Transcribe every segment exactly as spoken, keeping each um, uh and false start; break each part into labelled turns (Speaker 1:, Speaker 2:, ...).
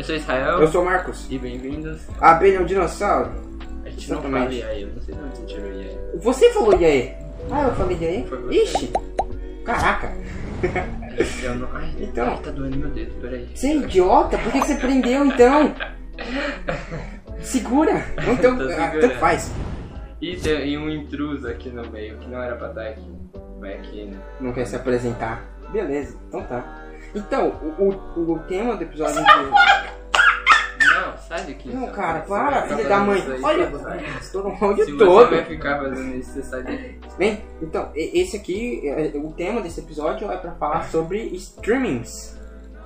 Speaker 1: Eu sou Israel.
Speaker 2: Eu sou o Marcos.
Speaker 1: E bem-vindos.
Speaker 2: A abelha é um dinossauro?
Speaker 1: A gente não fala E aí, eu não sei de onde você tirou E aí.
Speaker 2: Você falou E aí? Ah, eu falei E aí?
Speaker 1: Foi você.
Speaker 2: Ixi! Caraca!
Speaker 1: Eu não... Ai,
Speaker 2: Então...
Speaker 1: Ai, tá doendo meu dedo, peraí.
Speaker 2: Você é idiota? Por que você prendeu então? Segura! Então, ah, tanto faz.
Speaker 1: E tem um intruso aqui no meio, que não era pra estar aqui. Vai aqui.
Speaker 2: Não quer se apresentar? Beleza, então tá. Então, o, o, o tema do episódio de...
Speaker 1: Não, sai daqui.
Speaker 2: Não,
Speaker 1: então.
Speaker 2: cara,
Speaker 1: Você
Speaker 2: para,
Speaker 1: vai
Speaker 2: filha
Speaker 1: ficar
Speaker 2: da mãe.
Speaker 1: fazendo isso
Speaker 2: Olha,
Speaker 1: aí, sai.
Speaker 2: estourou o áudio
Speaker 1: Se
Speaker 2: todo.
Speaker 1: você vai ficar fazendo isso, você sai daqui.
Speaker 2: Bem, então, e- esse aqui, é- o tema desse episódio é pra falar sobre streamings.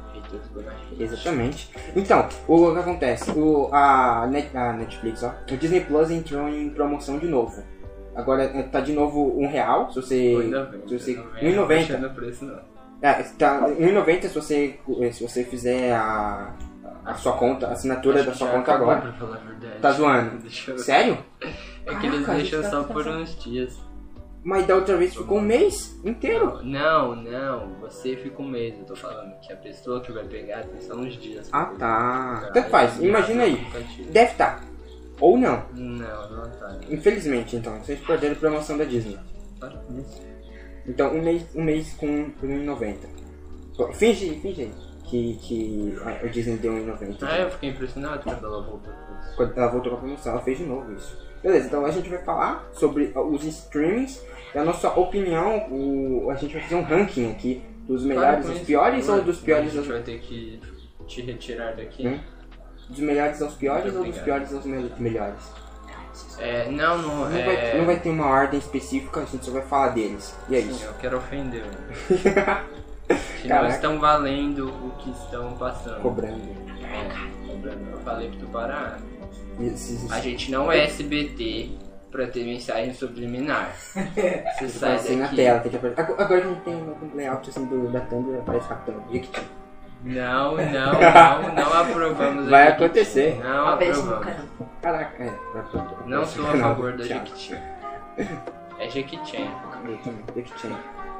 Speaker 2: Exatamente. Então, o que acontece? O, a, Net, a Netflix, ó, o Disney Plus entrou em promoção de novo. Agora é, tá de novo um real, se você...
Speaker 1: Ainda bem,
Speaker 2: se você
Speaker 1: não
Speaker 2: um
Speaker 1: vem
Speaker 2: e noventa.
Speaker 1: abaixando o preço, não.
Speaker 2: É, tá um e noventa se você, se você fizer a, a sua conta, a assinatura
Speaker 1: Acho
Speaker 2: da
Speaker 1: que
Speaker 2: sua
Speaker 1: já
Speaker 2: conta
Speaker 1: acabou,
Speaker 2: agora.
Speaker 1: pra falar a verdade.
Speaker 2: Tá zoando?
Speaker 1: Deixa eu-
Speaker 2: Sério?
Speaker 1: É que eles
Speaker 2: Caraca,
Speaker 1: deixam
Speaker 2: isso
Speaker 1: só
Speaker 2: tá
Speaker 1: por
Speaker 2: pensando.
Speaker 1: uns dias.
Speaker 2: Mas da outra vez ficou um mês inteiro.
Speaker 1: Não, não, você fica um mês, eu tô falando que a pessoa que vai pegar tem só uns dias.
Speaker 2: Ah, tá. Tanto faz, imagina aí.
Speaker 1: Aplicativo.
Speaker 2: Deve estar. Ou não.
Speaker 1: Não, não tá.
Speaker 2: Infelizmente, então. Vocês perderam a promoção da Disney.
Speaker 1: Para com isso.
Speaker 2: Então, um mês, um mês com por um e noventa. Pô, Finge, finge aí que, que a- o Disney deu um e noventa.
Speaker 1: Ah, eu fiquei impressionado quando ela voltou com isso.
Speaker 2: Quando ela voltou com a promoção, ela fez de novo isso. Beleza, então a gente vai falar sobre os streamings. E a nossa opinião, o, a gente vai fazer um ranking aqui dos melhores
Speaker 1: Para com
Speaker 2: aos
Speaker 1: isso,
Speaker 2: piores
Speaker 1: por
Speaker 2: ou
Speaker 1: favor.
Speaker 2: dos piores
Speaker 1: A gente
Speaker 2: aos...
Speaker 1: vai ter que te retirar daqui.
Speaker 2: Hum? Dos melhores aos piores
Speaker 1: Muito
Speaker 2: ou dos
Speaker 1: obrigado.
Speaker 2: piores aos me- melhores?
Speaker 1: É, não, não,
Speaker 2: Não,
Speaker 1: é...
Speaker 2: vai, não vai ter uma ordem específica, a gente só vai falar deles. E é
Speaker 1: Sim,
Speaker 2: isso.
Speaker 1: eu quero ofender. Que não
Speaker 2: Caraca.
Speaker 1: estão valendo o que estão passando.
Speaker 2: Cobrando.
Speaker 1: É, cobrando. Eu falei pra tu parar.
Speaker 2: Esses-
Speaker 1: A gente não é S B T pra ter mensagem subliminar. Você sai
Speaker 2: assim na
Speaker 1: daqui.
Speaker 2: tela, tem que apertar. Agora agora que a gente tem um layout assim do, da thumb, aparece Capitão Jequiti.
Speaker 1: Não, não, não, não aprovamos a
Speaker 2: Vai
Speaker 1: Jequiti.
Speaker 2: acontecer.
Speaker 1: Não aprovamos.
Speaker 2: Caraca, é. vai pro-
Speaker 1: Não
Speaker 2: vai
Speaker 1: sou
Speaker 2: pro
Speaker 1: a
Speaker 2: canal
Speaker 1: favor
Speaker 2: do
Speaker 1: da
Speaker 2: Thiago.
Speaker 1: Jequiti. É Jequiti.
Speaker 2: Eu também, Jequiti.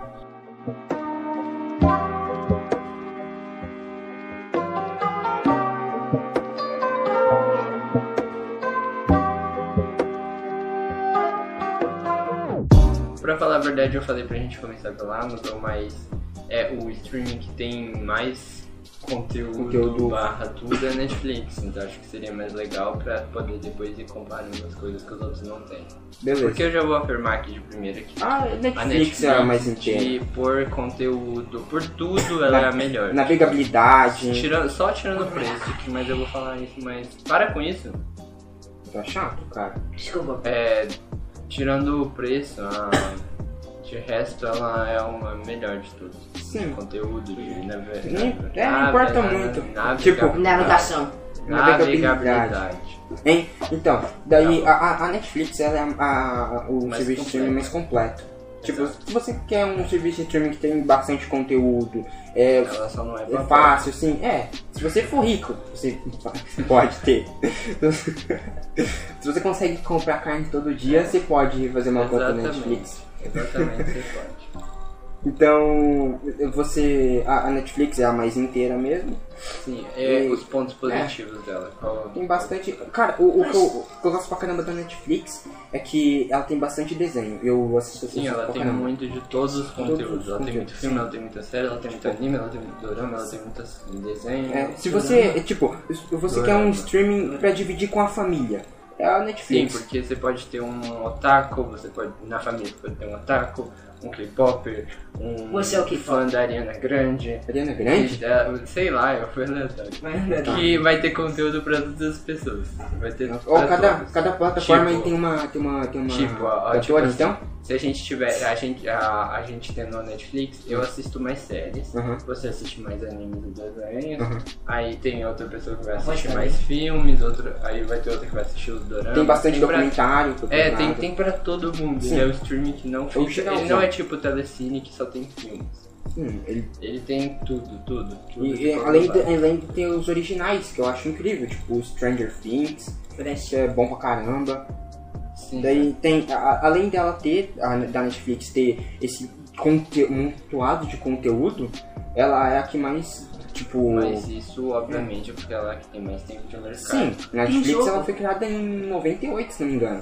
Speaker 1: Pra falar a verdade, eu falei pra gente começar pelo Amazon, mas é o streaming que tem mais conteúdo,
Speaker 2: Conteúdo.
Speaker 1: barra tudo é Netflix. Então acho que seria mais legal pra poder depois ir comparando as coisas que os outros não têm.
Speaker 2: Beleza.
Speaker 1: Porque eu já vou afirmar aqui de primeira que
Speaker 2: Ah,
Speaker 1: a
Speaker 2: Netflix,
Speaker 1: Netflix,
Speaker 2: é a mais inteira.
Speaker 1: de, por conteúdo, por tudo, ela é a melhor.
Speaker 2: Navegabilidade.
Speaker 1: Tirando, só tirando o preço, que- mas eu vou falar isso, mas para com isso.
Speaker 2: Tá chato, cara.
Speaker 3: Desculpa.
Speaker 1: É, tirando o preço, a, de resto ela é uma melhor de tudo.
Speaker 2: Sim.
Speaker 1: Conteúdo, de nave...
Speaker 2: Nem- é, não importa muito. Tipo,
Speaker 3: Navegação.
Speaker 1: Navegabilidade.
Speaker 2: Hein? Então, daí
Speaker 1: Tá
Speaker 2: a, a Netflix ela é a, a- o
Speaker 1: Mais
Speaker 2: serviço de streaming mais completo. Tipo,
Speaker 1: Exato.
Speaker 2: se você quer um serviço de streaming que tem bastante conteúdo, é,
Speaker 1: Ela só não é
Speaker 2: é
Speaker 1: pra
Speaker 2: fácil, assim, é. Se você for rico, você pode ter. Se você consegue comprar carne todo dia, você pode fazer uma conta na
Speaker 1: Exatamente.
Speaker 2: Netflix.
Speaker 1: Exatamente, você pode.
Speaker 2: Então, você. A, a Netflix é a mais inteira mesmo.
Speaker 1: Sim, é,
Speaker 2: E-
Speaker 1: os pontos positivos dela. Qual-
Speaker 2: Tem bastante. Cara, o, o, que eu, o que eu gosto pra caramba da Netflix é que ela tem bastante desenho. Eu assisto
Speaker 1: Sim,
Speaker 2: assisto
Speaker 1: ela
Speaker 2: pra
Speaker 1: tem
Speaker 2: caramba.
Speaker 1: muito de todos os conteúdos.
Speaker 2: os
Speaker 1: Ela tem muito
Speaker 2: conteúdos,
Speaker 1: filme,
Speaker 2: sim.
Speaker 1: ela tem muita série, ela tem muito anime, ela tem muito dorama, ela tem muitas desenhos.
Speaker 2: É, se você. é, Tipo, se você quer um streaming pra dividir com a família, é a
Speaker 1: Sim,
Speaker 2: Netflix.
Speaker 1: porque você pode ter um otaku, você pode, na família você pode ter um otaku, um K-Popper, um
Speaker 3: Você é o K-pop.
Speaker 1: fã da Ariana Grande.
Speaker 2: Ariana Grande?
Speaker 1: que, é, sei lá, eu fui aleatório. Que vai ter conteúdo pra todas as pessoas. Vai ter
Speaker 2: Ou
Speaker 1: pra
Speaker 2: cada,
Speaker 1: todos.
Speaker 2: cada plataforma
Speaker 1: Tipo-
Speaker 2: aí tem uma. Tem uma. Tem uma.
Speaker 1: Tipo, ó,
Speaker 2: cantora,
Speaker 1: tipo assim,
Speaker 2: então?
Speaker 1: se a gente tiver, a gente, a, a gente tendo a Netflix, eu assisto mais séries,
Speaker 2: Uhum.
Speaker 1: você assiste mais animes e desenhos,
Speaker 2: Uhum.
Speaker 1: aí tem outra pessoa que vai assistir
Speaker 3: Pode
Speaker 1: mais filmes, outra, aí vai ter outra que vai assistir os doramas.
Speaker 2: Tem bastante
Speaker 1: pra-
Speaker 2: documentário.
Speaker 1: É, tem,
Speaker 2: nada.
Speaker 1: tem pra todo mundo,
Speaker 2: Sim.
Speaker 1: ele é o streaming que não fica,
Speaker 2: geralzão.
Speaker 1: ele não é tipo o Telecine que só tem filmes.
Speaker 2: Sim, ele
Speaker 1: Ele tem tudo, tudo, tudo.
Speaker 2: E,
Speaker 1: de
Speaker 2: e,
Speaker 1: todo
Speaker 2: além, de,
Speaker 1: lado.
Speaker 2: além de ter os originais, que eu acho incrível, tipo o Stranger Things, que é bom pra caramba.
Speaker 1: Sim,
Speaker 2: Daí tem, a- além dela ter, a, da Netflix ter esse conte, um montoado de conteúdo, ela é a que mais tipo...
Speaker 1: Mas isso, obviamente, é porque ela é que tem mais tempo de mercado.
Speaker 2: Sim, a Netflix ela foi criada em noventa e oito, se não me engano.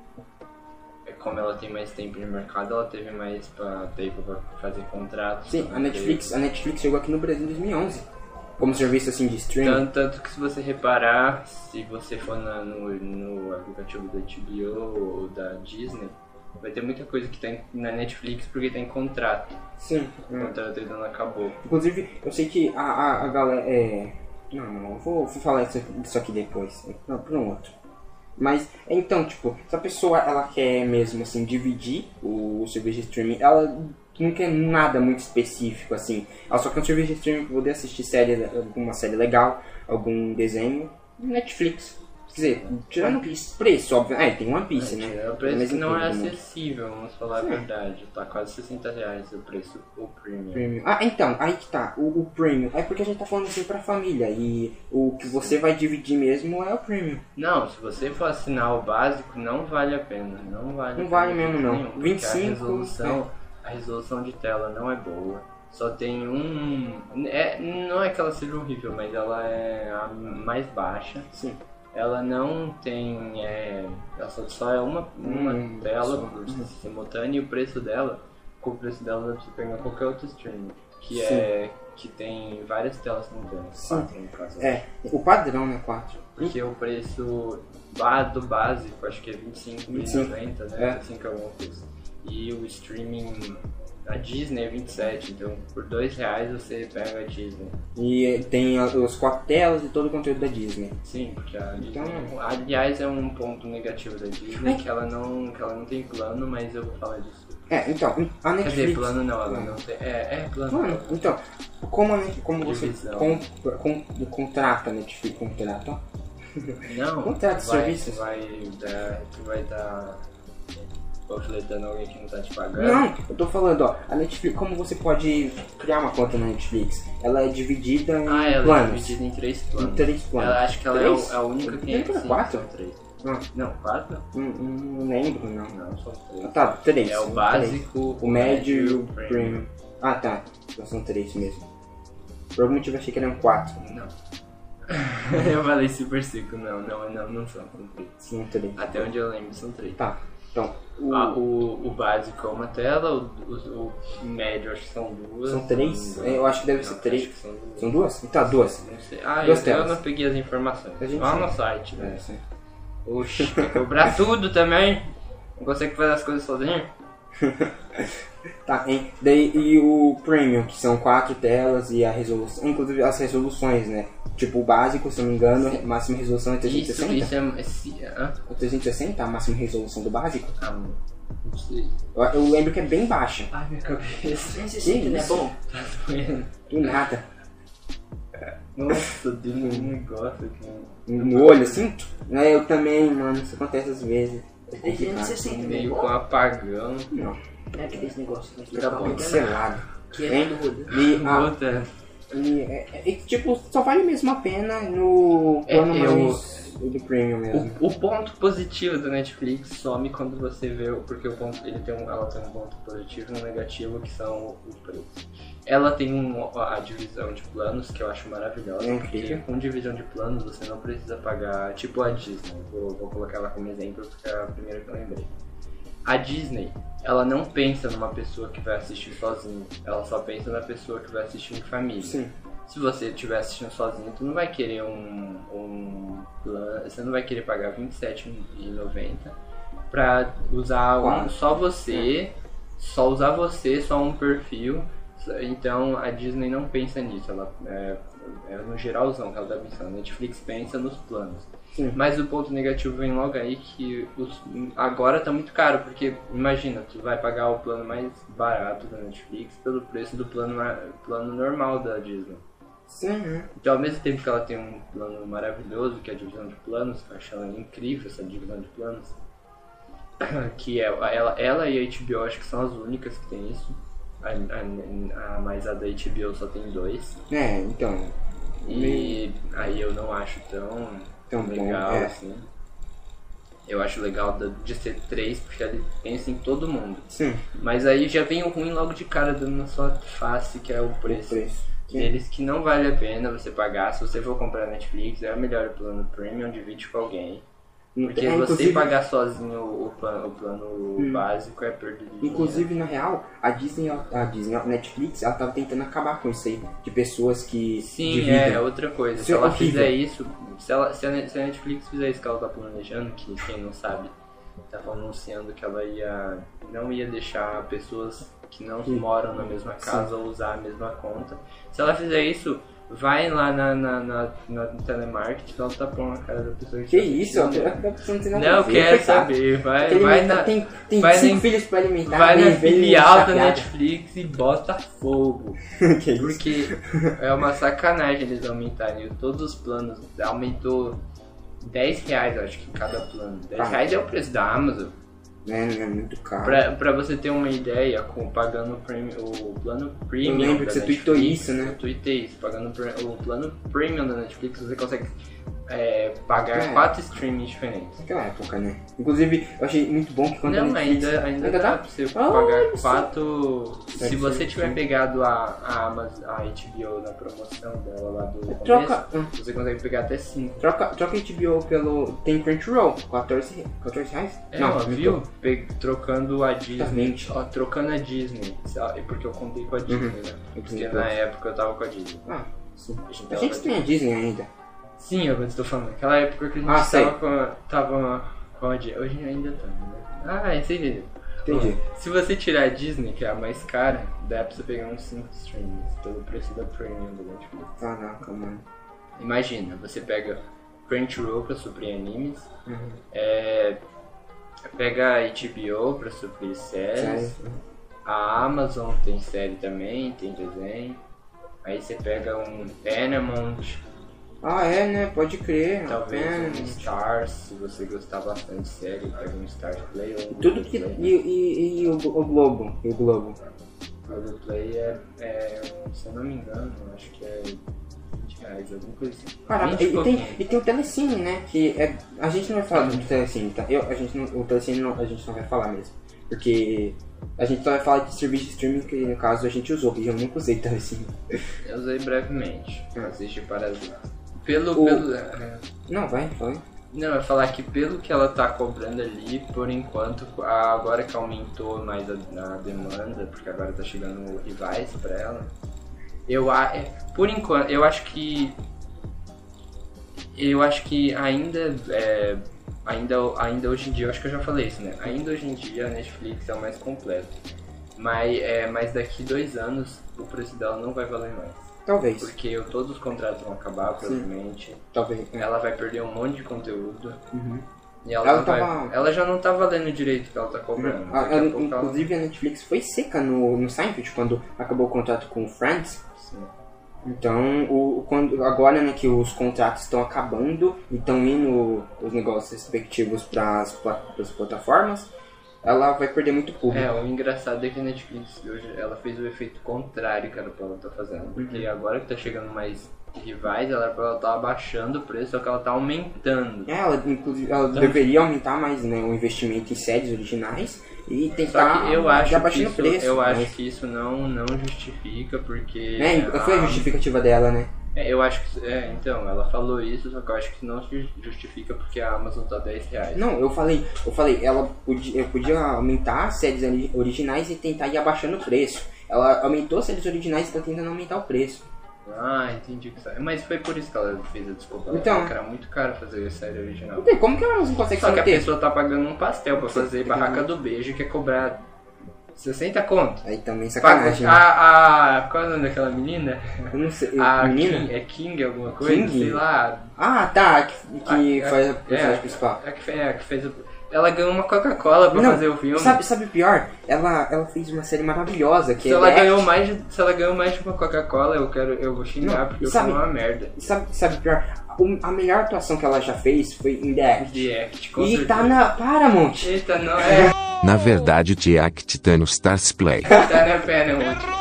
Speaker 1: Como ela tem mais tempo de mercado, ela teve mais pra, tempo pra fazer contratos.
Speaker 2: Sim, a Netflix, a Netflix chegou aqui no Brasil em dois mil e onze. Como serviço assim de streaming.
Speaker 1: Tanto, tanto que se você reparar, se você for na, no, no aplicativo da H B O ou da Disney, vai ter muita coisa que tem na Netflix porque tem contrato.
Speaker 2: Sim.
Speaker 1: O contrato ainda não acabou.
Speaker 2: Inclusive, eu sei que a, a, a galera é... Não, não, eu vou, vou falar isso, isso aqui depois. Não, por um outro. Mas, então, tipo, se a pessoa ela quer mesmo, assim, dividir o, o serviço de streaming, ela não quer nada muito específico, assim. Ela só quer um serviço de streaming para poder assistir série, alguma série legal, algum desenho, Netflix. Quer dizer, tirando o preço, óbvio. É, tem One Piece,
Speaker 1: é,
Speaker 2: né?
Speaker 1: O preço
Speaker 2: Mas
Speaker 1: não é
Speaker 2: muito.
Speaker 1: acessível, vamos falar Sim. a verdade. Tá quase sessenta reais o preço, o premium.
Speaker 2: premium. Ah, então, aí que tá. O, o premium é porque a gente tá falando assim pra família. E o que você vai dividir mesmo é o premium.
Speaker 1: Não, se você for assinar o básico, não vale a pena. Não vale
Speaker 2: Não
Speaker 1: a
Speaker 2: vale
Speaker 1: pena
Speaker 2: mesmo, não.
Speaker 1: Nenhum,
Speaker 2: vinte e cinco.
Speaker 1: A resolução, é. a resolução de tela não é boa. Só tem um... É, não é que ela seja horrível, mas ela é a mais baixa.
Speaker 2: Sim.
Speaker 1: Ela não tem, é, ela só, só é uma, uma
Speaker 2: hum,
Speaker 1: tela simultânea e o preço dela, com o preço dela dá pra você pegar qualquer outro streaming, que, é, que tem várias telas simultâneas, quatro no caso.
Speaker 2: É, o padrão, né, quatro.
Speaker 1: Porque o preço do básico, acho que é vinte e cinco reais e noventa centavos, né,
Speaker 2: é.
Speaker 1: vinte e cinco alguma coisa. E o streaming... A Disney é vinte e sete, então por dois reais você pega a Disney.
Speaker 2: E tem as quatro telas e todo o conteúdo da Disney.
Speaker 1: Sim, porque a Disney,
Speaker 2: então,
Speaker 1: aliás, é um ponto negativo da Disney, é. que, ela não, que ela não tem plano, mas eu vou falar disso.
Speaker 2: É, então, a Netflix...
Speaker 1: Quer dizer, plano não, ela não tem... É, é plano.
Speaker 2: Mano, então, como, a, como você com, com, contrata a Netflix, contrata,
Speaker 1: Não,
Speaker 2: contrata
Speaker 1: vai,
Speaker 2: serviços?
Speaker 1: vai dar... Tu vai dar... panfletando alguém que não tá te pagando.
Speaker 2: Não, eu tô falando, ó, a Netflix, como você pode criar uma conta na Netflix? Ela é dividida em
Speaker 1: ah, ela
Speaker 2: planos.
Speaker 1: é dividida em três planos.
Speaker 2: Em três planos.
Speaker 1: Ela, acho que ela
Speaker 2: três?
Speaker 1: é a única que tem
Speaker 2: assim, quatro?
Speaker 1: São três.
Speaker 2: Ah.
Speaker 1: Não, quatro?
Speaker 2: Não, não lembro, não.
Speaker 1: Não, são três.
Speaker 2: Ah, tá, três.
Speaker 1: É o básico,
Speaker 2: três. o médio e o premium. premium. Ah, tá. Então são três mesmo. Por algum motivo eu achei que eram quatro.
Speaker 1: Não. Eu falei super cinco, não, não, não, não são, são três.
Speaker 2: São três.
Speaker 1: Até onde eu lembro são três.
Speaker 2: Tá. Então, o,
Speaker 1: ah, o, o básico é uma tela, o, o, o médio acho que são duas.
Speaker 2: São três?
Speaker 1: São
Speaker 2: eu acho que deve
Speaker 1: não,
Speaker 2: ser três.
Speaker 1: São duas?
Speaker 2: São duas? Tá, duas.
Speaker 1: Não sei. Ah,
Speaker 2: duas
Speaker 1: eu, eu não peguei as informações. Lá no site, né?
Speaker 2: É,
Speaker 1: Oxi, quer cobrar tudo também? Não consegue fazer as coisas sozinho?
Speaker 2: Tá, hein? Daí, e o Premium, que são quatro telas e a resolução, inclusive as resoluções, né? Tipo, o básico, se não me engano, a máxima resolução é trezentos e sessenta?
Speaker 1: Isso, isso é... Esse, ah?
Speaker 2: O trezentos e sessenta, a máxima resolução do básico?
Speaker 1: Ah, não sei.
Speaker 2: Eu, eu lembro que é bem baixa.
Speaker 1: Ai, minha cabeça.
Speaker 2: trezentos e sessenta, é bom?
Speaker 1: Tá doendo.
Speaker 2: Do nada.
Speaker 1: Nossa, deu um negócio aqui.
Speaker 2: No olho, assim? É, eu também, mano, isso acontece às vezes.
Speaker 3: trezentos e sessenta,
Speaker 1: meio com apagão.
Speaker 2: Não.
Speaker 3: É aqueles negócios né, que
Speaker 2: Tá bom, selado.
Speaker 3: Que é do rodo.
Speaker 2: E, ah,
Speaker 1: Outra.
Speaker 2: e, é, é, tipo, só vale mesmo a pena no
Speaker 1: É,
Speaker 2: plano
Speaker 1: eu-
Speaker 2: mais do Premium mesmo.
Speaker 1: O, o ponto positivo da Netflix some quando você vê, o- porque o ponto, ele tem um, ela tem um ponto positivo e um negativo que são o preço. Ela tem um, a divisão de planos que eu acho maravilhosa,
Speaker 2: É
Speaker 1: porque
Speaker 2: incrível.
Speaker 1: com divisão de planos você não precisa pagar, tipo a Disney, vou, vou colocar ela como exemplo porque é a primeira que eu lembrei. A Disney, ela não pensa numa pessoa que vai assistir sozinho, ela só pensa na pessoa que vai assistir em família.
Speaker 2: Sim.
Speaker 1: Se você estiver assistindo sozinho, tu não vai querer um, um plano, você não vai querer pagar vinte e sete reais e noventa centavos pra usar um,
Speaker 2: Quatro.
Speaker 1: só você, só usar você, só um perfil. Então a Disney não pensa nisso, ela é, é no geralzão que ela tá pensando. A Netflix pensa nos planos.
Speaker 2: Sim.
Speaker 1: Mas o ponto negativo vem logo aí que os, agora tá muito caro, porque imagina, tu vai pagar o plano mais barato da Netflix pelo preço do plano, plano normal da Disney.
Speaker 2: Sim, né?
Speaker 1: Então, ao mesmo tempo que ela tem um plano maravilhoso, que é a divisão de planos, que eu acho ela incrível, essa divisão de planos, que é ela, ela e a H B O acho que são as únicas que tem isso, a, a, a, mas a da H B O só tem dois,
Speaker 2: É, então.
Speaker 1: e aí eu não acho tão,
Speaker 2: Tão
Speaker 1: legal
Speaker 2: bom, é.
Speaker 1: assim. Eu acho legal da- de ser três, porque ela pensa em todo mundo.
Speaker 2: Sim,
Speaker 1: Mas aí já vem o ruim logo de cara dando na sua face, que é o
Speaker 2: o
Speaker 1: preço.
Speaker 2: preço. Sim.
Speaker 1: deles que não vale a pena você pagar. Se você for comprar Netflix, é o melhor plano premium, divide com alguém. Porque
Speaker 2: É,
Speaker 1: você
Speaker 2: inclusive-
Speaker 1: pagar sozinho o plano, o plano
Speaker 2: Hum.
Speaker 1: básico é perda de dinheiro.
Speaker 2: Inclusive, na real, a Disney, a Disney, a Netflix, ela tava tentando acabar com isso aí, de pessoas que
Speaker 1: Sim,
Speaker 2: dividem.
Speaker 1: é outra coisa.
Speaker 2: Isso
Speaker 1: Se
Speaker 2: é
Speaker 1: ela
Speaker 2: horrível.
Speaker 1: fizer isso, se, ela, se, a, Net- se a Netflix fizer isso que ela tá planejando, que quem não sabe, tava anunciando que ela ia não ia deixar pessoas que não
Speaker 2: Sim.
Speaker 1: moram na mesma casa usar a mesma conta. Se ela fizer isso, vai lá na, na, na, na telemarketing, dá um tapão na cara da pessoa que
Speaker 2: Que
Speaker 1: tá
Speaker 2: isso? A
Speaker 1: assistindo.
Speaker 2: pessoa não tem nada
Speaker 1: Não,
Speaker 2: a
Speaker 1: eu
Speaker 2: ver,
Speaker 1: quero
Speaker 2: coitado.
Speaker 1: saber. Vai,
Speaker 2: Ele
Speaker 1: vai
Speaker 2: alimenta-
Speaker 1: na,
Speaker 2: tem tem
Speaker 1: vai
Speaker 2: cinco
Speaker 1: na-
Speaker 2: filhos pra alimentar.
Speaker 1: vai
Speaker 2: nem
Speaker 1: na
Speaker 2: vê ele
Speaker 1: filial
Speaker 2: essa
Speaker 1: da
Speaker 2: piada.
Speaker 1: Netflix e bota fogo.
Speaker 2: Que isso?
Speaker 1: Porque é uma sacanagem eles aumentarem todos os planos. Aumentou dez reais, eu acho que cada plano. dez
Speaker 2: Ah.
Speaker 1: reais é o preço da Amazon.
Speaker 2: É, não é muito caro.
Speaker 1: Pra, pra você ter uma ideia, com, pagando o, premi- o plano premium.
Speaker 2: Eu lembro
Speaker 1: da
Speaker 2: que você
Speaker 1: Netflix,
Speaker 2: tweetou isso, né?
Speaker 1: Eu tweetei isso. Pagando o pre- o plano premium da Netflix, você consegue é, pagar
Speaker 2: É.
Speaker 1: quatro streamings diferentes.
Speaker 2: Naquela época, né? Inclusive, eu achei muito bom que quando a
Speaker 1: Não,
Speaker 2: Netflix...
Speaker 1: ainda, ainda,
Speaker 2: Ainda
Speaker 1: dá
Speaker 2: dá?
Speaker 1: pra você
Speaker 2: Ah,
Speaker 1: pagar
Speaker 2: olha só.
Speaker 1: quatro. Se
Speaker 2: Deve
Speaker 1: você
Speaker 2: ser,
Speaker 1: tiver
Speaker 2: sim.
Speaker 1: pegado a, a Amazon, a H B O na promoção dela lá do começo,
Speaker 2: Troca, ah,
Speaker 1: você consegue pegar até cinco.
Speaker 2: troca, troca H B O pelo... Tem Crunchyroll, quatorze, quatorze reais?
Speaker 1: É, ó,
Speaker 2: não
Speaker 1: viu? Pe- trocando a Disney.
Speaker 2: Exatamente.
Speaker 1: Ó, trocando a Disney. sabe? Porque eu contei com a Disney,
Speaker 2: Uhum.
Speaker 1: né?
Speaker 2: Eu
Speaker 1: Porque
Speaker 2: também
Speaker 1: na
Speaker 2: tô.
Speaker 1: época eu tava com a Disney.
Speaker 2: Ah, sim.
Speaker 1: Então,
Speaker 2: A gente tem a Disney ainda.
Speaker 1: Sim, eu estou falando. Naquela época que a gente
Speaker 2: Ah, sei.
Speaker 1: tava, com, tava com a Disney. Hoje ainda tá, né? Ah, você entendeu.
Speaker 2: Entendi.
Speaker 1: Ó, se você tirar a Disney, que é a mais cara, dá pra você pegar uns cinco streams pelo preço da Premium do Netflix.
Speaker 2: Caraca, mano.
Speaker 1: Imagina, você pega Crunchyroll pra suprir animes,
Speaker 2: Uhum.
Speaker 1: é, pega a H B O pra suprir séries,
Speaker 2: Sério?
Speaker 1: a Amazon tem série também, tem desenho, aí você pega um Paramount,
Speaker 2: Ah, é, né? Pode crer.
Speaker 1: talvez
Speaker 2: É.
Speaker 1: um Stars, se você gostar bastante de série, pega um Stars Play ou um
Speaker 2: Tudo que...
Speaker 1: Play.
Speaker 2: E, e, e o, o Globo? E o Globo?
Speaker 1: O Google Play é, é, se eu não me engano, acho que é vinte reais, alguma coisa assim.
Speaker 2: Caraca,
Speaker 1: vinte
Speaker 2: e,
Speaker 1: e
Speaker 2: e tem,
Speaker 1: pouquinho.
Speaker 2: e tem o Telecine, né? Que é... A gente não vai falar do Telecine, tá? Eu, a gente não, o Telecine não, a gente não vai falar mesmo. Porque a gente só vai falar de serviço de streaming que no caso a gente usou, porque eu nunca usei Telecine.
Speaker 1: Eu usei brevemente,
Speaker 2: Ah.
Speaker 1: assisti Parasita. Pelo,
Speaker 2: O-
Speaker 1: pelo, é,
Speaker 2: Não, vai, vai.
Speaker 1: não, eu ia falar que pelo que ela tá cobrando ali, por enquanto, a- agora que aumentou mais a, a demanda, porque agora tá chegando rivais pra ela, eu a- é, por enquanto, eu acho que eu acho que ainda é, ainda ainda hoje em dia, eu acho que eu já falei isso, né? Ainda hoje em dia a Netflix é o mais completo. Mas é, mas daqui dois anos o preço dela não vai valer mais.
Speaker 2: Talvez.
Speaker 1: Porque eu- todos os contratos vão acabar, provavelmente.
Speaker 2: Talvez. É.
Speaker 1: Ela vai perder um monte de conteúdo.
Speaker 2: Uhum.
Speaker 1: E ela,
Speaker 2: Ela
Speaker 1: não vai-
Speaker 2: tava-
Speaker 1: ela já não tá valendo direito o que ela tá cobrando.
Speaker 2: A-
Speaker 1: Daqui
Speaker 2: a-
Speaker 1: a pouco ela-
Speaker 2: inclusive a Netflix foi seca no, no Seinfeld quando acabou o contrato com o Friends.
Speaker 1: Sim.
Speaker 2: Então, o, o- quando, agora né, que os contratos estão acabando e estão indo os negócios respectivos para as plataformas, ela vai perder muito público.
Speaker 1: É, o engraçado é que a Netflix hoje ela fez o efeito contrário que era pra ela tá fazendo. Porque
Speaker 2: Uhum.
Speaker 1: agora que tá chegando mais rivais, ela era pra ela tá abaixando o preço, só que ela tá aumentando.
Speaker 2: É, ela, inclusive, ela
Speaker 1: Então-
Speaker 2: deveria aumentar mais né, o investimento em séries originais e
Speaker 1: Só
Speaker 2: tentar
Speaker 1: que eu acho
Speaker 2: já
Speaker 1: que
Speaker 2: baixando o
Speaker 1: isso,
Speaker 2: preço.
Speaker 1: eu
Speaker 2: mas-
Speaker 1: acho que isso não, não justifica, porque...
Speaker 2: né, foi a justificativa dela, né?
Speaker 1: É, eu acho que. É, então, ela falou isso, só que eu acho que não se justifica porque a Amazon tá dez reais.
Speaker 2: Não, eu falei, eu falei, ela podia, eu podia aumentar as séries ori- originais e tentar ir abaixando o preço. Ela aumentou as séries originais e tá tentando aumentar o preço.
Speaker 1: Ah, entendi o que você... Mas foi por isso que ela fez a desculpa. Ela
Speaker 2: Então.
Speaker 1: falou que era muito caro fazer a série original.
Speaker 2: Não tem, como que ela não consegue
Speaker 1: Só que a
Speaker 2: manter?
Speaker 1: pessoa tá pagando um pastel pra fazer
Speaker 2: Tem
Speaker 1: Barraca
Speaker 2: que-
Speaker 1: do Beijo e quer cobrar sessenta conto.
Speaker 2: Aí também
Speaker 1: Paga-
Speaker 2: sacanagem. né?
Speaker 1: A, a, qual é o nome daquela menina?
Speaker 2: Eu não sei.
Speaker 1: A
Speaker 2: menina?
Speaker 1: King, é King alguma coisa?
Speaker 2: King?
Speaker 1: Sei lá.
Speaker 2: Ah, tá, que, que
Speaker 1: Ah,
Speaker 2: faz a
Speaker 1: é,
Speaker 2: personagem principal.
Speaker 1: É, a que fez, é, a que fez o... Ela ganhou uma Coca-Cola pra
Speaker 2: Não,
Speaker 1: fazer o filme.
Speaker 2: Sabe, sabe o pior? Ela, ela fez uma série maravilhosa que
Speaker 1: Se
Speaker 2: é
Speaker 1: ela,
Speaker 2: The
Speaker 1: ganhou
Speaker 2: Act.
Speaker 1: mais de, se ela ganhou mais de uma Coca-Cola, eu quero, eu vou xingar,
Speaker 2: Não,
Speaker 1: porque
Speaker 2: e
Speaker 1: o
Speaker 2: sabe-
Speaker 1: filme é uma merda.
Speaker 2: E sabe, sabe o pior? O- A melhor atuação que ela já fez foi em The Act.
Speaker 1: The Act, com
Speaker 2: E
Speaker 1: certeza.
Speaker 2: tá na Paramount.
Speaker 1: Eita, não, é.
Speaker 4: Na verdade, The Act tá no Stars Play.
Speaker 1: Tá na Paramount.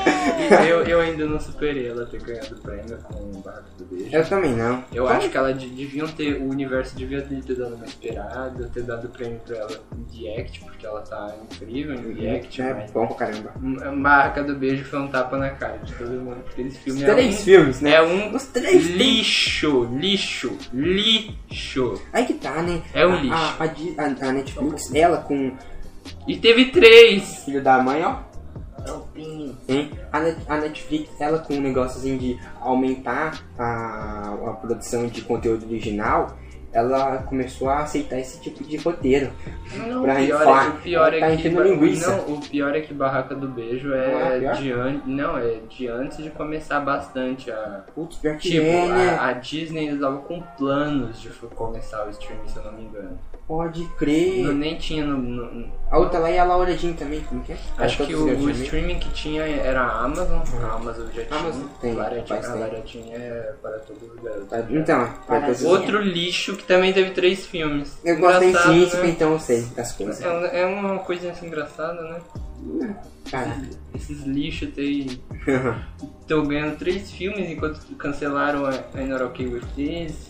Speaker 1: E eu, eu ainda não superei ela ter ganhado o prêmio com o Barraca do Beijo.
Speaker 2: Eu também não.
Speaker 1: Eu
Speaker 2: Como?
Speaker 1: acho que ela de- deviam ter, o universo devia ter dado uma esperada, ter dado o prêmio pra ela em The Act, porque ela tá incrível em The Act,
Speaker 2: É
Speaker 1: mas
Speaker 2: bom pra caramba.
Speaker 1: Barraca do Beijo foi um tapa na cara de todo mundo, porque esse filme
Speaker 2: Os três
Speaker 1: é um,
Speaker 2: filmes, né?
Speaker 1: é um
Speaker 2: Os três
Speaker 1: lixo, lixo, lixo.
Speaker 2: Aí que tá, né?
Speaker 1: É um
Speaker 2: A-
Speaker 1: lixo.
Speaker 2: A, a, Di- a- a Netflix, ela com
Speaker 1: E teve três!
Speaker 2: filho da mãe, ó.
Speaker 3: Tropinho.
Speaker 2: Hein? A, Net- a Netflix, ela com um negocinho de aumentar a, a produção de conteúdo original, ela começou a aceitar esse tipo de roteiro.
Speaker 1: Não,
Speaker 2: Pra
Speaker 1: o pior,
Speaker 2: inflar.
Speaker 1: é, o pior
Speaker 2: Ela tá
Speaker 1: é que
Speaker 2: enfiando linguiça.
Speaker 1: não, o pior é que Barraca do Beijo
Speaker 2: Não é
Speaker 1: é,
Speaker 2: pior?
Speaker 1: de an... não é de antes de começar bastante a
Speaker 2: Putz, pior que
Speaker 1: tipo
Speaker 2: é, né?
Speaker 1: a, a Disney estava com planos de f- começar o streaming, se eu não me engano.
Speaker 2: Pode
Speaker 1: Não,
Speaker 2: crer.
Speaker 1: nem tinha no, no-
Speaker 2: A outra lá é a Laura Jean também, como que é?
Speaker 1: acho
Speaker 2: Ela
Speaker 1: que
Speaker 2: todos
Speaker 1: o,
Speaker 2: os
Speaker 1: o
Speaker 2: dias também.
Speaker 1: streaming que tinha era a Amazon, a Amazon já tinha.
Speaker 2: Amazon tem,
Speaker 1: Baratinho,
Speaker 2: faz
Speaker 1: a
Speaker 2: tempo.
Speaker 1: Baratinho é para todo lugar.
Speaker 2: Tá, então, pra todos os-
Speaker 1: Outro lixo que também teve três filmes.
Speaker 2: eu gosto da
Speaker 1: Engraçado,
Speaker 2: Infinity,
Speaker 1: né?
Speaker 2: então eu sei das coisas.
Speaker 1: É, um- é uma coisa assim engraçada, né?
Speaker 2: Cara.
Speaker 1: Esses lixos aí estão ganhando três filmes enquanto cancelaram a I'm Not Okay With This.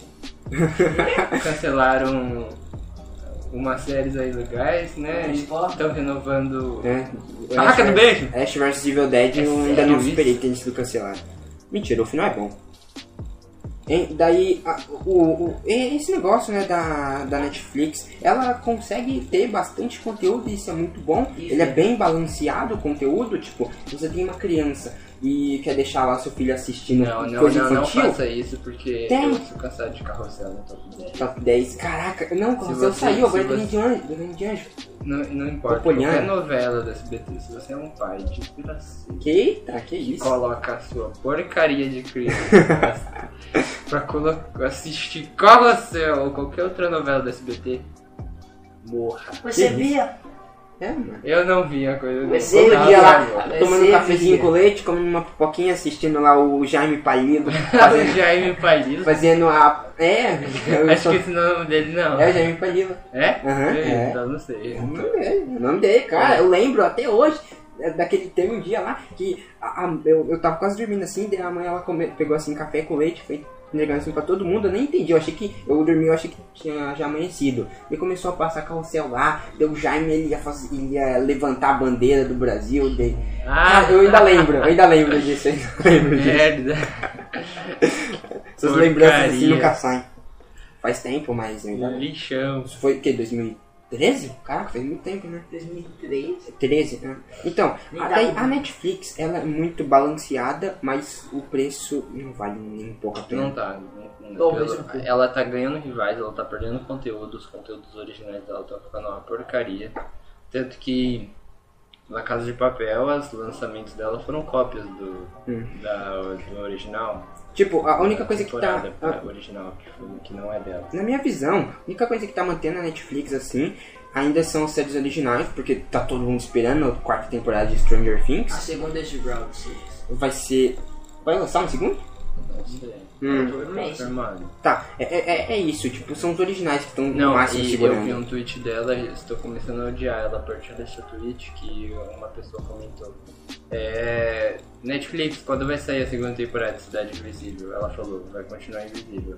Speaker 1: Cancelaram umas séries aí legais, né? E estão renovando.
Speaker 2: É.
Speaker 1: Barraca do Beijo!
Speaker 2: Ash vs Evil Dead
Speaker 1: É
Speaker 2: eu ainda
Speaker 1: sério
Speaker 2: não
Speaker 1: isso?
Speaker 2: superei ter sido cancelado. Mentira, o final é bom. Hein, daí, a- o, o- e- esse negócio, né, da, da Netflix, ela consegue ter bastante conteúdo e isso é muito bom. Ele é bem balanceado o conteúdo, tipo, você tem uma criança e quer deixar lá seu filho assistindo
Speaker 1: Não, não,
Speaker 2: coisa
Speaker 1: não, não
Speaker 2: infantil.
Speaker 1: faça isso porque
Speaker 2: Tem.
Speaker 1: eu sou cansado de carrossel no top dez.
Speaker 2: Top dez, caraca, não,
Speaker 1: Se
Speaker 2: você
Speaker 1: você-
Speaker 2: saiu, agora
Speaker 1: se
Speaker 2: tem
Speaker 1: você-
Speaker 2: de anjo, do Reino de Anjo.
Speaker 1: Não, não importa,
Speaker 2: Popoliana.
Speaker 1: qualquer novela da S B T, se você é um pai de inspiração
Speaker 2: Que eita, que
Speaker 1: que
Speaker 2: isso?
Speaker 1: coloca a sua porcaria de criança pra colo- assistir Carrossel ou qualquer outra novela da S B T, morra.
Speaker 3: Você
Speaker 2: Que
Speaker 3: via?
Speaker 2: É, mano.
Speaker 1: Eu não vi a coisa
Speaker 3: Mas
Speaker 1: do-
Speaker 3: eu
Speaker 2: Todo
Speaker 1: Ah,
Speaker 2: dia lá,
Speaker 1: tá bom.
Speaker 2: tomando um
Speaker 3: Você
Speaker 2: cafezinho
Speaker 3: via.
Speaker 2: com leite, comendo uma pipoquinha, assistindo lá o Jaime Palilo,
Speaker 1: O
Speaker 2: fazendo,
Speaker 1: Jaime Palilo.
Speaker 2: fazendo a... É, eu
Speaker 1: Acho
Speaker 2: sou-
Speaker 1: que esse não é o nome dele não.
Speaker 2: é o Jaime Palilo.
Speaker 1: É?
Speaker 2: Aham,
Speaker 1: Eita,
Speaker 2: é.
Speaker 1: eu não sei.
Speaker 2: É o nome dele, é o nome dele, cara. Eu lembro até hoje é, daquele teve um dia lá que a- a- eu, eu tava quase dormindo assim, daí a mãe ela come- pegou assim café com leite, foi entregando assim pra todo mundo, eu nem entendi, eu achei que, eu dormi, eu achei que tinha já amanhecido. E começou a passar carrossel lá, deu o Jaime, ele ia, fazer, ele ia levantar a bandeira do Brasil, daí... Ah, eu ainda lembro, eu ainda lembro disso, eu ainda lembro disso.
Speaker 1: Merda.
Speaker 2: Essas
Speaker 1: Porcaria.
Speaker 2: lembranças assim nunca saem. Faz tempo, mas eu ainda lembro.
Speaker 1: Lixão.
Speaker 2: Isso foi o que, dois mil e treze? Caraca, faz muito tempo, né?
Speaker 3: dois mil e três.
Speaker 2: treze, né? Então,
Speaker 3: Nem
Speaker 2: a,
Speaker 3: dá
Speaker 2: daí,
Speaker 3: pra-
Speaker 2: a Netflix, ela é muito balanceada, mas o preço não vale nem um pouco a pena.
Speaker 1: Não tá. não- não-
Speaker 3: Talvez
Speaker 1: pelo-
Speaker 3: um pouco.
Speaker 1: ela tá ganhando rivais, ela tá perdendo conteúdo, os conteúdos originais dela estão ficando uma porcaria. Tanto que na Casa de Papel, os lançamentos dela foram cópias do,
Speaker 2: Hum.
Speaker 1: da, do original.
Speaker 2: Tipo, a única coisa que tá...
Speaker 1: Temporada
Speaker 2: a-
Speaker 1: original que, foi- que não é dela.
Speaker 2: na minha visão, a única coisa que tá mantendo a Netflix assim, ainda são as séries originais, porque tá todo mundo esperando a quarta temporada de Stranger
Speaker 3: A
Speaker 2: Things.
Speaker 3: segunda é de Round seis.
Speaker 2: Vai ser... Vai lançar um segundo?
Speaker 1: Não sei.
Speaker 2: Hum.
Speaker 3: Todo mês.
Speaker 1: Confirmado.
Speaker 2: Tá, é, é, é isso, tipo, são os originais que estão no
Speaker 1: Não,
Speaker 2: máximo
Speaker 1: e eu
Speaker 2: segurando.
Speaker 1: vi um tweet dela e estou começando a odiar ela a partir desse tweet que uma pessoa comentou. É, Netflix, quando vai sair a segunda temporada de Cidade Invisível? Ela falou, vai continuar invisível.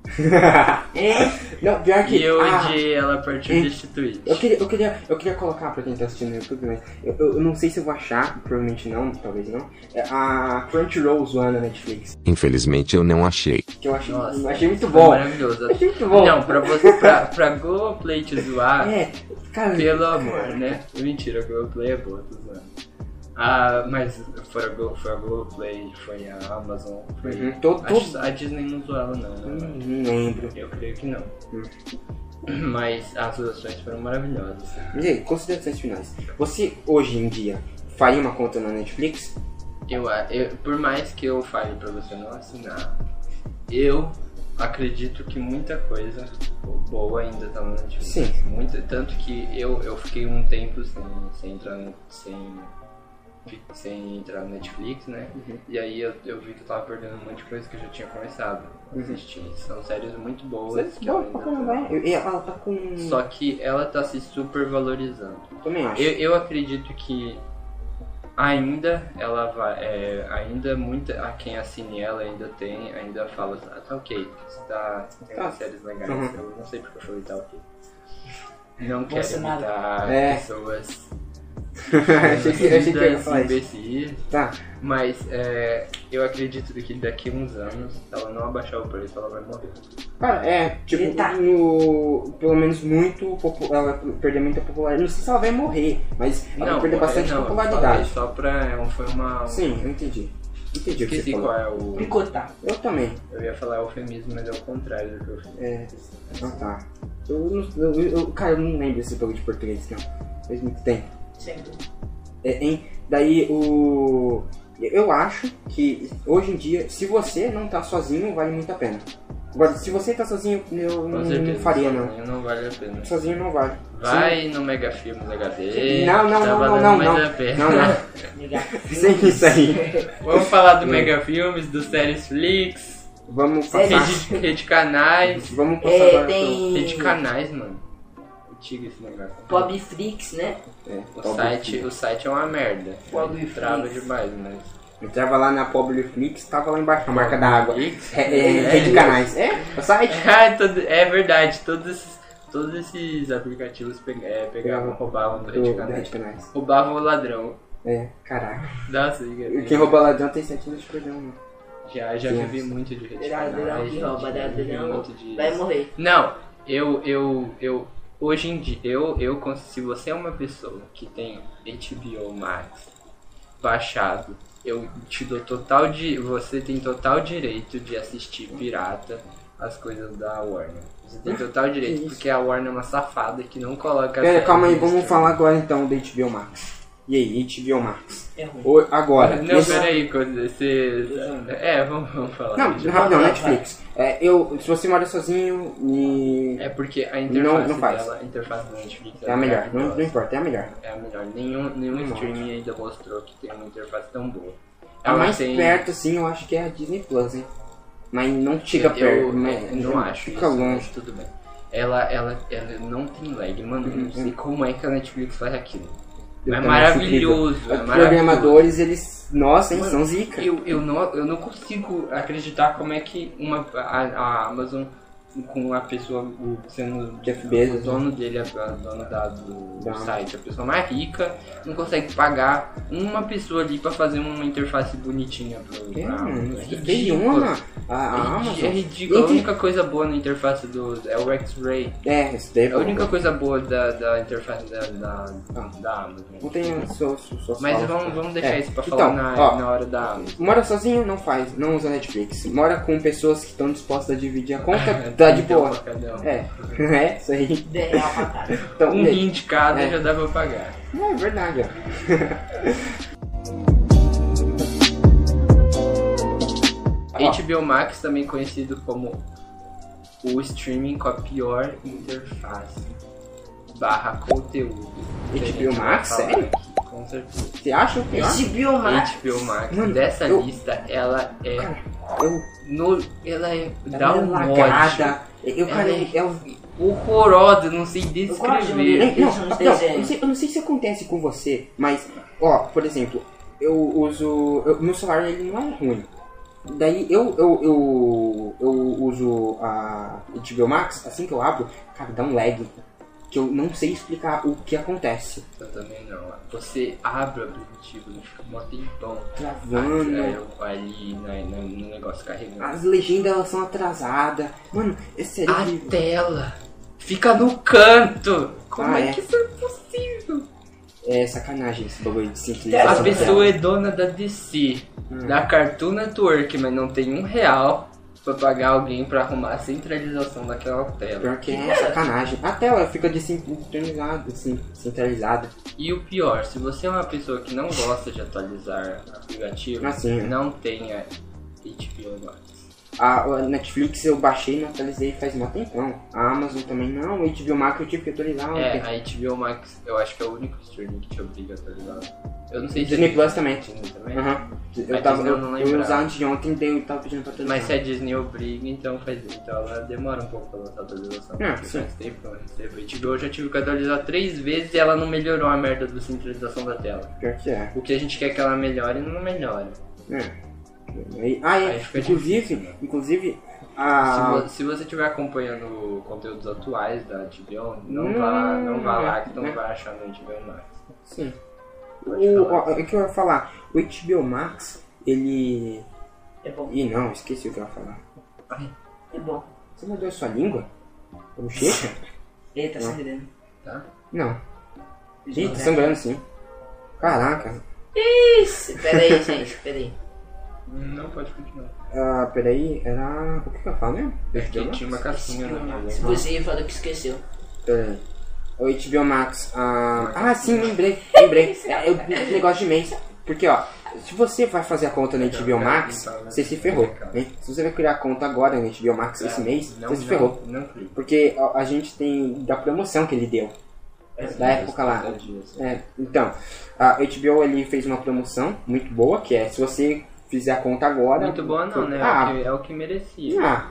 Speaker 2: Não, pior que...
Speaker 1: E eu
Speaker 2: ah,
Speaker 1: odiei ela a partir
Speaker 2: Hum.
Speaker 1: desse tweet.
Speaker 2: Eu queria, eu, queria, eu queria colocar pra quem tá assistindo no YouTube, mas eu, eu não sei se eu vou achar, provavelmente não, talvez não. É a Crunchyroll zoando a Netflix.
Speaker 4: Infelizmente eu não achei.
Speaker 2: Que eu achei,
Speaker 1: Nossa,
Speaker 2: eu achei muito
Speaker 1: foi
Speaker 2: bom.
Speaker 1: Maravilhoso.
Speaker 2: Achei muito bom.
Speaker 1: Não, pra você, pra, pra Globoplay te zoar,
Speaker 2: É, cara,
Speaker 1: pelo amor, né? Mentira, a Globoplay é boa, tô zoando. Ah, mas foi a, Glo, foi a Globoplay, foi a Amazon, foi...
Speaker 2: Uhum, todo-
Speaker 1: Acho-
Speaker 2: todo-
Speaker 1: A Disney não zoou ela não,
Speaker 2: hum,
Speaker 1: né?
Speaker 2: não lembro.
Speaker 1: Eu creio que não.
Speaker 2: Hum.
Speaker 1: Mas as zoações foram maravilhosas.
Speaker 2: Mas e aí, considerações finais. Você, hoje em dia, faria uma conta na Netflix?
Speaker 1: Eu, eu, por mais que eu fale pra você não assinar, eu acredito que muita coisa boa ainda tá no Netflix.
Speaker 2: Sim.
Speaker 1: Muito, tanto que eu, eu fiquei um tempo sem, sem entrar no, sem, sem entrar no Netflix, né?
Speaker 2: Uhum.
Speaker 1: E aí eu, eu vi que eu tava perdendo um monte de coisa que eu já tinha começado a
Speaker 2: Uhum.
Speaker 1: assistir. São séries muito boas.
Speaker 2: Você
Speaker 1: que
Speaker 2: boa
Speaker 1: ela
Speaker 2: pra
Speaker 1: ainda
Speaker 2: caramba,
Speaker 1: tá-
Speaker 2: é. E ela tá com...
Speaker 1: Só que ela tá se super valorizando.
Speaker 2: Também acho.
Speaker 1: Eu, eu acredito que ainda ela vai, é, ainda muita, a quem assine ela ainda tem, ainda fala, ah, tá ok, você tá, tem umas séries legais,
Speaker 2: Uhum.
Speaker 1: eu não sei porque eu falei tá ok. Não quero
Speaker 3: Bolsonaro.
Speaker 1: imitar
Speaker 2: É.
Speaker 1: pessoas
Speaker 2: achei que, achei que eu ia
Speaker 1: lindas,
Speaker 2: falar isso.
Speaker 1: imbecis,
Speaker 2: Tá.
Speaker 1: mas é, eu acredito que daqui a uns anos, se ela não abaixar o preço, ela vai morrer.
Speaker 2: Cara, é, tipo,
Speaker 3: Eita.
Speaker 2: no, pelo menos muito popu- ela perder muita popularidade. Não sei se ela vai morrer, mas ela vai perder
Speaker 1: morrer
Speaker 2: bastante
Speaker 1: não, eu
Speaker 2: popularidade.
Speaker 1: falei só pra, é um- foi uma...
Speaker 2: Sim, eu entendi. Entendi o que você
Speaker 1: Esqueci
Speaker 2: falou.
Speaker 1: qual é o...
Speaker 3: Picotar.
Speaker 2: Eu também.
Speaker 1: Eu ia falar eufemismo, mas é o contrário do que eu fiz.
Speaker 2: É. Ah, tá. Eu, não- eu, eu, cara, eu não lembro esse bagulho de português, não. Faz muito tempo.
Speaker 3: Sempre.
Speaker 2: É, hein? Daí o. Eu acho que hoje em dia, se você não tá sozinho, vale muito a pena. Agora, se você tá sozinho, eu
Speaker 1: Com
Speaker 2: não,
Speaker 1: certeza,
Speaker 2: não faria, não.
Speaker 1: sozinho não vale a pena.
Speaker 2: Sozinho não vale.
Speaker 1: Vai no Mega Filmes H D.
Speaker 2: Não, não,
Speaker 1: tá
Speaker 2: não, não,
Speaker 1: valendo
Speaker 2: não,
Speaker 1: mais
Speaker 2: não.
Speaker 1: a pena.
Speaker 2: Não, não.
Speaker 3: Ligar.
Speaker 2: Sem isso aí.
Speaker 1: Vamos falar do Mega Filmes, do Séries Flix,
Speaker 2: Vamos passar.
Speaker 1: rede, rede canais.
Speaker 2: Vamos passar
Speaker 3: É,
Speaker 2: agora
Speaker 3: tem
Speaker 1: Rede canais, mano. Antigo esse negócio.
Speaker 3: Pobflix, né?
Speaker 2: pro... É,
Speaker 1: O site, o site é uma merda.
Speaker 3: Pobreflix.
Speaker 1: Trava demais, mas.
Speaker 2: Eu entrava lá na Pobreflix, tava lá embaixo, a marca da água.
Speaker 1: Pobreflix?
Speaker 2: É, é, rede canais. É, o site.
Speaker 1: Ah, todo- é verdade, todos esses, todos esses aplicativos pe- é, pegavam, roubavam do
Speaker 2: Do,
Speaker 1: Rede
Speaker 2: da
Speaker 1: Canais.
Speaker 2: rede canais.
Speaker 1: Roubavam o ladrão.
Speaker 2: É, caraca.
Speaker 1: Nossa,
Speaker 2: E quem rouba ladrão tem sete anos de perdão, né?
Speaker 1: já, já
Speaker 2: Sim.
Speaker 1: vivi muito de Rede
Speaker 3: Ladrão
Speaker 1: Canais.
Speaker 3: que
Speaker 1: gente,
Speaker 3: rouba,
Speaker 1: já vivi
Speaker 3: ladrão
Speaker 1: muito de-
Speaker 3: vai morrer.
Speaker 1: Não, eu, eu, eu, hoje em dia, eu, eu, cons- se você é uma pessoa que tem H B O Max baixado, eu te dou total de, você tem total direito de assistir pirata as coisas da Warner. Você tem total direito,
Speaker 2: isso?
Speaker 1: porque a Warner é uma safada que não coloca...
Speaker 2: Pera,
Speaker 1: séries
Speaker 2: calma aí,
Speaker 1: no
Speaker 2: vamos
Speaker 1: streaming.
Speaker 2: falar agora então do H B O Max. E aí, H B O Max?
Speaker 3: É ruim.
Speaker 2: O- agora.
Speaker 1: Não,
Speaker 2: esse-
Speaker 1: peraí, quando você... É, vamos, vamos falar.
Speaker 2: Não,
Speaker 1: disso.
Speaker 2: rapidão,
Speaker 3: Vai,
Speaker 2: Netflix. É, eu, se você mora sozinho, e...
Speaker 1: É porque a
Speaker 2: Não-
Speaker 1: interface
Speaker 2: não faz.
Speaker 1: dela, a interface da Netflix
Speaker 2: é a melhor. Não, não
Speaker 1: maravilhosa.
Speaker 2: importa, é a melhor.
Speaker 1: É a melhor. Nenhum, nenhum
Speaker 2: Não
Speaker 1: streaming ainda mostrou que tem uma interface tão boa.
Speaker 2: A mais
Speaker 1: tem-
Speaker 2: perto, assim, eu acho que é a Disney Plus, hein? Mas não chega
Speaker 1: eu,
Speaker 2: perto.
Speaker 1: eu,
Speaker 2: mas
Speaker 1: eu não acho
Speaker 2: Fica
Speaker 1: isso,
Speaker 2: longe.
Speaker 1: mas tudo bem. Ela, ela, ela não tem lag, mano. Eu não sei como é que a Netflix faz aquilo.
Speaker 2: Eu
Speaker 1: é
Speaker 2: também
Speaker 1: maravilhoso.
Speaker 2: acho
Speaker 1: É
Speaker 2: incrível. Os
Speaker 1: maravilhoso.
Speaker 2: programadores, eles... Nossa, hein,
Speaker 1: Mano,
Speaker 2: são zica.
Speaker 1: Eu, eu, não, eu não consigo acreditar como é que uma, a, a Amazon, com a pessoa o- sendo
Speaker 2: Jeff Bezos,
Speaker 1: o dono dele, a, a dona da, do,
Speaker 2: Da-
Speaker 1: do site, a pessoa mais rica, não consegue pagar uma pessoa ali pra fazer uma interface bonitinha pro,
Speaker 2: É,
Speaker 1: pra
Speaker 2: mano,
Speaker 1: Amazon. É
Speaker 2: veio
Speaker 1: ridículo.
Speaker 2: uma, a, a
Speaker 1: É rid-
Speaker 2: Amazon.
Speaker 1: É ridículo. A
Speaker 2: Entre-
Speaker 1: única coisa boa na interface do é o X-Ray.
Speaker 2: É, esse daí é
Speaker 1: A única
Speaker 2: bom.
Speaker 1: coisa boa da, da interface da, da, da Amazon.
Speaker 2: Não tem suas suas
Speaker 1: Mas
Speaker 2: falas.
Speaker 1: vamos, vamos deixar
Speaker 2: É,
Speaker 1: isso pra
Speaker 2: então,
Speaker 1: falar na,
Speaker 2: ó,
Speaker 1: na hora da Amazon.
Speaker 2: Mora sozinho? Não faz, não usa Netflix. Mora com pessoas que estão dispostas a dividir a conta, tá de
Speaker 1: Então,
Speaker 2: boa.
Speaker 1: pra cada um.
Speaker 2: É, é, isso aí.
Speaker 3: dez reais pra cada.
Speaker 2: Então,
Speaker 1: Um
Speaker 2: e aí?
Speaker 1: rim de cada
Speaker 2: É.
Speaker 1: já dá pra pagar.
Speaker 2: É verdade, ó. Ó.
Speaker 1: H B O Max, também conhecido como o streaming com a pior interface barra conteúdo. que a
Speaker 2: H
Speaker 1: gente
Speaker 2: B O
Speaker 1: vai
Speaker 2: Max?
Speaker 1: falar
Speaker 2: Sério?
Speaker 1: aqui, com certeza.
Speaker 2: Você acha o pior?
Speaker 3: Esse Biomax.
Speaker 1: H B O Max,
Speaker 2: Mano,
Speaker 1: dessa
Speaker 2: eu-
Speaker 1: lista, ela é
Speaker 2: Cara, eu...
Speaker 1: no, ela é
Speaker 2: Ela
Speaker 1: dá
Speaker 2: é
Speaker 1: um
Speaker 2: lagada. Eu, cara,
Speaker 1: Ela é-
Speaker 2: eu...
Speaker 1: horrorosa, não sei
Speaker 3: gosto de
Speaker 1: descrever.
Speaker 3: ver.
Speaker 2: Não,
Speaker 3: Eles são
Speaker 2: não,
Speaker 3: os
Speaker 2: eu,
Speaker 3: desenhos.
Speaker 2: não sei, eu não sei se acontece com você, mas, ó, por exemplo, eu uso. Eu, meu celular ele não é ruim. Daí eu, eu, eu, eu uso a H B O Max, assim que eu abro, cara, dá um lag. Que eu não sei explicar o que acontece.
Speaker 1: Eu também não. Você abre o aplicativo e fica um tempão
Speaker 2: Travando.
Speaker 1: ali, ali na- na- no negócio carregando.
Speaker 2: As legendas elas são atrasadas. Mano, é sério.
Speaker 1: A
Speaker 2: que-
Speaker 1: tela fica no canto. Como
Speaker 2: Ah,
Speaker 1: é
Speaker 2: é?
Speaker 1: que isso é possível?
Speaker 2: É sacanagem esse bagulho de
Speaker 1: A
Speaker 2: simplificação.
Speaker 1: pessoa é dona da D C,
Speaker 2: Hum.
Speaker 1: da Cartoon Network, mas não tem um real pra pagar alguém pra arrumar a centralização daquela tela.
Speaker 2: Pior que é sacanagem. A tela fica descentralizada, assim, centralizada.
Speaker 1: E o pior, se você é uma pessoa que não gosta de atualizar aplicativo,
Speaker 2: Assim, né?
Speaker 1: não tenha H B O Max.
Speaker 2: A, a Netflix eu baixei e não atualizei faz um tempão. A Amazon também não, o H B O Max eu tive que atualizar ontem.
Speaker 1: É, a H B O Max eu acho que é o único streaming que te obriga a atualizar. Eu não sei se
Speaker 2: Disney
Speaker 1: é
Speaker 2: Plus também.
Speaker 1: Disney também.
Speaker 2: Aham. Eu,
Speaker 1: A
Speaker 2: tava,
Speaker 1: Disney eu
Speaker 2: eu,
Speaker 1: não
Speaker 2: eu ia
Speaker 1: lembrava.
Speaker 2: usar antes de ontem e eu tava pedindo pra atualizar.
Speaker 1: Mas se a Disney obriga, então faz então ela demora um pouco pra lançar a atualização.
Speaker 2: Ah,
Speaker 1: porque
Speaker 2: sim.
Speaker 1: faz tempo que ela recebe. A H B O eu já tive que atualizar três vezes e ela não melhorou a merda da centralização da tela.
Speaker 2: Pior que é.
Speaker 1: O que a gente quer que ela melhore não melhora.
Speaker 2: É. Aí- Ah, é.
Speaker 1: Aí fica
Speaker 2: Inclusive,
Speaker 1: difícil, né?
Speaker 2: inclusive,
Speaker 1: Se,
Speaker 2: a...
Speaker 1: vo- se você estiver acompanhando conteúdos atuais da H B O, não
Speaker 2: Hum,
Speaker 1: vá, não vá lá que não
Speaker 2: né?
Speaker 1: vai achar no H B O Max.
Speaker 2: Sim.
Speaker 1: Pode
Speaker 2: O,
Speaker 1: falar.
Speaker 2: o, é que eu ia falar. O H B O Max, ele...
Speaker 3: É bom,
Speaker 2: Ih, não, esqueci o que eu ia falar.
Speaker 3: é bom.
Speaker 2: Você mudou a sua língua? A bochecha?
Speaker 3: Eita,
Speaker 2: Não.
Speaker 3: sangrando.
Speaker 1: Tá?
Speaker 2: Não. Ih, tá sangrando sim. Caraca.
Speaker 3: Isso, peraí, gente, peraí.
Speaker 1: Não pode continuar.
Speaker 2: Ah, peraí, era... O que que eu falo mesmo?
Speaker 1: É
Speaker 2: H B O
Speaker 1: que
Speaker 2: Max?
Speaker 1: tinha uma casquinha na minha
Speaker 3: Se
Speaker 1: língua.
Speaker 3: você falou que esqueceu.
Speaker 2: Peraí. O H B O Max. Ah, ah sim, lembrei. Lembrei. É, eu, negócio de mês. Porque, ó, se você vai fazer a conta no H B O Max, você se ferrou. Né? Se você vai criar a conta agora no H B O Max esse mês,
Speaker 1: Não,
Speaker 2: você se
Speaker 1: não,
Speaker 2: ferrou.
Speaker 1: Não, clica.
Speaker 2: Porque a, a gente tem da promoção que ele deu. Da época lá.
Speaker 1: trinta dias.
Speaker 2: É, então, a H B O ele fez uma promoção muito boa, que é se você fizer a conta agora...
Speaker 1: Muito boa não, né?
Speaker 2: Ah,
Speaker 1: é, o que, é o que merecia.
Speaker 2: ah.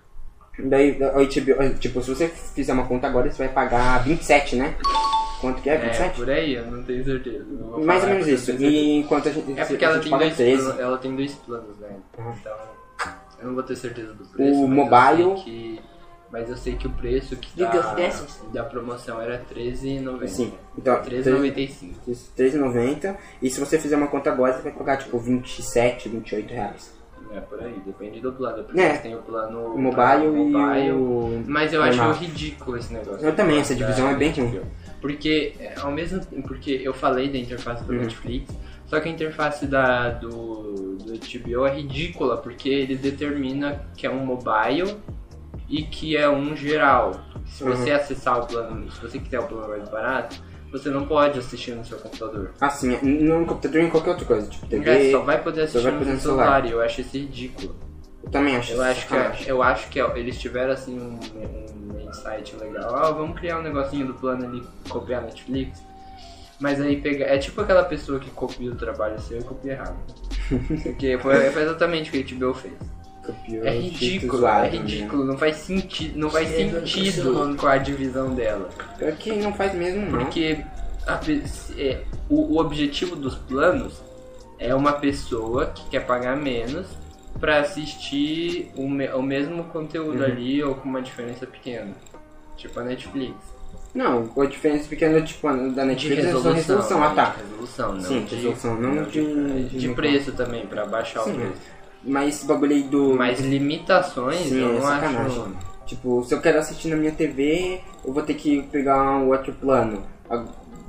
Speaker 2: Daí, a H B O, tipo, se você fizer uma conta agora, você vai pagar vinte e sete, né? Quanto que é?
Speaker 1: É,
Speaker 2: vinte e sete?
Speaker 1: por aí, eu não tenho certeza. Não vou
Speaker 2: Mais ou
Speaker 1: falar
Speaker 2: menos
Speaker 1: porque eu
Speaker 2: isso.
Speaker 1: tenho certeza.
Speaker 2: E enquanto a gente,
Speaker 1: É porque
Speaker 2: a
Speaker 1: ela
Speaker 2: gente
Speaker 1: tem,
Speaker 2: paga
Speaker 1: dois
Speaker 2: treze.
Speaker 1: planos, ela tem dois planos, né?
Speaker 2: Uhum.
Speaker 1: Então, eu não vou ter certeza do preço.
Speaker 2: O
Speaker 1: mas
Speaker 2: mobile-
Speaker 1: Eu sei que, mas eu sei que o preço que
Speaker 3: League of
Speaker 1: tá,
Speaker 3: Legends?
Speaker 1: da promoção era treze reais e noventa
Speaker 2: Sim.
Speaker 1: centavos.
Speaker 2: Então,
Speaker 1: treze reais e noventa e cinco centavos.
Speaker 2: treze reais e noventa centavos. E se você fizer uma conta agora, você vai pagar tipo vinte e sete, vinte e oito reais.
Speaker 1: É, por aí, depende do plano. Porque
Speaker 2: É.
Speaker 1: tem o plano
Speaker 2: O mobile,
Speaker 1: mobile,
Speaker 2: e o...
Speaker 1: Mas eu acho
Speaker 2: normal.
Speaker 1: ridículo esse negócio.
Speaker 2: Eu também, essa divisão
Speaker 1: Da-
Speaker 2: é bem
Speaker 1: da
Speaker 2: ruim.
Speaker 1: H B O. Porque, é, ao mesmo tempo, porque eu falei da interface do
Speaker 2: Uhum.
Speaker 1: Netflix, só que a interface da, do, do H B O é ridícula, porque ele determina que é um mobile e que é um geral. Se você
Speaker 2: Uhum.
Speaker 1: acessar o plano, se você quiser o plano mais barato, você não pode assistir no seu computador.
Speaker 2: Assim, é, no computador e em qualquer outra coisa, tipo T V.
Speaker 1: É, só vai poder
Speaker 2: só
Speaker 1: assistir
Speaker 2: vai
Speaker 1: no
Speaker 2: poder
Speaker 1: seu
Speaker 2: no celular.
Speaker 1: celular, e eu acho isso ridículo.
Speaker 2: Eu também acho
Speaker 1: Eu acho, que, é-
Speaker 2: sacanagem.
Speaker 1: eu acho que é- eles tiveram assim um, um insight legal. Ó, vamos criar um negocinho do plano ali, copiar a Netflix. Mas aí pega. É tipo aquela pessoa que copia o trabalho seu e copia errado. Porque foi, foi exatamente o que a H B O fez.
Speaker 2: Copiou
Speaker 1: É
Speaker 2: o
Speaker 1: ridículo,
Speaker 2: zoado,
Speaker 1: é ridículo, não faz sentido, não faz
Speaker 3: É, não
Speaker 1: sentido
Speaker 3: funciona.
Speaker 1: com a divisão dela.
Speaker 2: Né? Pior que não faz mesmo, não.
Speaker 1: Porque a pe- é, o, o objetivo dos planos é uma pessoa que quer pagar menos pra assistir o, me- o mesmo conteúdo
Speaker 2: Uhum.
Speaker 1: ali ou com uma diferença pequena. Tipo a Netflix.
Speaker 2: Não, a diferença pequena tipo, da
Speaker 1: De
Speaker 2: Netflix é só
Speaker 1: resolução.
Speaker 2: resolução. Ah,
Speaker 1: né?
Speaker 2: tá.
Speaker 1: De resolução, não
Speaker 2: Sim,
Speaker 1: de,
Speaker 2: resolução, não
Speaker 1: de,
Speaker 2: de-
Speaker 1: de
Speaker 2: de-
Speaker 1: preço também, pra baixar
Speaker 2: Sim.
Speaker 1: o preço.
Speaker 2: Mas esse bagulho aí do...
Speaker 1: Mas limitações
Speaker 2: Sim,
Speaker 1: eu
Speaker 2: é
Speaker 1: não
Speaker 2: sacanagem.
Speaker 1: acho.
Speaker 2: Tipo, se eu quero assistir na minha T V, eu vou ter que pegar um outro plano. A-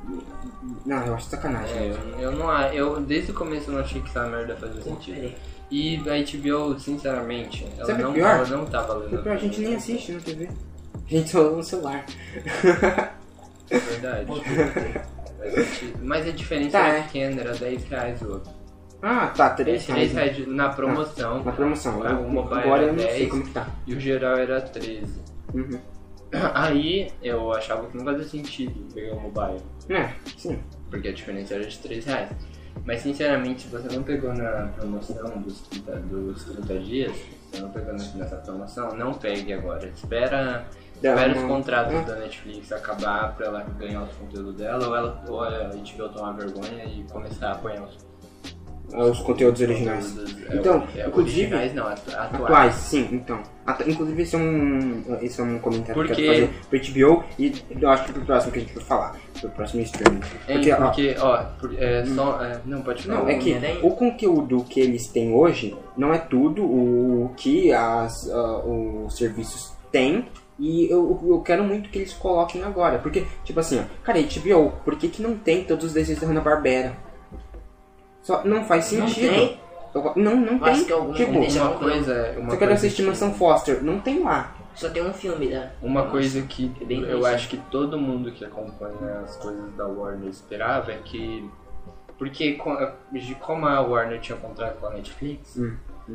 Speaker 2: Não, eu acho sacanagem.
Speaker 1: É, eu, eu não a- eu desde o começo eu não achei que essa merda fazia sentido.
Speaker 3: Peraí.
Speaker 1: E a H B O, sinceramente, ela
Speaker 2: Sabe o
Speaker 1: não,
Speaker 2: pior?
Speaker 1: ela não tá valendo.
Speaker 2: Porque a
Speaker 1: pena.
Speaker 2: gente nem assiste na T V. A gente só usa no celular.
Speaker 1: É verdade. Faz sentido. Mas a diferença
Speaker 2: Tá,
Speaker 1: era
Speaker 2: é.
Speaker 1: pequena, era dez reais o outro.
Speaker 2: Ah, tá,
Speaker 1: É
Speaker 2: três
Speaker 1: três
Speaker 2: reais.
Speaker 1: reais de- na promoção.
Speaker 2: Na promoção.
Speaker 1: O mobile
Speaker 2: Agora
Speaker 1: era
Speaker 2: eu não sei
Speaker 1: dez
Speaker 2: como que tá.
Speaker 1: e o geral era treze.
Speaker 2: Uhum.
Speaker 1: Aí eu achava que não fazia sentido pegar o mobile,
Speaker 2: É, sim.
Speaker 1: porque a diferença era de três reais. Mas sinceramente, se você não pegou na promoção dos trinta, dos trinta dias, se você não pegou nessa promoção, não pegue agora. Espera,
Speaker 2: Dá
Speaker 1: espera
Speaker 2: uma-
Speaker 1: os contratos
Speaker 2: Hum.
Speaker 1: da Netflix acabar pra ela ganhar os conteúdos dela, ou, ela, ou a H B O tomar vergonha e começar a apoiar os
Speaker 2: Os conteúdos originais.
Speaker 1: conteúdos, é,
Speaker 2: Então,
Speaker 1: é,
Speaker 2: inclusive-
Speaker 1: originais não, atu- atuais.
Speaker 2: Atuais, sim, então. Atu- Inclusive, esse é um, esse é um comentário
Speaker 1: Porque-
Speaker 2: que eu quero fazer pro H B O e eu acho que pro próximo que a gente vai falar. Pro próximo streaming.
Speaker 1: É,
Speaker 2: Porque, ó,
Speaker 1: porque, ó, por- é, só. é, não, pode falar.
Speaker 2: não, é que
Speaker 3: Homem-Aranha?
Speaker 2: o conteúdo que eles têm hoje não é tudo o que as, ah, os serviços têm. E eu, eu quero muito que eles coloquem agora. Porque, tipo assim, ó, cara, H B O, por que, que não tem todos os desenhos da Hanna-Barbera? Só não faz
Speaker 3: Não
Speaker 2: sentido.
Speaker 3: tem?
Speaker 2: Eu- não, não
Speaker 3: Acho
Speaker 2: tem.
Speaker 3: que algum
Speaker 2: tipo,
Speaker 3: deixa-
Speaker 1: Uma coisa. Uma
Speaker 2: se eu
Speaker 1: coisa
Speaker 2: quero assistir
Speaker 1: que-
Speaker 2: Mansão Foster, não tem lá.
Speaker 3: Só tem um filme, né?
Speaker 1: Uma
Speaker 3: Nossa,
Speaker 1: coisa que
Speaker 3: é bem
Speaker 1: eu
Speaker 3: nice.
Speaker 1: acho que todo mundo que acompanha as coisas da Warner esperava é que. Porque co- de como a Warner tinha contrato com a Netflix,
Speaker 2: Hum, hum.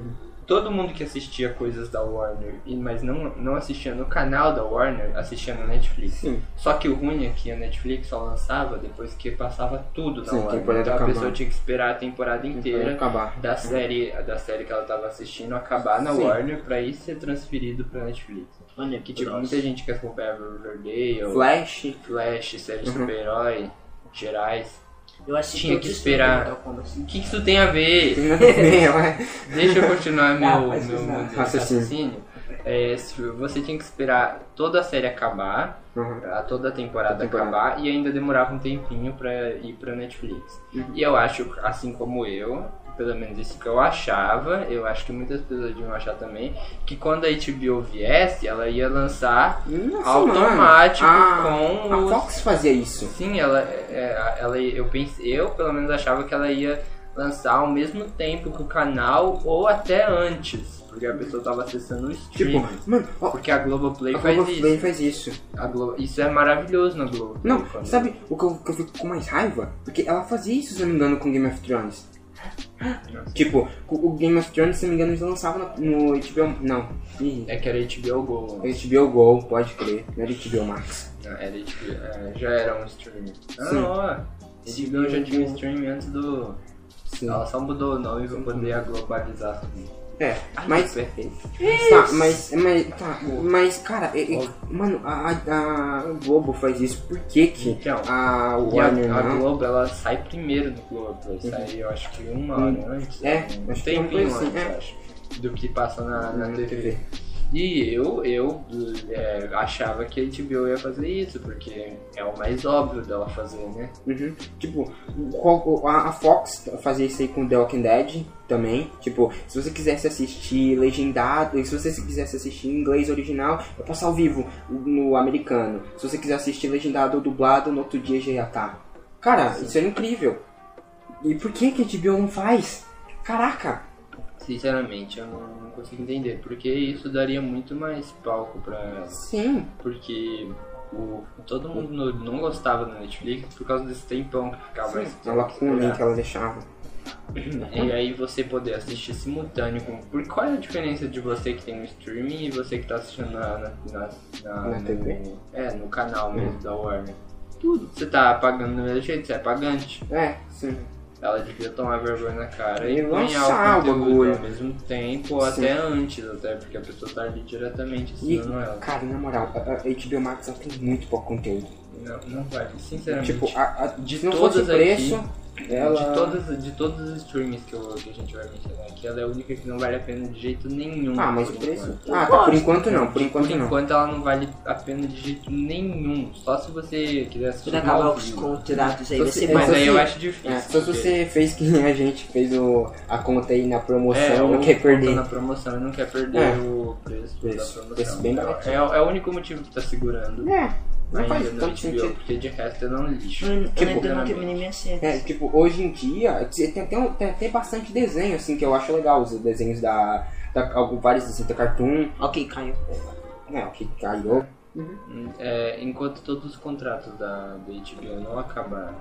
Speaker 1: todo mundo que assistia coisas da Warner, e- mas não, não assistia no canal da Warner, assistia na Netflix.
Speaker 2: Sim.
Speaker 1: Só que o ruim é que a Netflix só lançava depois que passava tudo na
Speaker 2: Sim,
Speaker 1: Warner.
Speaker 2: temporada
Speaker 1: Então a
Speaker 2: acabar.
Speaker 1: pessoa tinha que esperar a temporada
Speaker 2: Vai
Speaker 1: inteira
Speaker 2: acabar.
Speaker 1: da série, da série que ela tava assistindo acabar na
Speaker 2: Sim.
Speaker 1: Warner pra ir ser transferido pra Netflix.
Speaker 3: Olha
Speaker 1: Que tipo,
Speaker 3: grossa.
Speaker 1: muita gente quer acompanhar Riverdale,
Speaker 2: Flash.
Speaker 1: Flash, série de
Speaker 2: Uhum.
Speaker 1: super-herói, gerais.
Speaker 3: Eu assisti
Speaker 1: Tinha
Speaker 3: todos
Speaker 1: que
Speaker 3: os
Speaker 1: esperar.
Speaker 3: filmes do Mortal Kombat.
Speaker 1: O que que isso tem a ver?
Speaker 2: Tem nada a ver, ué.
Speaker 1: Deixa eu continuar meu,
Speaker 2: Ah,
Speaker 1: meu,
Speaker 2: mas
Speaker 1: meu,
Speaker 2: não.
Speaker 1: meu
Speaker 2: Raciocínio.
Speaker 1: raciocínio. É, se você tinha que esperar toda a série acabar,
Speaker 2: Uhum.
Speaker 1: a toda a temporada,
Speaker 2: A temporada.
Speaker 1: acabar, e ainda demorava um tempinho pra ir pra Netflix.
Speaker 2: Uhum.
Speaker 1: E eu acho, assim como eu, pelo menos isso que eu achava, eu acho que muitas pessoas deviam achar também, que quando a H B O viesse, ela ia lançar
Speaker 2: Nossa,
Speaker 1: automático
Speaker 2: mano.
Speaker 1: com
Speaker 2: a,
Speaker 1: os...
Speaker 2: a Fox fazia isso.
Speaker 1: Sim, ela, é, ela, eu pensei, eu pelo menos achava que ela ia lançar ao mesmo tempo que o canal ou até antes, porque a pessoa tava acessando o
Speaker 2: Tipo,
Speaker 1: streaming.
Speaker 2: mano, ó,
Speaker 1: Porque a Globoplay
Speaker 2: a
Speaker 1: faz
Speaker 2: Globoplay
Speaker 1: isso.
Speaker 2: faz isso.
Speaker 1: A Glo... Isso é maravilhoso na Globoplay.
Speaker 2: Não,
Speaker 1: quando-
Speaker 2: sabe o que eu, que eu fico com mais raiva? Porque ela fazia isso, se eu não me engano, com Game of Thrones.
Speaker 1: Nossa.
Speaker 2: Tipo, o o Game of Thrones, se eu não me engano, eles lançavam no, no H B O... Não, Ih,
Speaker 1: É que era H B O Go.
Speaker 2: H B O Go, pode crer. Não era H B O Max.
Speaker 1: Não, era H B O, é, já era um streaming. Ah,
Speaker 2: Sim.
Speaker 1: não, ó. H B O já tinha um streaming antes do...
Speaker 2: Sim.
Speaker 1: Ela só mudou o nome pra poder globalizar tudo.
Speaker 2: É,
Speaker 1: Ai,
Speaker 2: mas...
Speaker 1: perfeito.
Speaker 2: Tá, mas, mas, tá, mas, cara, é- é- mano, a, a, a Globo faz isso, por que que
Speaker 1: Então,
Speaker 2: a
Speaker 1: E a,
Speaker 2: Warner
Speaker 1: a
Speaker 2: não?
Speaker 1: Globo, ela sai primeiro do Globoplay. Sai, eu acho que uma hora antes.
Speaker 2: É,
Speaker 1: um
Speaker 2: acho que é uma
Speaker 1: tempinho
Speaker 2: coisa assim,
Speaker 1: antes,
Speaker 2: é.
Speaker 1: eu acho. Do que passa na, na
Speaker 2: Na
Speaker 1: T V.
Speaker 2: T V.
Speaker 1: E eu, eu é, achava que a H B O ia fazer isso, porque é o mais óbvio dela fazer, né?
Speaker 2: Uhum. Tipo, qual- a, a Fox fazia isso aí com The Walking Dead também. Tipo, se você quisesse assistir legendado, e se você quisesse assistir em inglês original, eu passar ao vivo no americano. Se você quiser assistir legendado ou dublado, no outro dia já ia estar. Cara, isso era incrível. E por que que a H B O não faz? Caraca!
Speaker 1: Sinceramente, eu não, não consigo entender, porque isso daria muito mais palco pra ela.
Speaker 2: Sim.
Speaker 1: Porque o, todo mundo no- não gostava da Netflix por causa desse tempão que ficava
Speaker 2: Sim.
Speaker 1: esse-
Speaker 2: A lacuna que ela deixava.
Speaker 1: E aí você poder assistir simultâneo com... Por qual é a diferença de você que tem no streaming e você que tá assistindo na, na, na, na-
Speaker 2: Na T V?
Speaker 1: no- é, no canal mesmo da Warner? Tudo. Você tá pagando do mesmo jeito, você é pagante.
Speaker 2: É, sim.
Speaker 1: Ela devia tomar vergonha na cara e
Speaker 2: E
Speaker 1: ganhar
Speaker 2: lançar
Speaker 1: o
Speaker 2: o
Speaker 1: conteúdo
Speaker 2: bagulho.
Speaker 1: ao mesmo tempo ou
Speaker 2: Sim.
Speaker 1: até antes, até porque a pessoa tá ali diretamente
Speaker 2: E,
Speaker 1: assinando ela.
Speaker 2: cara, na moral, a, a H B O Max ela tem muito pouco conteúdo.
Speaker 1: Não, não vale, sinceramente.
Speaker 2: Tipo, a, a,
Speaker 1: de
Speaker 2: se não fosse
Speaker 1: todas
Speaker 2: o preço,
Speaker 1: aqui,
Speaker 2: ela...
Speaker 1: de, todas, de todos os streams que, eu, que a gente vai mencionar aqui, ela é a única que não vale a pena de jeito nenhum.
Speaker 2: Ah, mas o
Speaker 1: por
Speaker 2: preço...
Speaker 1: enquanto.
Speaker 2: Ah, tá, por enquanto não, por enquanto
Speaker 1: Por
Speaker 2: não.
Speaker 1: enquanto ela não vale a pena de jeito nenhum. Só se você quiser assistir
Speaker 3: Quando acabar
Speaker 1: ao
Speaker 3: os
Speaker 1: vivo.
Speaker 3: contratos aí,
Speaker 2: Só
Speaker 3: vai
Speaker 2: se-
Speaker 3: ser
Speaker 2: é,
Speaker 1: Mas
Speaker 3: bom.
Speaker 2: só
Speaker 1: aí
Speaker 2: se-
Speaker 1: eu acho difícil.
Speaker 2: É, só se
Speaker 1: porque-
Speaker 2: você fez que a gente fez o, a conta aí na promoção
Speaker 1: É,
Speaker 2: e não
Speaker 1: ou
Speaker 2: quer
Speaker 1: conta
Speaker 2: perder.
Speaker 1: na promoção e não quer perder
Speaker 2: É.
Speaker 1: o preço,
Speaker 2: Preço.
Speaker 1: da promoção.
Speaker 2: Preço bem
Speaker 1: Então,
Speaker 2: baratinho.
Speaker 1: é, é o único motivo que tá segurando.
Speaker 2: É, não
Speaker 1: Ainda
Speaker 2: faz
Speaker 1: no
Speaker 2: tanto
Speaker 1: H B O,
Speaker 2: sentido.
Speaker 1: porque de resto é não lixo.
Speaker 3: Eu, eu
Speaker 2: Tipo,
Speaker 3: ainda não terminei minha série.
Speaker 2: É, tipo, hoje em dia, tem até, um- tem até bastante desenho, assim, que eu acho legal. Os desenhos da... da algum, vários desenhos da Cartoon.
Speaker 3: Ok, caiu.
Speaker 2: É, o que caiu.
Speaker 1: É, enquanto todos os contratos da, da H B O não acabarem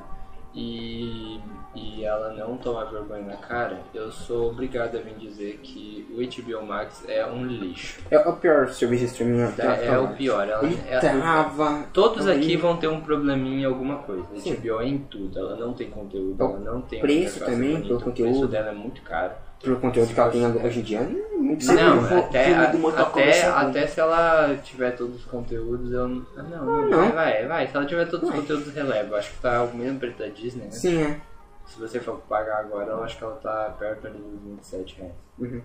Speaker 1: e, e ela não tomar vergonha na cara, eu sou obrigado a vir dizer que o H B O Max é um lixo.
Speaker 2: É o pior serviço de streaming.
Speaker 1: É, é o pior. Ela,
Speaker 2: Ele
Speaker 1: é-
Speaker 2: trava.
Speaker 1: todos
Speaker 2: Aí,
Speaker 1: aqui vão ter um probleminha em alguma coisa. A
Speaker 2: Sim.
Speaker 1: H B O é em tudo. Ela não tem conteúdo,
Speaker 2: O
Speaker 1: ela não tem um
Speaker 2: preço
Speaker 1: interface
Speaker 2: também,
Speaker 1: bonita,
Speaker 2: pelo
Speaker 1: O preço
Speaker 2: conteúdo.
Speaker 1: dela é muito caro.
Speaker 2: Pro conteúdo que ela tem hoje em dia, não
Speaker 3: Você
Speaker 1: Não,
Speaker 3: viu o
Speaker 1: até,
Speaker 3: filme
Speaker 1: a-
Speaker 3: do Mortal
Speaker 1: até,
Speaker 3: Kombat sete?
Speaker 1: até se ela tiver todos os conteúdos, eu não. Ah, não, não,
Speaker 2: não.
Speaker 1: Vai, vai, vai. Se ela tiver todos os
Speaker 2: Vai.
Speaker 1: conteúdos, releva. Acho que tá o mesmo preço da Disney, né?
Speaker 2: Sim, é.
Speaker 1: Se você for pagar agora, eu acho que ela tá perto ali dos vinte e sete reais.
Speaker 2: Uhum.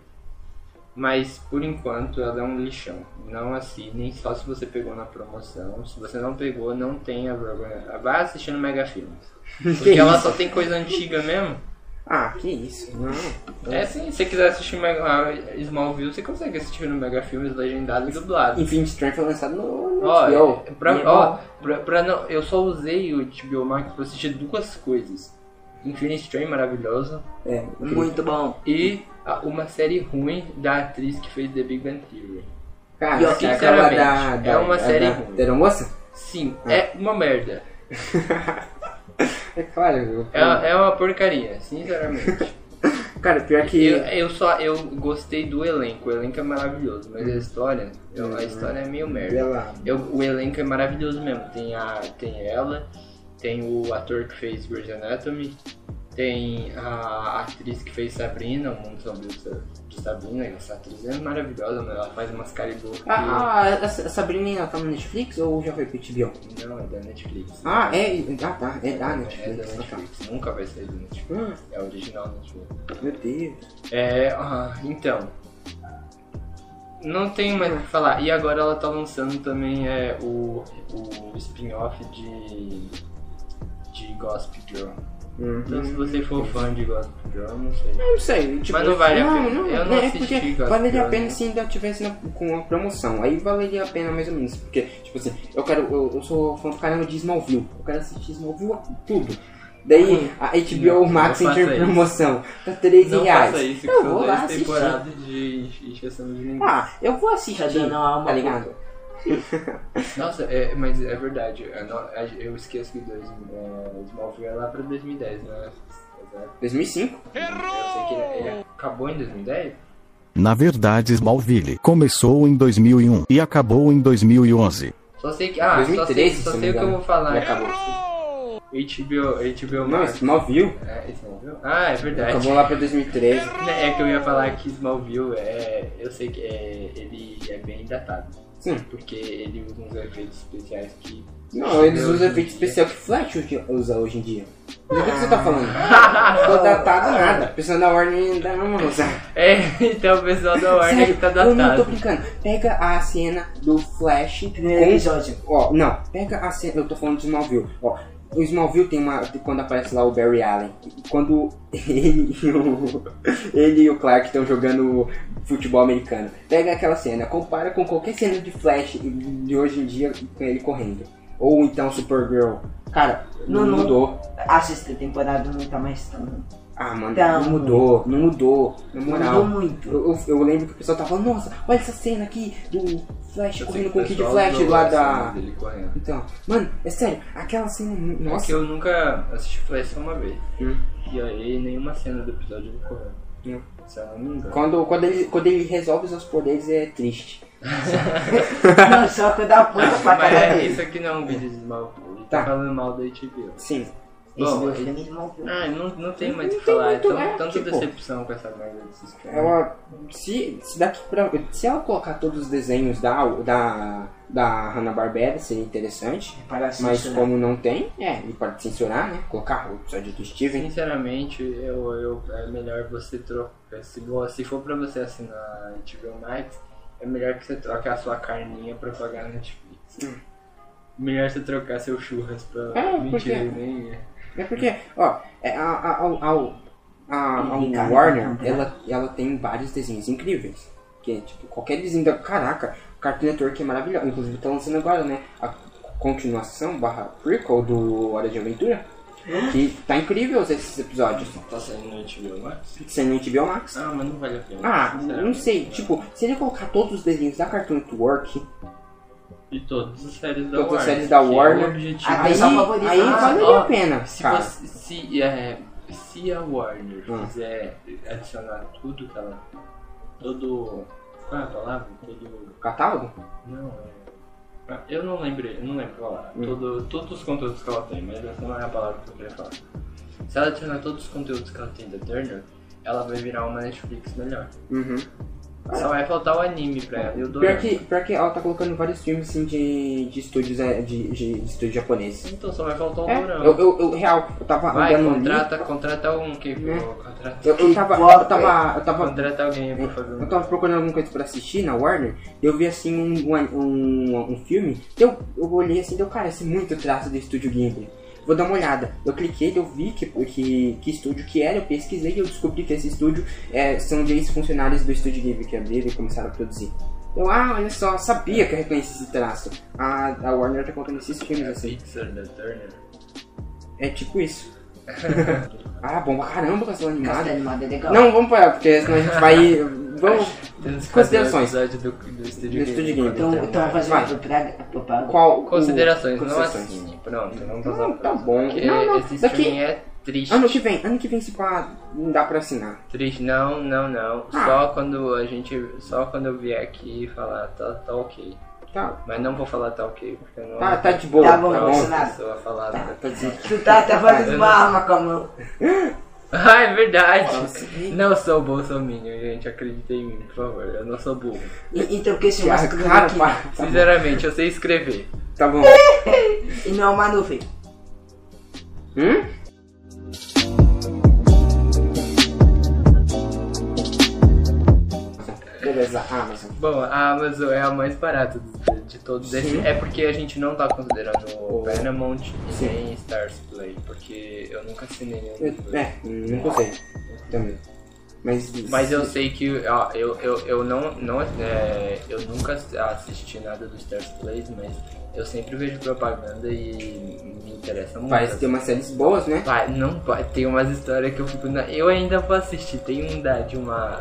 Speaker 1: Mas por enquanto ela é um lixão. Não assinem, só se você pegou na promoção. Se você não pegou, não tenha vergonha. Vai assistindo Mega Filmes. Porque
Speaker 2: Que
Speaker 1: ela
Speaker 2: isso?
Speaker 1: só tem coisa antiga mesmo.
Speaker 2: Ah, que isso. Não.
Speaker 1: É assim, se você quiser assistir Mega, a Smallville, você consegue assistir no Mega Filmes legendado e dublado.
Speaker 2: Infinity Strength foi lançado no, no
Speaker 1: Ó,
Speaker 2: H B O.
Speaker 1: é- pra,
Speaker 2: E é
Speaker 1: ó
Speaker 2: bom.
Speaker 1: pra, pra não, eu só usei o H B O Max pra assistir duas coisas. Infinity Train maravilhoso
Speaker 2: É, incrível.
Speaker 3: Muito bom.
Speaker 1: e a- uma série ruim da atriz que fez The Big Bang Theory.
Speaker 2: Cara,
Speaker 3: E, ó,
Speaker 2: aquela
Speaker 1: sinceramente,
Speaker 2: da, da,
Speaker 1: é uma
Speaker 2: da-
Speaker 1: série
Speaker 2: da,
Speaker 1: ruim.
Speaker 2: da aeromoça?
Speaker 1: Sim,
Speaker 2: Ah.
Speaker 1: é uma merda.
Speaker 2: É claro. Eu,
Speaker 1: É, é uma porcaria, sinceramente.
Speaker 2: Cara, pior que...
Speaker 1: Eu, eu só eu gostei do elenco, o elenco é maravilhoso, mas a história, eu, a história é meio merda.
Speaker 2: Ela...
Speaker 1: Eu, o elenco é maravilhoso mesmo, tem, a, tem ela, tem o ator que fez Grey's Anatomy, tem a atriz que fez Sabrina, o mundo sombrio de Sabrina, essa atriz é maravilhosa, mas ela faz umas caras boas.
Speaker 2: Ah, ah, a Sabrina ela tá no Netflix ou já foi pro H B O?
Speaker 1: Não, é da Netflix.
Speaker 2: Ah, é? Ah, tá, é da
Speaker 1: É
Speaker 2: Netflix.
Speaker 1: da
Speaker 2: Ah, tá.
Speaker 1: Netflix, nunca vai sair do Netflix.
Speaker 2: Hum,
Speaker 1: É original Netflix.
Speaker 2: meu Deus.
Speaker 1: É, ah, então. Não tenho mais o que falar. E agora ela tá lançando também é, o, o spin-off de. de Gossip Girl.
Speaker 2: Uhum.
Speaker 1: Então se você for fã de Gossip Girl, eu não sei.
Speaker 2: Eu não sei, tipo...
Speaker 1: Mas não vale a pena.
Speaker 2: Não,
Speaker 1: Eu não
Speaker 2: é
Speaker 1: assisti
Speaker 2: porque
Speaker 1: Gossip
Speaker 2: valeria a
Speaker 1: Girl,
Speaker 2: pena
Speaker 1: né?
Speaker 2: se ainda tivesse na- com uma promoção. Aí valeria a pena mais ou menos. Porque, tipo assim, eu quero... Eu, eu sou fã do caramba de Smallville. Eu quero assistir Smallville tudo. Daí a H B O
Speaker 1: Não,
Speaker 2: Max
Speaker 1: não
Speaker 2: entra em
Speaker 1: faça
Speaker 2: promoção. Tá treze
Speaker 1: Não
Speaker 2: reais.
Speaker 1: faça isso, que
Speaker 2: eu
Speaker 1: são
Speaker 2: vou lá
Speaker 1: dez
Speaker 2: assistir.
Speaker 1: temporadas de encheção de linguiça.
Speaker 2: Ah, eu vou assistir,
Speaker 3: Tá dando uma alma
Speaker 2: tá ligado?
Speaker 1: Nossa, é, mas é verdade. Eu, não- eu esqueço que dois, é, Smallville é lá pra dois mil e dez, né? Exato.
Speaker 2: dois mil e cinco?
Speaker 1: Eu sei que ele, ele acabou em dois mil e dez?
Speaker 4: Na verdade, Smallville começou em dois mil e um e acabou em dois mil e onze.
Speaker 1: Só sei que. Ah,
Speaker 2: dois mil e treze,
Speaker 1: só sei, só
Speaker 2: se
Speaker 1: sei o
Speaker 2: não
Speaker 1: que eu
Speaker 2: me
Speaker 1: vou falar.
Speaker 2: E acabou.
Speaker 1: H B O, H B O
Speaker 2: Não,
Speaker 1: Max.
Speaker 2: Smallville.
Speaker 1: É, Smallville? Ah, é verdade.
Speaker 2: Acabou lá pra dois mil e treze.
Speaker 1: É que eu ia falar que Smallville é. Eu sei que é, ele é bem datado.
Speaker 2: Sim.
Speaker 1: Porque ele usa uns efeitos especiais que.
Speaker 2: Não, eles
Speaker 1: Hoje
Speaker 2: usam
Speaker 1: em
Speaker 2: efeito
Speaker 1: dia.
Speaker 2: especial que Flash hoje- usa hoje em dia. Mas o que você tá falando? Tô datado nada. A pessoa da Warner ainda não usa.
Speaker 1: É, então o pessoal da Warner
Speaker 2: Sério,
Speaker 1: tá
Speaker 2: eu não tô
Speaker 1: datado.
Speaker 2: brincando. Pega a cena do Flash
Speaker 3: Primeiro
Speaker 2: com...
Speaker 3: episódio.
Speaker 2: Ó, não. Pega a cena... Eu tô falando de Smallville. Ó, o Smallville tem uma... Quando aparece lá o Barry Allen. Quando ele e o... Ele e o Clark estão jogando futebol americano. Pega aquela cena. Compara com qualquer cena de Flash de hoje em dia com ele correndo. Ou então Supergirl. Cara, não,
Speaker 3: Não, não.
Speaker 2: mudou.
Speaker 3: A sexta temporada não tá mais tão...
Speaker 2: Ah, mano,
Speaker 3: Então,
Speaker 2: não mudou. Não mudou. Na
Speaker 3: Não
Speaker 2: moral.
Speaker 3: mudou muito.
Speaker 2: Eu, eu, eu lembro que o pessoal tava falando, nossa, olha essa cena aqui do Flash
Speaker 1: Eu sei
Speaker 2: correndo
Speaker 1: que
Speaker 2: com o
Speaker 1: o
Speaker 2: Kid
Speaker 1: pessoal
Speaker 2: Flash
Speaker 1: adora
Speaker 2: lá
Speaker 1: a cena
Speaker 2: da...
Speaker 1: dele correndo.
Speaker 2: Então, mano, é sério, aquela cena,
Speaker 1: É
Speaker 2: nossa.
Speaker 1: que eu nunca assisti Flash só uma vez.
Speaker 2: Hum.
Speaker 1: E aí nenhuma cena do episódio ele correndo.
Speaker 2: Hum.
Speaker 1: Se eu não me engano.
Speaker 2: Quando, quando, ele, quando ele resolve os seus poderes é triste.
Speaker 3: Não, só quando dá ponta pra
Speaker 1: Mas
Speaker 3: cara
Speaker 1: é,
Speaker 3: dele.
Speaker 1: isso aqui não é um vídeo de Smallville. Ele tá
Speaker 2: Tá.
Speaker 1: falando mal da H B O.
Speaker 2: Sim.
Speaker 3: Esse
Speaker 1: Bom,
Speaker 3: meu
Speaker 1: ele-
Speaker 3: filme de Smallville.
Speaker 1: Ah, não, não tem mais o
Speaker 2: Não
Speaker 1: que
Speaker 2: tem
Speaker 1: falar.
Speaker 2: muito,
Speaker 1: Tão,
Speaker 2: é,
Speaker 1: tanta
Speaker 2: tipo-
Speaker 1: decepção com essa merda desses filmes.
Speaker 2: Ela, se, se daqui pra... Se ela colocar todos os desenhos da, da, da Hanna-Barbera, seria interessante.
Speaker 3: Para
Speaker 2: Mas
Speaker 3: censurar.
Speaker 2: como não tem, é, ele pode censurar, né? Colocar o episódio do Steven.
Speaker 1: Sinceramente, eu, eu, é melhor você trocar. Se, vo- se for pra você assinar H B O Max, é melhor que você troque a sua carninha pra pagar a Netflix.
Speaker 2: Hum.
Speaker 1: Melhor você trocar seu churras pra.
Speaker 2: É,
Speaker 1: Mentira,
Speaker 2: porque-
Speaker 1: nem é.
Speaker 2: É porque, ó, é, a, a, a, a, a, a
Speaker 3: Ele tá
Speaker 2: Warner,
Speaker 3: ligado, né?
Speaker 2: ela, ela tem vários desenhos incríveis. Que, tipo, qualquer desenho da... Caraca, Cartoon Network é maravilhoso. Inclusive tá lançando agora, né? A continuação barra prequel do Hora de Aventura. Que tá incrível esses episódios.
Speaker 1: Tá saindo no H B O Max?
Speaker 2: Sendo no H B O Max.
Speaker 1: Ah, mas não vale a pena.
Speaker 2: Ah, não
Speaker 1: sinceramente.
Speaker 2: sei. Tipo, se ele colocar todos os desenhos da Cartoon Network,
Speaker 1: E todas as séries da
Speaker 2: Todas as
Speaker 1: Warner.
Speaker 2: séries da
Speaker 1: que é o
Speaker 2: Warner.
Speaker 1: objetivo.
Speaker 3: Ah,
Speaker 2: aí,
Speaker 3: só favorito.
Speaker 2: aí
Speaker 3: Ah,
Speaker 2: valeria
Speaker 1: ó,
Speaker 2: a pena,
Speaker 1: Se,
Speaker 2: cara.
Speaker 1: você, se, é, se a Warner
Speaker 2: Hum.
Speaker 1: quiser adicionar tudo que ela. Todo. Qual é a palavra? Todo.
Speaker 2: Catálogo?
Speaker 1: Não, é. ah, Eu não lembro, eu não lembro falar.
Speaker 2: Hum.
Speaker 1: Todo, todos os conteúdos que ela tem, mas essa não é a palavra que eu queria falar. Se ela adicionar todos os conteúdos que ela tem da Turner, ela vai virar uma Netflix melhor.
Speaker 2: Uhum.
Speaker 1: Só vai faltar o anime pra ela. Eu dou
Speaker 2: Pior que, pior que ela tá colocando vários filmes assim de, de estúdios é, de, de, de estúdios japoneses.
Speaker 1: Então só vai faltar o
Speaker 2: É,
Speaker 1: Dorama.
Speaker 2: eu, eu, eu, real, eu tava
Speaker 1: Vai,
Speaker 2: andando ali.
Speaker 1: contrata, contrata um que
Speaker 2: Né?
Speaker 1: contrata,
Speaker 2: Eu, eu tava.
Speaker 3: Bota,
Speaker 2: Eu tava. Eu tava,
Speaker 1: contrata alguém pra fazer um.
Speaker 2: eu tava procurando alguma coisa pra assistir na Warner. Eu vi assim um, um, um, um filme. Eu, eu olhei assim, deu, cara, esse é muito traço do estúdio Ghibli. Vou dar uma olhada. Eu cliquei, eu vi que, que, que estúdio que era, eu pesquisei e eu descobri que esse estúdio é, são de ex-funcionários do estúdio Ghibli que abriram e começaram a produzir. Eu, ah, olha só, sabia que eu reconheci esse traço. A, a Warner tá colocando esses filmes
Speaker 1: É a
Speaker 2: assim.
Speaker 1: Pixar da Turner.
Speaker 2: É tipo isso. Ah, bom pra caramba Castelo
Speaker 3: Castelo
Speaker 2: Animado.
Speaker 3: Animado é legal.
Speaker 2: Não, vamos parar, porque senão a gente vai. Vamos.
Speaker 1: Temos que
Speaker 2: Considerações.
Speaker 1: fazer o episódio do, do Estúdio
Speaker 2: Do Estúdio
Speaker 1: Ghibli.
Speaker 2: Ghibli.
Speaker 3: Então, então vamos fazer
Speaker 2: Vai.
Speaker 3: uma propaganda- propaganda.
Speaker 2: Qual? o-
Speaker 1: Considerações, não
Speaker 2: considerações.
Speaker 1: assine. Pronto, não
Speaker 2: Não,
Speaker 1: passar
Speaker 2: tá bom.
Speaker 1: Porque
Speaker 2: Não, não,
Speaker 1: esse
Speaker 2: daqui-
Speaker 1: streaming é triste.
Speaker 2: Ano que vem, ano que vem se pá, não dá pra assinar.
Speaker 1: Triste, não, não, não.
Speaker 2: Ah.
Speaker 1: Só quando a gente. Só quando eu vier aqui e falar, tá, tá ok.
Speaker 2: Tá,
Speaker 1: Mas não vou falar tá ok, porque eu não.
Speaker 2: tá, tá de boa.
Speaker 3: Tá bom,
Speaker 2: tá
Speaker 1: não
Speaker 2: bom.
Speaker 1: sou a pessoa a falar.
Speaker 2: Tá dizendo.
Speaker 3: Tu tá até fazendo uma arma com a mão.
Speaker 1: Ah, é verdade!
Speaker 2: Nossa.
Speaker 1: Não sou bolsominion, gente, acreditem em mim, por favor. Eu não sou burro.
Speaker 3: E- Então, que esse
Speaker 2: Cara,
Speaker 3: masculino
Speaker 2: cara,
Speaker 3: aqui.
Speaker 2: pá, tá bom.
Speaker 1: Sinceramente, eu sei escrever.
Speaker 2: Tá bom.
Speaker 3: E não é uma nuvem.
Speaker 2: Hum? Beleza, Amazon.
Speaker 1: Bom, a Amazon é a mais barata de, de todos
Speaker 2: Sim.
Speaker 1: esses. É porque a gente não tá considerando o
Speaker 2: O-
Speaker 1: Paramount e
Speaker 2: Sim.
Speaker 1: nem Stars Play, porque eu nunca assinei nenhum dos dois.
Speaker 2: É, nunca usei. Também. Mas,
Speaker 1: Mas eu sei que, ó, eu, eu, eu não, não é, eu nunca assisti nada do Stars Play, mas eu sempre vejo propaganda e me interessa muito.
Speaker 2: Parece ter umas séries boas, né?
Speaker 1: Vai, não vai, tem umas histórias que eu fico, na, eu ainda vou assistir, tem um da, de uma,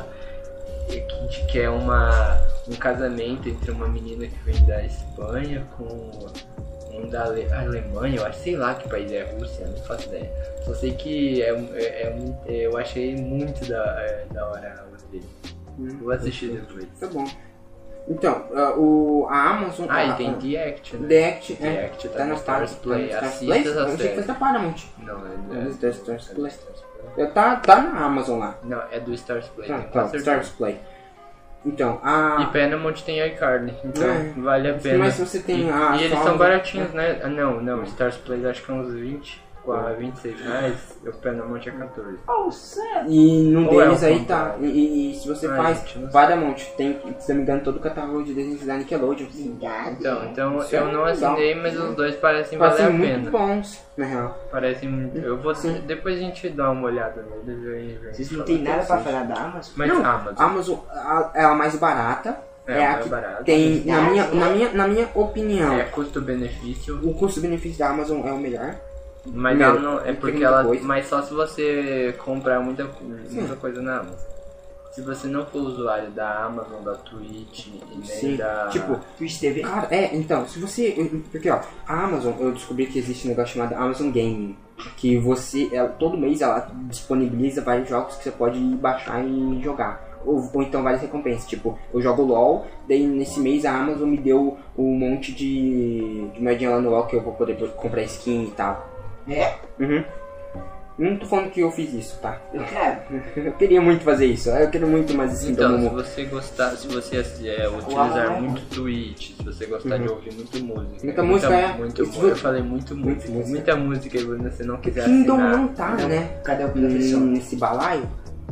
Speaker 1: que, que é uma, um casamento entre uma menina que vem da Espanha com um da Ale, Alemanha, eu acho, sei lá que país é, Rússia, não faço ideia. Só sei que é, é, é, muito- eu achei muito da, é, da hora a outra dele. Vou assistir depois.
Speaker 2: Tá bom. Então, ah, o, a Amazon...
Speaker 1: Ah,
Speaker 2: a,
Speaker 1: e tem
Speaker 2: a-
Speaker 1: The Act, né?
Speaker 2: The Act,
Speaker 1: The
Speaker 2: é,
Speaker 1: Act tá
Speaker 2: tá
Speaker 1: no
Speaker 2: no
Speaker 1: Stars Play,
Speaker 2: Stars
Speaker 1: assista
Speaker 2: Play?
Speaker 1: essa
Speaker 2: Eu achei que
Speaker 1: série.
Speaker 2: fosse da Paramount.
Speaker 1: Não,
Speaker 2: É
Speaker 1: é,
Speaker 2: do
Speaker 1: é,
Speaker 2: Stars
Speaker 1: é do
Speaker 2: Play.
Speaker 1: Stars Play.
Speaker 2: Eu Tá, tá na Amazon lá.
Speaker 1: Não, é do Stars Play,
Speaker 2: Tá,
Speaker 1: tem
Speaker 2: tá,
Speaker 1: quase certeza.
Speaker 2: Stars Play. Então, a...
Speaker 1: E Paramount tem iCarly, então
Speaker 2: É.
Speaker 1: vale a pena.
Speaker 2: Mas se você tem
Speaker 1: e,
Speaker 2: a
Speaker 1: e eles
Speaker 2: só-
Speaker 1: são baratinhos, né? Ah, não, não, Stars Play acho que é uns vinte, quase vinte e seis reais, e o Paramount é quatorze.
Speaker 3: Oh, sério?
Speaker 2: E num
Speaker 1: Ou é
Speaker 2: deles
Speaker 1: o
Speaker 2: aí tá.
Speaker 1: contrário?
Speaker 2: E, e- e se você
Speaker 1: Ai,
Speaker 2: faz
Speaker 1: gente, eu não sei.
Speaker 2: Paramount, tem, se não me engano, todo o catálogo de desenhos da Nickelodeon.
Speaker 1: Então, então
Speaker 2: Isso é
Speaker 1: eu não
Speaker 2: legal.
Speaker 1: assinei, mas os dois parecem
Speaker 2: Parecem
Speaker 1: valer a
Speaker 2: muito
Speaker 1: pena.
Speaker 2: bons, na real.
Speaker 1: Parecem muito. Eu vou.
Speaker 2: Sim.
Speaker 1: Depois a gente dá uma olhada neles e aí, gente.
Speaker 3: Vocês não tem nada pra falar da Amazon?
Speaker 1: Mas
Speaker 2: não,
Speaker 1: Amazon.
Speaker 2: a Amazon a, é a mais barata.
Speaker 1: É,
Speaker 2: É,
Speaker 1: a
Speaker 2: a
Speaker 1: mais
Speaker 2: que
Speaker 1: barata.
Speaker 2: tem, na
Speaker 3: Verdade,
Speaker 2: minha,
Speaker 3: né?
Speaker 2: na, minha, na minha opinião,
Speaker 1: É custo-benefício.
Speaker 2: o custo-benefício da Amazon é o melhor.
Speaker 1: Mas
Speaker 2: Primeiro,
Speaker 1: ela não. É
Speaker 2: tem
Speaker 1: porque
Speaker 2: muita
Speaker 1: ela.
Speaker 2: coisa.
Speaker 1: Mas só se você comprar muita, muita coisa na Amazon. Se você não for usuário da Amazon, da Twitch e nem
Speaker 2: Sim,
Speaker 1: da.
Speaker 2: tipo,
Speaker 3: Twitch T V?
Speaker 2: cara, é, então, se você. Porque, ó, a Amazon, eu descobri que existe um negócio chamado Amazon Gaming. Que você, ela, todo mês, ela disponibiliza vários jogos que você pode baixar e jogar. Ou, ou então várias recompensas. Tipo, eu jogo LOL, daí nesse mês a Amazon me deu um monte de, de moedinha lá no LOL que eu vou poder comprar skin e tal.
Speaker 3: É?
Speaker 2: Uhum. Não tô falando que eu fiz isso, tá?
Speaker 3: Eu quero.
Speaker 2: Eu queria muito fazer isso. Eu quero muito mais skin da
Speaker 1: Então, se
Speaker 2: Momo.
Speaker 1: você gostar, se você é, utilizar
Speaker 3: Amazon.
Speaker 1: muito Twitch, se você gostar de ouvir muito música,
Speaker 2: Muita música, é.
Speaker 1: muito,
Speaker 2: Isso-
Speaker 1: eu falei muito
Speaker 2: Muito
Speaker 1: música,
Speaker 2: música.
Speaker 1: muita música e você não quiser
Speaker 2: Kingdom
Speaker 1: assinar.
Speaker 2: não tá, né?
Speaker 3: Cadê o professor?
Speaker 2: Hum, Nesse balaio?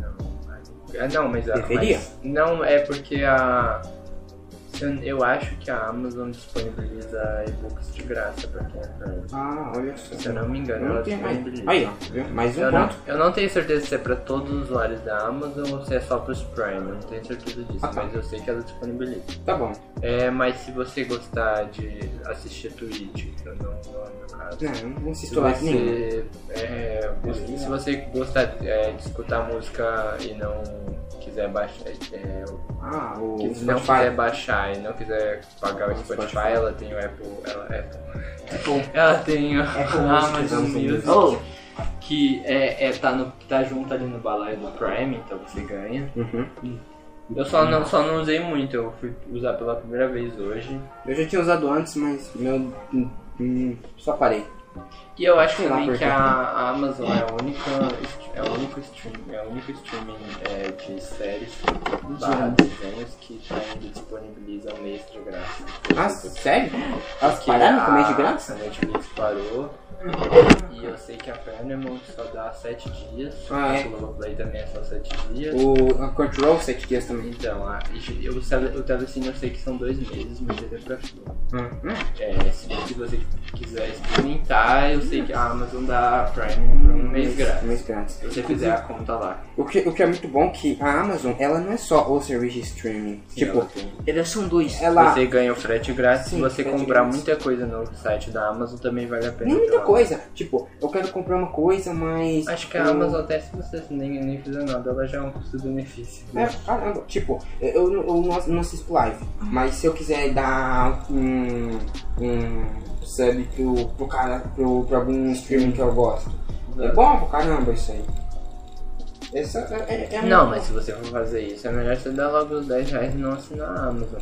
Speaker 1: Ah, não, mas a,
Speaker 2: Deveria?
Speaker 1: mas- não é porque a eu, eu acho que a Amazon disponibiliza e-books de graça pra quem é Prime.
Speaker 2: Ah, olha só.
Speaker 1: Se eu não me engano,
Speaker 2: Não
Speaker 1: ela
Speaker 2: tem mais.
Speaker 1: disponibiliza.
Speaker 2: Aí, ó. Viu? Mais um
Speaker 1: Eu não,
Speaker 2: ponto.
Speaker 1: eu não tenho certeza se é pra todos os usuários da Amazon ou se é só pros Prime, eu não tenho certeza disso,
Speaker 2: Ah, tá.
Speaker 1: mas eu sei que ela disponibiliza.
Speaker 2: Tá bom.
Speaker 1: É, mas se você gostar de assistir Twitch, que eu não, não é o meu caso.
Speaker 2: Não, não
Speaker 1: Se
Speaker 2: assisto live nenhuma.
Speaker 1: você, é, gost- se você gostar é, de escutar música e não quiser baixar, é,
Speaker 2: Ah, o
Speaker 1: que não
Speaker 2: Spotify.
Speaker 1: quiser baixar e não quiser pagar o
Speaker 2: O
Speaker 1: Spotify,
Speaker 2: Spotify.
Speaker 1: ela tem o Apple, ela, Apple,
Speaker 3: Apple.
Speaker 1: ela tem o
Speaker 3: Apple
Speaker 1: Amazon
Speaker 2: Music.
Speaker 1: Music,
Speaker 3: Oh,
Speaker 1: que é, é, tá, no, tá junto ali no balaio do Prime, então você ganha.
Speaker 2: Uhum.
Speaker 1: Eu só não, só não usei muito, eu fui usar pela primeira vez hoje.
Speaker 2: Eu já tinha usado antes, mas meu. hum, hum, só parei.
Speaker 1: E eu acho
Speaker 2: Sei lá
Speaker 1: também
Speaker 2: por
Speaker 1: que
Speaker 2: quê.
Speaker 1: a, a Amazon é a única, é o único stream, é o único streaming é, de séries barra desenhos que ainda disponibiliza um mês de graça.
Speaker 2: Ah, sério? Elas
Speaker 1: Porque
Speaker 2: pararam
Speaker 1: a-
Speaker 2: com mês de graça?
Speaker 1: A Netflix parou. E eu sei que a Paramount só dá sete dias.
Speaker 2: Ah, é?
Speaker 1: O Globoplay também é só sete dias.
Speaker 2: O a Control, sete dias também.
Speaker 1: Então, a, e o, tele- o Telecine eu sei que são dois meses, mas ele é pra fila.
Speaker 2: Hum, hum.
Speaker 1: É, se, se você quiser experimentar, eu sei que a Amazon dá Prime por um mês grátis.
Speaker 2: Um mês grátis.
Speaker 1: Se você fizer a conta lá.
Speaker 2: O que, o que é muito bom é que a Amazon, ela não é só o serviço de streaming. Tipo,
Speaker 1: Ela tem-
Speaker 3: eles são dois.
Speaker 2: ela...
Speaker 1: Você ganha o frete grátis.
Speaker 2: Sim,
Speaker 1: Se você
Speaker 2: frete
Speaker 1: comprar
Speaker 2: grátis.
Speaker 1: muita coisa no site da Amazon, também vale a pena.
Speaker 2: Nem muita
Speaker 1: pela-
Speaker 2: coisa. Tipo, eu quero comprar uma coisa, mas...
Speaker 1: Acho que a
Speaker 2: eu-
Speaker 1: Amazon, até se você nem, nem fizer nada, ela já é um custo-benefício.
Speaker 2: É, caramba, tipo, eu, eu, eu não, não assisto live, mas se eu quiser dar um, um sub pro, pro cara, pro, pro algum streaming que eu gosto, É bom pra caramba isso aí. Essa é, é, é
Speaker 1: Não,
Speaker 2: um-
Speaker 1: mas se você for fazer isso, é melhor você dar logo os dez reais e não assinar a Amazon.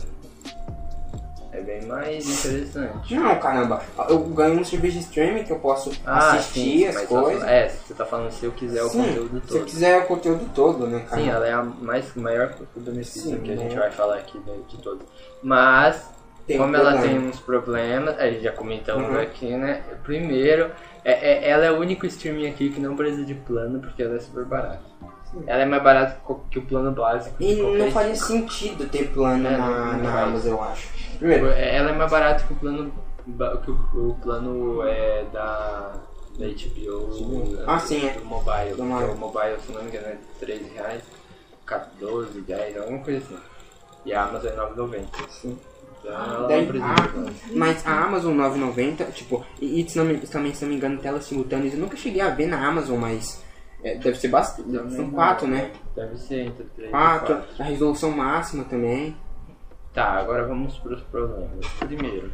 Speaker 1: É bem mais interessante.
Speaker 2: Não, caramba. Eu ganho um serviço de streaming que eu posso
Speaker 1: Ah,
Speaker 2: assistir
Speaker 1: sim,
Speaker 2: as
Speaker 1: mas só-
Speaker 2: coisas.
Speaker 1: É, você tá falando se eu quiser o
Speaker 2: Sim,
Speaker 1: conteúdo
Speaker 2: se eu
Speaker 1: todo.
Speaker 2: quiser o conteúdo todo, né, cara?
Speaker 1: Sim, ela é a mais, maior benefício
Speaker 2: Sim,
Speaker 1: que a gente
Speaker 2: né?
Speaker 1: vai falar aqui de, de todos. Mas,
Speaker 2: Tem
Speaker 1: como
Speaker 2: um
Speaker 1: ela
Speaker 2: problema.
Speaker 1: tem uns problemas, a gente já comentamos
Speaker 2: Uhum.
Speaker 1: aqui, né? Primeiro, é, é- ela é o único streaming aqui que não precisa de plano, porque ela é super barata. Ela é mais barata que co- que o plano básico. de
Speaker 2: E
Speaker 1: qualquer
Speaker 2: não faria
Speaker 1: streaming.
Speaker 2: sentido ter plano
Speaker 1: É,
Speaker 2: na,
Speaker 1: não
Speaker 2: na
Speaker 1: faz.
Speaker 2: Amazon, eu acho. Primeiro,
Speaker 1: Ela é mais barata que o plano ba- que o, o plano é da, da H B O.
Speaker 2: Ah, sim, é.
Speaker 1: Do mobile.
Speaker 2: Do
Speaker 1: porque
Speaker 2: mobile.
Speaker 1: o mobile, se não me engano, é treze reais, doze, dez, alguma coisa assim. E a Amazon é nove reais e noventa centavos.
Speaker 2: sim.
Speaker 1: Então ela
Speaker 2: Daí,
Speaker 1: não precisa
Speaker 2: ah,
Speaker 1: de plano.
Speaker 2: mas a Amazon nove reais e noventa centavos, tipo, e, e se não me, também, se não me engano, telas simultâneas, eu nunca cheguei a ver na Amazon, mas é, deve ser bastante.
Speaker 1: Também
Speaker 2: São
Speaker 1: não,
Speaker 2: quatro, né?
Speaker 1: Deve ser entre três e
Speaker 2: Quatro,
Speaker 1: quatro.
Speaker 2: a resolução máxima também.
Speaker 1: Tá, agora vamos para os problemas. Primeiro,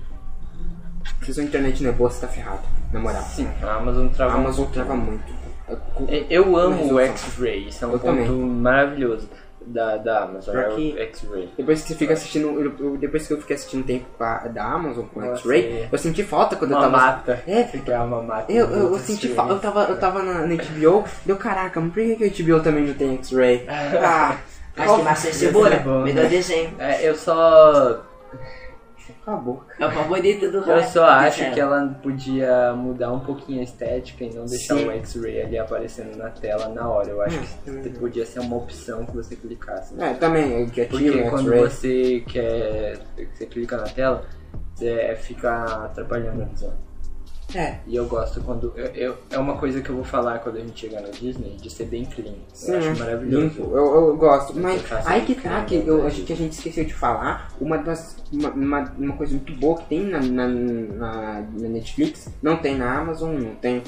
Speaker 2: Se sua internet não é boa, você tá ferrado, na moral.
Speaker 1: sim, a Amazon trava
Speaker 2: A
Speaker 1: um
Speaker 2: Amazon
Speaker 1: pouquinho.
Speaker 2: trava muito.
Speaker 1: É, Eu amo o
Speaker 2: Resolução.
Speaker 1: X-Ray, isso é um
Speaker 2: Eu
Speaker 1: ponto
Speaker 2: também.
Speaker 1: maravilhoso da, da Amazon,
Speaker 2: Pior
Speaker 1: é o
Speaker 2: que-
Speaker 1: X-Ray.
Speaker 2: Depois que você fica assistindo, eu- eu- depois que eu fiquei assistindo tempo com a- da Amazon, com o
Speaker 1: Nossa,
Speaker 2: X-Ray,
Speaker 1: é.
Speaker 2: eu senti falta quando eu
Speaker 1: Uma
Speaker 2: tava.
Speaker 1: mata.
Speaker 2: É.
Speaker 1: Você quer uma mata?
Speaker 2: Eu, eu, eu
Speaker 1: do
Speaker 2: senti
Speaker 1: X-Ray.
Speaker 2: falta, eu tava, eu tava na, na H B O, deu caraca, mas por que que a H B O também não tem X-Ray? Ah,
Speaker 3: Acho que Master Cebola,
Speaker 1: bom,
Speaker 3: melhor
Speaker 1: né?
Speaker 3: desenho.
Speaker 1: É, eu só.
Speaker 2: acabou.
Speaker 3: É o favorito do
Speaker 1: Eu
Speaker 3: Roy.
Speaker 1: só acho
Speaker 3: Desenho.
Speaker 1: que ela podia mudar um pouquinho a estética e não deixar
Speaker 2: Sim.
Speaker 1: o X-Ray ali aparecendo na tela na hora. Eu acho
Speaker 2: Hum,
Speaker 1: que podia ser uma opção que você clicasse. né?
Speaker 2: É, também, eu já tive
Speaker 1: Porque
Speaker 2: o
Speaker 1: quando
Speaker 2: X-Ray.
Speaker 1: você quer. Você clica na tela, é, fica atrapalhando a visão.
Speaker 2: É,
Speaker 1: E eu gosto quando. Eu, eu- é uma coisa que eu vou falar quando a gente chegar na Disney, de ser bem clean.
Speaker 2: sim,
Speaker 1: eu acho
Speaker 2: né?
Speaker 1: maravilhoso.
Speaker 2: Limpo, eu, eu gosto. Mas
Speaker 1: Você faz
Speaker 2: aí que
Speaker 1: isso,
Speaker 2: tá,
Speaker 1: né?
Speaker 2: que, eu, acho que a gente esqueceu de falar, uma das. Uma, uma, uma coisa muito boa que tem na, na, na, na Netflix, não tem na Amazon, não tem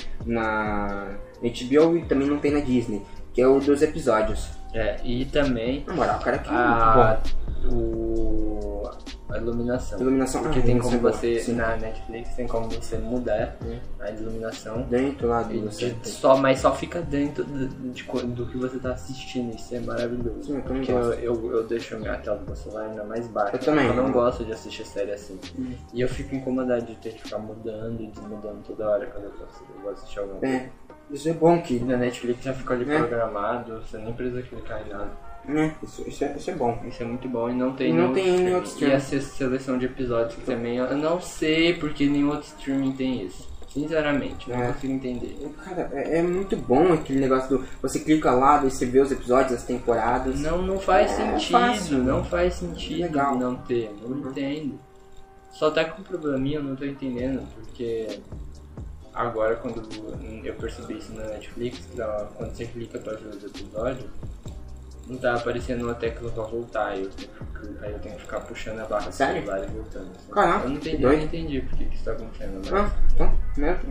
Speaker 2: na H B O e também não tem na Disney, que é o dos episódios.
Speaker 1: É, e também
Speaker 2: Na moral, o cara aqui é
Speaker 1: a,
Speaker 2: muito bom.
Speaker 1: o, a iluminação.
Speaker 2: Iluminação,
Speaker 1: Porque
Speaker 2: ah,
Speaker 1: tem
Speaker 2: iluminação
Speaker 1: como
Speaker 2: é boa,
Speaker 1: você,
Speaker 2: sim.
Speaker 1: na Netflix, tem como você mudar a iluminação.
Speaker 2: Dentro lá
Speaker 1: E
Speaker 2: do você.
Speaker 1: de- só, mas só fica dentro do, de co- do que você tá assistindo, isso é maravilhoso.
Speaker 2: Sim, eu também
Speaker 1: Porque eu,
Speaker 2: gosto.
Speaker 1: eu, eu deixo a minha tela do meu celular ainda mais baixa.
Speaker 2: Eu também.
Speaker 1: Eu não gosto de assistir série assim.
Speaker 2: Hum.
Speaker 1: E eu fico incomodado de ter que ficar mudando e desmudando toda hora quando eu faço- eu vou assistir alguma coisa.
Speaker 2: É, isso é bom
Speaker 1: E
Speaker 2: que.
Speaker 1: na Netflix já fica ali
Speaker 2: É.
Speaker 1: programado, você nem precisa clicar em nada.
Speaker 2: Né, isso, isso, é, isso é bom.
Speaker 1: Isso é muito bom e não tem
Speaker 2: E não
Speaker 1: nenhum
Speaker 2: tem
Speaker 1: outro
Speaker 2: nenhum outro
Speaker 1: streaming. E a
Speaker 2: streaming.
Speaker 1: se- seleção de episódios que também eu não sei porque nenhum outro streaming tem isso. Sinceramente, não
Speaker 2: É.
Speaker 1: consigo entender.
Speaker 2: Cara, é, é muito bom aquele negócio do. Você clica lá, daí você vê os episódios, as temporadas.
Speaker 1: Não, não faz
Speaker 2: É
Speaker 1: sentido,
Speaker 2: fácil.
Speaker 1: não faz sentido
Speaker 2: Legal.
Speaker 1: não ter, não
Speaker 2: Uhum.
Speaker 1: entendo. Só tá com um probleminha, eu não tô entendendo, porque agora quando eu percebi isso na Netflix, que dá- quando você clica pra ver os episódios, não tá aparecendo uma tecla pra voltar, aí eu tenho que, aí eu tenho que ficar puxando a barra do
Speaker 2: Sério?
Speaker 1: celular e voltando. assim.
Speaker 2: Caraca,
Speaker 1: eu não
Speaker 2: que
Speaker 1: entendi, eu
Speaker 2: doido.
Speaker 1: não entendi por que que isso tá acontecendo. Mas...
Speaker 2: Ah, então, né?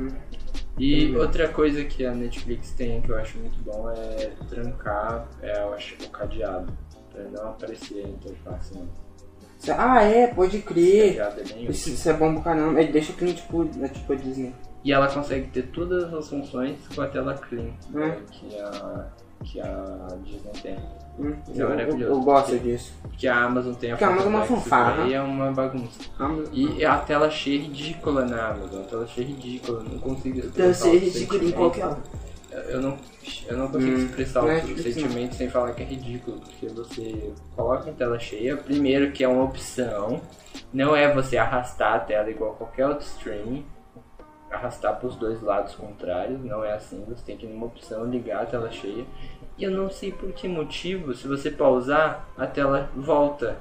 Speaker 1: E
Speaker 2: Hum.
Speaker 1: outra coisa que a Netflix tem que eu acho muito bom é trancar é, eu acho, o cadeado, pra não aparecer a interface. Né?
Speaker 2: Ah, é, pode
Speaker 1: O
Speaker 2: crer.
Speaker 1: cadeado é bem útil.
Speaker 2: Isso, isso é bom pra caramba. Ele deixa clean tipo, é tipo a Disney.
Speaker 1: E ela consegue ter todas as funções com a tela clean
Speaker 2: Hum.
Speaker 1: né, que, a, que a Disney tem.
Speaker 2: Hum,
Speaker 1: Isso é
Speaker 2: eu, eu,
Speaker 1: maravilhoso.
Speaker 2: eu gosto disso.
Speaker 1: Porque a Amazon tem a
Speaker 2: Porque a Amazon é uma
Speaker 1: função
Speaker 2: fanfarra.
Speaker 1: e é uma bagunça.
Speaker 2: Amazon-
Speaker 1: E a tela achei ridícula na Amazon, a tela achei ridícula, eu não consigo
Speaker 3: Deve
Speaker 1: expressar
Speaker 3: ser
Speaker 1: o
Speaker 3: ridículo em
Speaker 1: sentimento.
Speaker 3: qualquer um.
Speaker 1: Eu não, eu não consigo
Speaker 2: Hum,
Speaker 1: expressar
Speaker 2: não é
Speaker 1: o
Speaker 2: difícil,
Speaker 1: sentimento sem falar que é ridículo, porque você coloca em tela cheia, primeiro que é uma opção, não é você arrastar a tela igual qualquer outro streaming, arrastar para os dois lados contrários, não é assim, você tem que ir numa opção, ligar a tela cheia, e eu não sei por que motivo, se você pausar, a tela volta,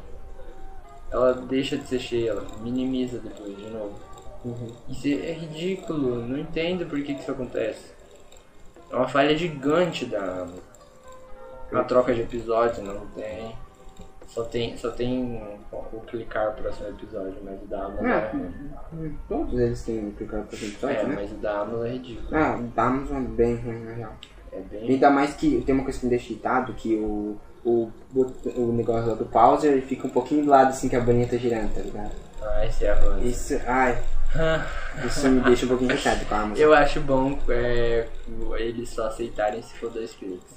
Speaker 1: ela deixa de ser cheia, ela minimiza depois de novo. Isso é ridículo, não entendo por que que isso acontece. É uma falha gigante da Amazon. A troca de episódios não tem. Só tem, só tem o clicar pro próximo episódio, mas o da Amazon
Speaker 2: Ah,
Speaker 1: é,
Speaker 2: hum, todos eles têm clicar pra episódio,
Speaker 1: é,
Speaker 2: né?
Speaker 1: mas o da Amazon é ridículo.
Speaker 2: Ah, o da Amazon é bem ruim, na real.
Speaker 1: É bem.
Speaker 2: Ainda mais que tem uma coisa que me deixa irritado, que o, o, o negócio lá do pauser ele fica um pouquinho do lado assim que a bolinha tá girando, tá ligado?
Speaker 1: Ah, esse é a Rose.
Speaker 2: Isso, ai, Isso me deixa um pouquinho irritado com a Amazon.
Speaker 1: Eu acho bom é, eles só aceitarem se for dois cliques.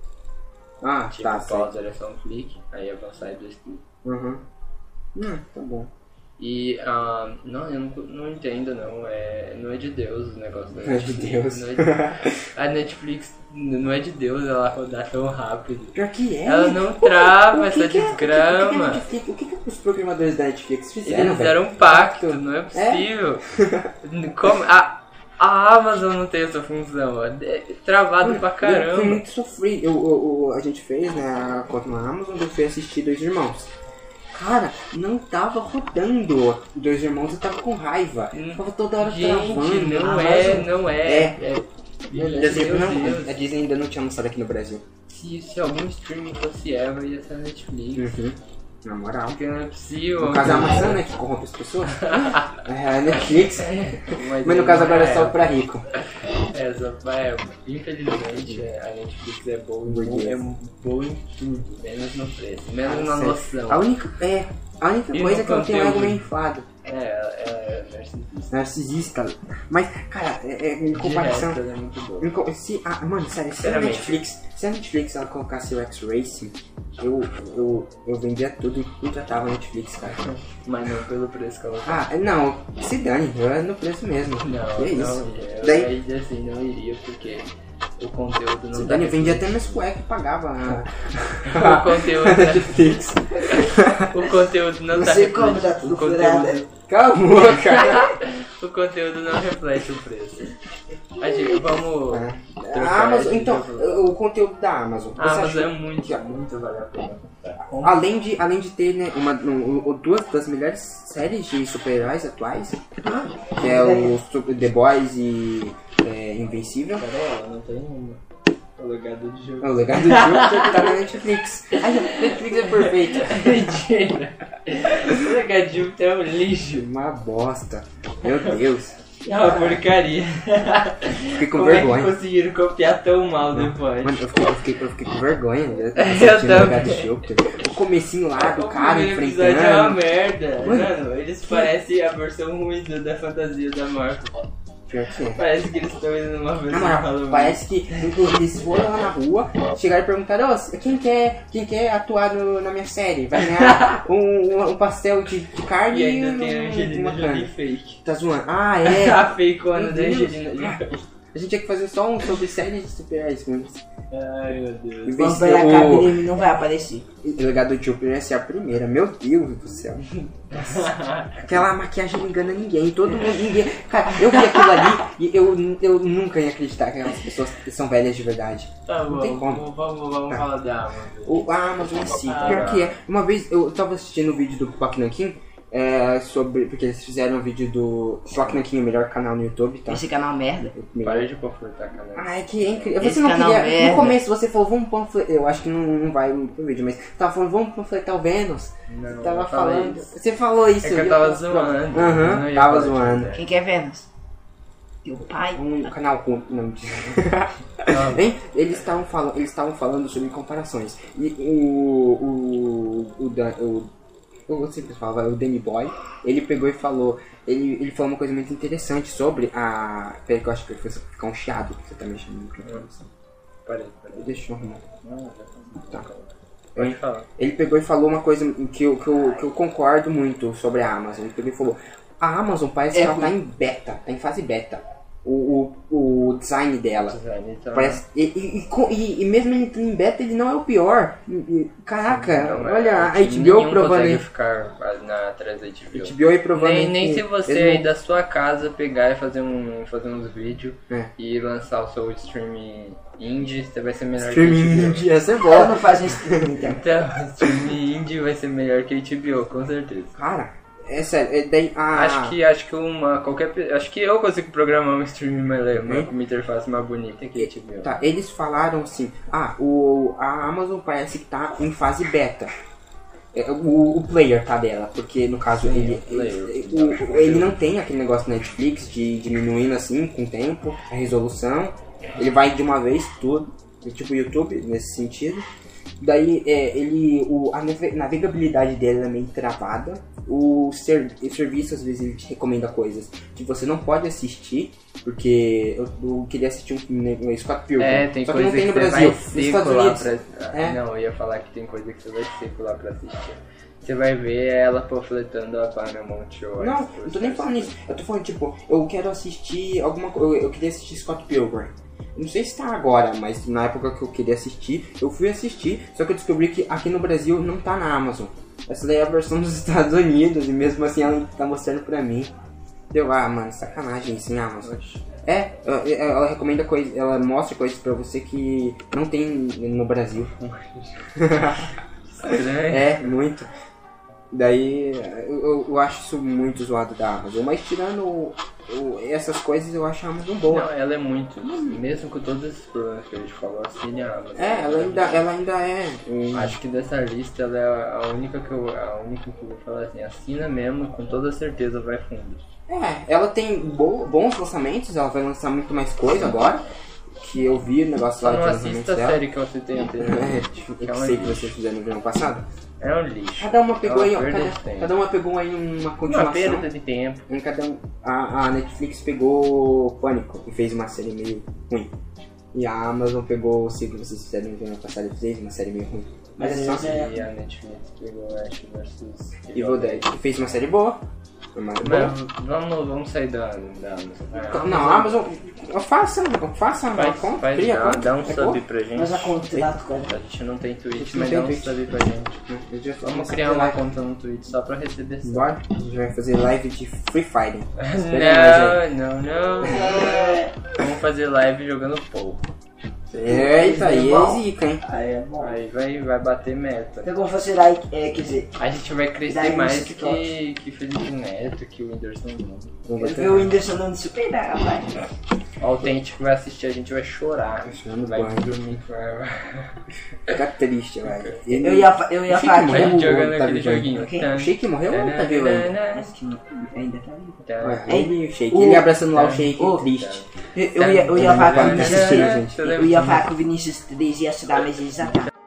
Speaker 2: Ah,
Speaker 1: Tipo,
Speaker 2: tá,
Speaker 1: o
Speaker 2: certo.
Speaker 1: browser é só um clique, aí avançar é dois cliques.
Speaker 2: Uhum. Hum, tá bom.
Speaker 1: E, ah, não, eu não, não entendo, não. É, não é de Deus o negócio da
Speaker 2: Não é de
Speaker 1: Netflix.
Speaker 2: Deus.
Speaker 1: Não é de- a Netflix não é de Deus ela rodar tão rápido.
Speaker 2: Pior que é.
Speaker 1: Ela não
Speaker 2: Pô,
Speaker 1: trava
Speaker 2: o que
Speaker 1: essa
Speaker 2: que é-
Speaker 1: desgrama.
Speaker 2: O que, que, a Netflix- o que, que os programadores da Netflix fizeram,
Speaker 1: Eles
Speaker 2: velho?
Speaker 1: fizeram um pacto, não é possível. Como, a, a Amazon não tem essa função, é travado pra
Speaker 2: Eu fui
Speaker 1: caramba.
Speaker 2: muito sofrido. Eu, eu- eu- a gente fez, né, a conta na Amazon, eu fui assistir Dois Irmãos. Cara, não tava rodando Dois Irmãos, eu tava com raiva. Tava toda hora
Speaker 1: Gente,
Speaker 2: travando.
Speaker 1: não
Speaker 2: A
Speaker 1: é,
Speaker 2: Amazon-
Speaker 1: não é.
Speaker 2: É.
Speaker 1: é.
Speaker 2: Meu
Speaker 1: Meu
Speaker 2: Deus,
Speaker 1: Deus.
Speaker 2: não, a Disney ainda não tinha lançado aqui no Brasil.
Speaker 1: Se, se algum streaming fosse Eva, ia ser a Netflix.
Speaker 2: Uhum. Na moral.
Speaker 1: Porque não é possível.
Speaker 2: No caso, a maçã, né, que corrompe as pessoas. É a Netflix.
Speaker 1: Mas,
Speaker 2: Mas no
Speaker 1: aí
Speaker 2: caso
Speaker 1: não
Speaker 2: agora é só pra rico.
Speaker 1: É, só pra, é, infelizmente a Netflix é boa, em- é boa em tudo, menos no preço, menos na
Speaker 2: Sério.
Speaker 1: noção.
Speaker 2: A única, é, a única
Speaker 1: E
Speaker 2: coisa
Speaker 1: no
Speaker 2: é que ela tem um ego
Speaker 1: conteúdo?
Speaker 2: meio inflado.
Speaker 1: É, é, é narcisista.
Speaker 2: Narcisista. Mas, cara, é, é, em
Speaker 1: De
Speaker 2: comparação.
Speaker 1: resto, ela é muito boa.
Speaker 2: em co- se, ah, mano, sério, se a
Speaker 1: Sinceramente.
Speaker 2: Netflix. Se a Netflix ela colocasse o X-Racing, eu, eu, eu vendia tudo e contratava a Netflix, cara.
Speaker 1: Mas não pelo preço que ela tá.
Speaker 2: Ah, não, se dane, é no preço mesmo.
Speaker 1: Não,
Speaker 2: E é isso.
Speaker 1: não iria. Eu
Speaker 2: Daí-
Speaker 1: aí, assim, não iria, porque o conteúdo não
Speaker 2: Se
Speaker 1: tá
Speaker 2: dane, eu vendia até
Speaker 1: refletindo.
Speaker 2: meus cuecas e pagava a,
Speaker 1: O conteúdo,
Speaker 2: a Netflix.
Speaker 1: o conteúdo não tá
Speaker 3: Você como tá
Speaker 1: refletindo.
Speaker 3: tudo
Speaker 1: O conteúdo,
Speaker 3: furado.
Speaker 2: Calma, cara.
Speaker 1: o conteúdo não reflete o preço. A gente, vamos. trocar
Speaker 2: A Amazon,
Speaker 1: de
Speaker 2: então,
Speaker 1: jogo.
Speaker 2: o conteúdo da Amazon.
Speaker 1: A
Speaker 2: você
Speaker 1: Amazon
Speaker 2: acha-
Speaker 1: é muito, muito vale a pena comprar.
Speaker 2: Além de, além de ter, né, uma, um, um- duas das melhores séries de super-heróis atuais, que é o Super- The Boys e é, Invencível.
Speaker 1: Pera aí, não tem uma. O legado de jogo.
Speaker 2: O legado do Júpiter que tá na Netflix. Ai, a Netflix é perfeita.
Speaker 1: Mentira. O legado de Júpiter é um lixo.
Speaker 2: Uma bosta. Meu Deus.
Speaker 1: É uma porcaria.
Speaker 2: Fiquei com
Speaker 1: Como é que
Speaker 2: vergonha.
Speaker 1: conseguiram copiar tão mal depois?
Speaker 2: Mano, eu fiquei, eu fiquei, eu fiquei com vergonha. Eu,
Speaker 1: Eu
Speaker 2: assistindo o legado
Speaker 1: também.
Speaker 2: de Júpiter. O comecinho lá do
Speaker 1: O
Speaker 2: cara
Speaker 1: primeiro episódio é uma
Speaker 2: enfrentando.
Speaker 1: merda.
Speaker 2: Mano.
Speaker 1: Mano, eles parecem a versão ruim do- da fantasia da Marvel.
Speaker 2: Pior que é.
Speaker 1: Parece que eles estão indo numa
Speaker 2: Na
Speaker 1: versão
Speaker 2: moral,
Speaker 1: Halloween.
Speaker 2: parece que inclusive, eles foram lá na rua, chegaram e perguntaram: "Ô, quem quer, quem quer atuar no- na minha série? Vai ganhar um, um, um pastel de, de carne
Speaker 1: E
Speaker 2: e,
Speaker 1: ainda
Speaker 2: um-
Speaker 1: tem a Angelina
Speaker 2: uma
Speaker 1: Jolie
Speaker 2: cana."
Speaker 1: fake.
Speaker 2: Tá zoando? Ah, é.
Speaker 1: A fakeona
Speaker 2: Meu
Speaker 1: da
Speaker 2: Deus.
Speaker 1: Angelina Jolie.
Speaker 2: A gente tinha que fazer só um sobre séries de super-heróis. Mas...
Speaker 1: Ai, meu Deus.
Speaker 2: Em vez
Speaker 3: Vamos
Speaker 2: de
Speaker 3: ver a
Speaker 2: o-
Speaker 3: cabine, ele não vai aparecer.
Speaker 2: O legado do Júpiter ia ser a primeira. Meu Deus do céu. Aquela maquiagem não engana ninguém. Todo mundo, ninguém. Cara, eu vi aquilo ali e eu, eu nunca ia acreditar que aquelas pessoas são velhas de verdade.
Speaker 1: Tá
Speaker 2: Não
Speaker 1: bom,
Speaker 2: tem como.
Speaker 1: vamos, vamos, vamos
Speaker 2: Tá.
Speaker 1: falar da Amazon.
Speaker 2: O, a Amazon em si,
Speaker 1: Ah.
Speaker 2: pior que é. Uma vez eu tava assistindo o vídeo do Clock Nankin, é, sobre. Porque eles fizeram um vídeo do. Clock Nankin, o melhor canal no YouTube, tá?
Speaker 3: Esse canal merda.
Speaker 2: Melhor.
Speaker 1: Para de confortar, cara.
Speaker 2: Ah, é que é incrível.
Speaker 3: Esse
Speaker 2: Você não
Speaker 3: canal
Speaker 2: queria.
Speaker 3: merda.
Speaker 2: No começo você falou, vamos panfletar. Eu acho que não, não vai pro vídeo, mas tava falando, vamos panfletar o Vênus.
Speaker 1: Não,
Speaker 2: Você tava
Speaker 1: eu falei
Speaker 2: falando.
Speaker 1: isso.
Speaker 2: Você falou isso.
Speaker 1: É que eu
Speaker 2: ia
Speaker 1: tava
Speaker 2: falar-
Speaker 1: zoando.
Speaker 2: Aham,
Speaker 1: eu não ia
Speaker 2: tava
Speaker 1: falar de
Speaker 2: zoando.
Speaker 1: verdade.
Speaker 3: Quem quer Vênus? Teu pai?
Speaker 2: Um canal com. Não,
Speaker 1: Não.
Speaker 2: Hein? Eles estavam falando, eles estavam falando sobre comparações. E o o o, Dan- o eu sempre falo, vai, o Danny Boy, ele pegou e falou, ele, ele falou uma coisa muito interessante sobre a. Peraí que eu acho que foi ficar um chiado que você tá mexendo no microfone.
Speaker 1: Parei, parei.
Speaker 2: Deixa eu arrumar.
Speaker 1: Não, já tá.
Speaker 2: Tá.
Speaker 1: Pode falar.
Speaker 2: Ele pegou e falou uma coisa que eu, que eu, que eu concordo muito sobre a Amazon. Ele pegou e falou, a Amazon parece
Speaker 3: É
Speaker 2: que ela
Speaker 3: ruim.
Speaker 2: tá em beta, tá em fase beta. O, o, o design dela.
Speaker 1: Design, então,
Speaker 2: Parece, e, e, e, com- e- e mesmo ele em beta, ele não é o pior. E- e- Caraca,
Speaker 1: não, é-
Speaker 2: olha, a
Speaker 1: acho que
Speaker 2: H B O
Speaker 1: nenhum
Speaker 2: provando
Speaker 1: consegue
Speaker 2: aí.
Speaker 1: ficar na, atrás da H B O.
Speaker 2: H B O aí provando
Speaker 1: Nem,
Speaker 2: aí
Speaker 1: nem
Speaker 2: que
Speaker 1: se você
Speaker 2: eles
Speaker 1: aí
Speaker 2: não-
Speaker 1: da sua casa pegar e fazer, um, fazer uns vídeos
Speaker 2: É.
Speaker 1: e lançar o seu streaming indie, você vai ser melhor
Speaker 2: Streaming
Speaker 1: que a H B O.
Speaker 2: indie, essa é
Speaker 3: Ela
Speaker 2: boa.
Speaker 3: não faz um streaming, então.
Speaker 1: Então, streaming indie vai ser melhor que a H B O, com certeza.
Speaker 2: Cara, é sério, é daí a...
Speaker 1: Acho que acho que uma qualquer pe- acho que eu consigo programar um streaming mais legal,
Speaker 2: Hum?
Speaker 1: com uma interface mais bonita que a H B O.
Speaker 2: Tá, eles falaram assim, ah, o, a Amazon parece que tá em fase beta. É, O, o player tá dela, porque no caso
Speaker 1: Sim,
Speaker 2: ele,
Speaker 1: o player.
Speaker 2: ele, o- ele não tem aquele negócio na Netflix de diminuindo assim com o tempo, a resolução. Ele vai de uma vez tudo, é tipo o YouTube nesse sentido. Daí é, ele, o, a nave- navegabilidade dele é meio travada. o, ser, o serviço às vezes ele te recomenda coisas que você não pode assistir, porque eu, eu queria assistir um filme no Scott Pilgrim,
Speaker 1: É, tem
Speaker 2: só que
Speaker 1: coisa
Speaker 2: não tem no
Speaker 1: que você
Speaker 2: Brasil,
Speaker 1: vai
Speaker 2: nos Estados
Speaker 1: seco lá
Speaker 2: Unidos.
Speaker 1: pra...
Speaker 2: É.
Speaker 1: Não, eu ia falar que tem coisa que você vai seco lá pra assistir. Você vai ver ela panfletando a Paramount ou
Speaker 2: Não,
Speaker 1: a-
Speaker 2: não tô nem falando isso. Eu tô falando, tipo, eu quero assistir alguma coisa. Eu, eu queria assistir Scott Pilgrim. Não sei se tá agora, mas na época que eu queria assistir, eu fui assistir, só que eu descobri que aqui no Brasil não tá na Amazon. Essa daí é a versão dos Estados Unidos, e mesmo assim ela tá mostrando pra mim. Deu, ah, mano, sacanagem isso em Amazon. É, ela, ela recomenda coisas, ela mostra coisas pra você que não tem no Brasil. É, muito. Daí eu, eu, eu acho isso muito zoado da Amazon, mas tirando o, o, essas coisas eu acho a Amazon boa.
Speaker 1: Não, ela é muito, mesmo com todos esses problemas que a gente falou, assim, a Amazon.
Speaker 2: É, ela ainda, ela ainda é. Um...
Speaker 1: Acho que dessa lista ela é a única que eu, a única que eu vou falar assim, assina mesmo, com toda certeza vai fundo.
Speaker 2: É, ela tem bo, bons lançamentos, ela vai lançar muito mais coisa agora. Que eu vi o negócio
Speaker 1: Só
Speaker 2: lá de
Speaker 1: não
Speaker 2: lançamento
Speaker 1: assista a
Speaker 2: dela.
Speaker 1: série que você tem
Speaker 2: É,
Speaker 1: anteriormente.
Speaker 2: tipo,
Speaker 1: que é
Speaker 2: eu
Speaker 1: um
Speaker 2: sei que
Speaker 1: lixo.
Speaker 2: vocês fizeram no verão passado.
Speaker 1: É um lixo.
Speaker 2: Cada uma pegou
Speaker 1: É
Speaker 2: aí,
Speaker 1: uma
Speaker 2: ó,
Speaker 1: perda
Speaker 2: cada,
Speaker 1: de tempo.
Speaker 2: cada uma pegou aí uma
Speaker 1: Uma
Speaker 2: continuação.
Speaker 1: perda de tempo.
Speaker 2: Em cada um, a, a Netflix pegou Pânico e fez uma série meio ruim. E a Amazon pegou, sei que vocês fizeram no verão passado, fez uma série meio ruim. Mas é só
Speaker 3: É.
Speaker 1: E a Netflix pegou Ash versus
Speaker 2: Evil Dead. E fez uma série boa. Foi mais boa.
Speaker 1: Mas vamos, vamos sair da, da Amazon.
Speaker 2: Não, a Amazon, faça, faça uma
Speaker 1: Faz,
Speaker 2: conta,
Speaker 1: faz,
Speaker 2: cria
Speaker 1: dá,
Speaker 2: conta.
Speaker 1: dá um
Speaker 2: é
Speaker 1: sub
Speaker 2: boa.
Speaker 1: pra gente.
Speaker 3: Mas a contrato com a
Speaker 1: A gente não tem Twitch,
Speaker 2: não
Speaker 1: mas
Speaker 2: tem
Speaker 1: dá um
Speaker 2: Twitch.
Speaker 1: sub pra gente.
Speaker 2: Eu já
Speaker 1: Vamos
Speaker 2: começar
Speaker 1: criar
Speaker 2: a fazer
Speaker 1: uma
Speaker 2: live.
Speaker 1: conta no Twitch só pra receber sub.
Speaker 2: Bora, a gente vai fazer live de Free Fighting. Espera mais
Speaker 1: Não, não, não. Vamos fazer live jogando pouco.
Speaker 2: aí. Eita, aí é zica, hein?
Speaker 3: Aí é bom.
Speaker 1: Aí vai, vai bater meta.
Speaker 3: Eu vou fazer like, é, quer dizer,
Speaker 1: A gente vai crescer
Speaker 3: Daí no
Speaker 1: mais
Speaker 3: TikTok.
Speaker 1: que, que Felipe Neto, que o Whindersson Nunes.
Speaker 2: Vamos
Speaker 3: eu
Speaker 2: bater.
Speaker 3: vi o Whindersson dando superar, rapaz.
Speaker 1: O autêntico vai assistir, a gente vai chorar.
Speaker 2: Chorando
Speaker 1: Vai
Speaker 2: banho.
Speaker 1: dormir com ela.
Speaker 2: Fica triste, velho.
Speaker 3: Eu ia, fa- eu ia
Speaker 2: Achei
Speaker 3: falar
Speaker 2: que
Speaker 1: A
Speaker 3: que
Speaker 1: gente
Speaker 2: morreu.
Speaker 1: jogando
Speaker 2: tá
Speaker 1: aquele
Speaker 2: vivendo.
Speaker 1: joguinho.
Speaker 3: Ok.
Speaker 2: O Shake morreu ou tá vivo ainda?
Speaker 3: Mas que ainda tá vivo.
Speaker 2: Ué,
Speaker 1: Tá.
Speaker 2: Ele e o Shake.
Speaker 3: O-
Speaker 2: Ele abraçando lá o Shake,
Speaker 3: o-
Speaker 2: triste.
Speaker 3: Eu, eu ia, eu ia falar que o Vinícius
Speaker 2: Tá,
Speaker 3: três.
Speaker 2: gente.
Speaker 3: Eu ia falar que o Vinícius três ia se dar, mas eles já tá.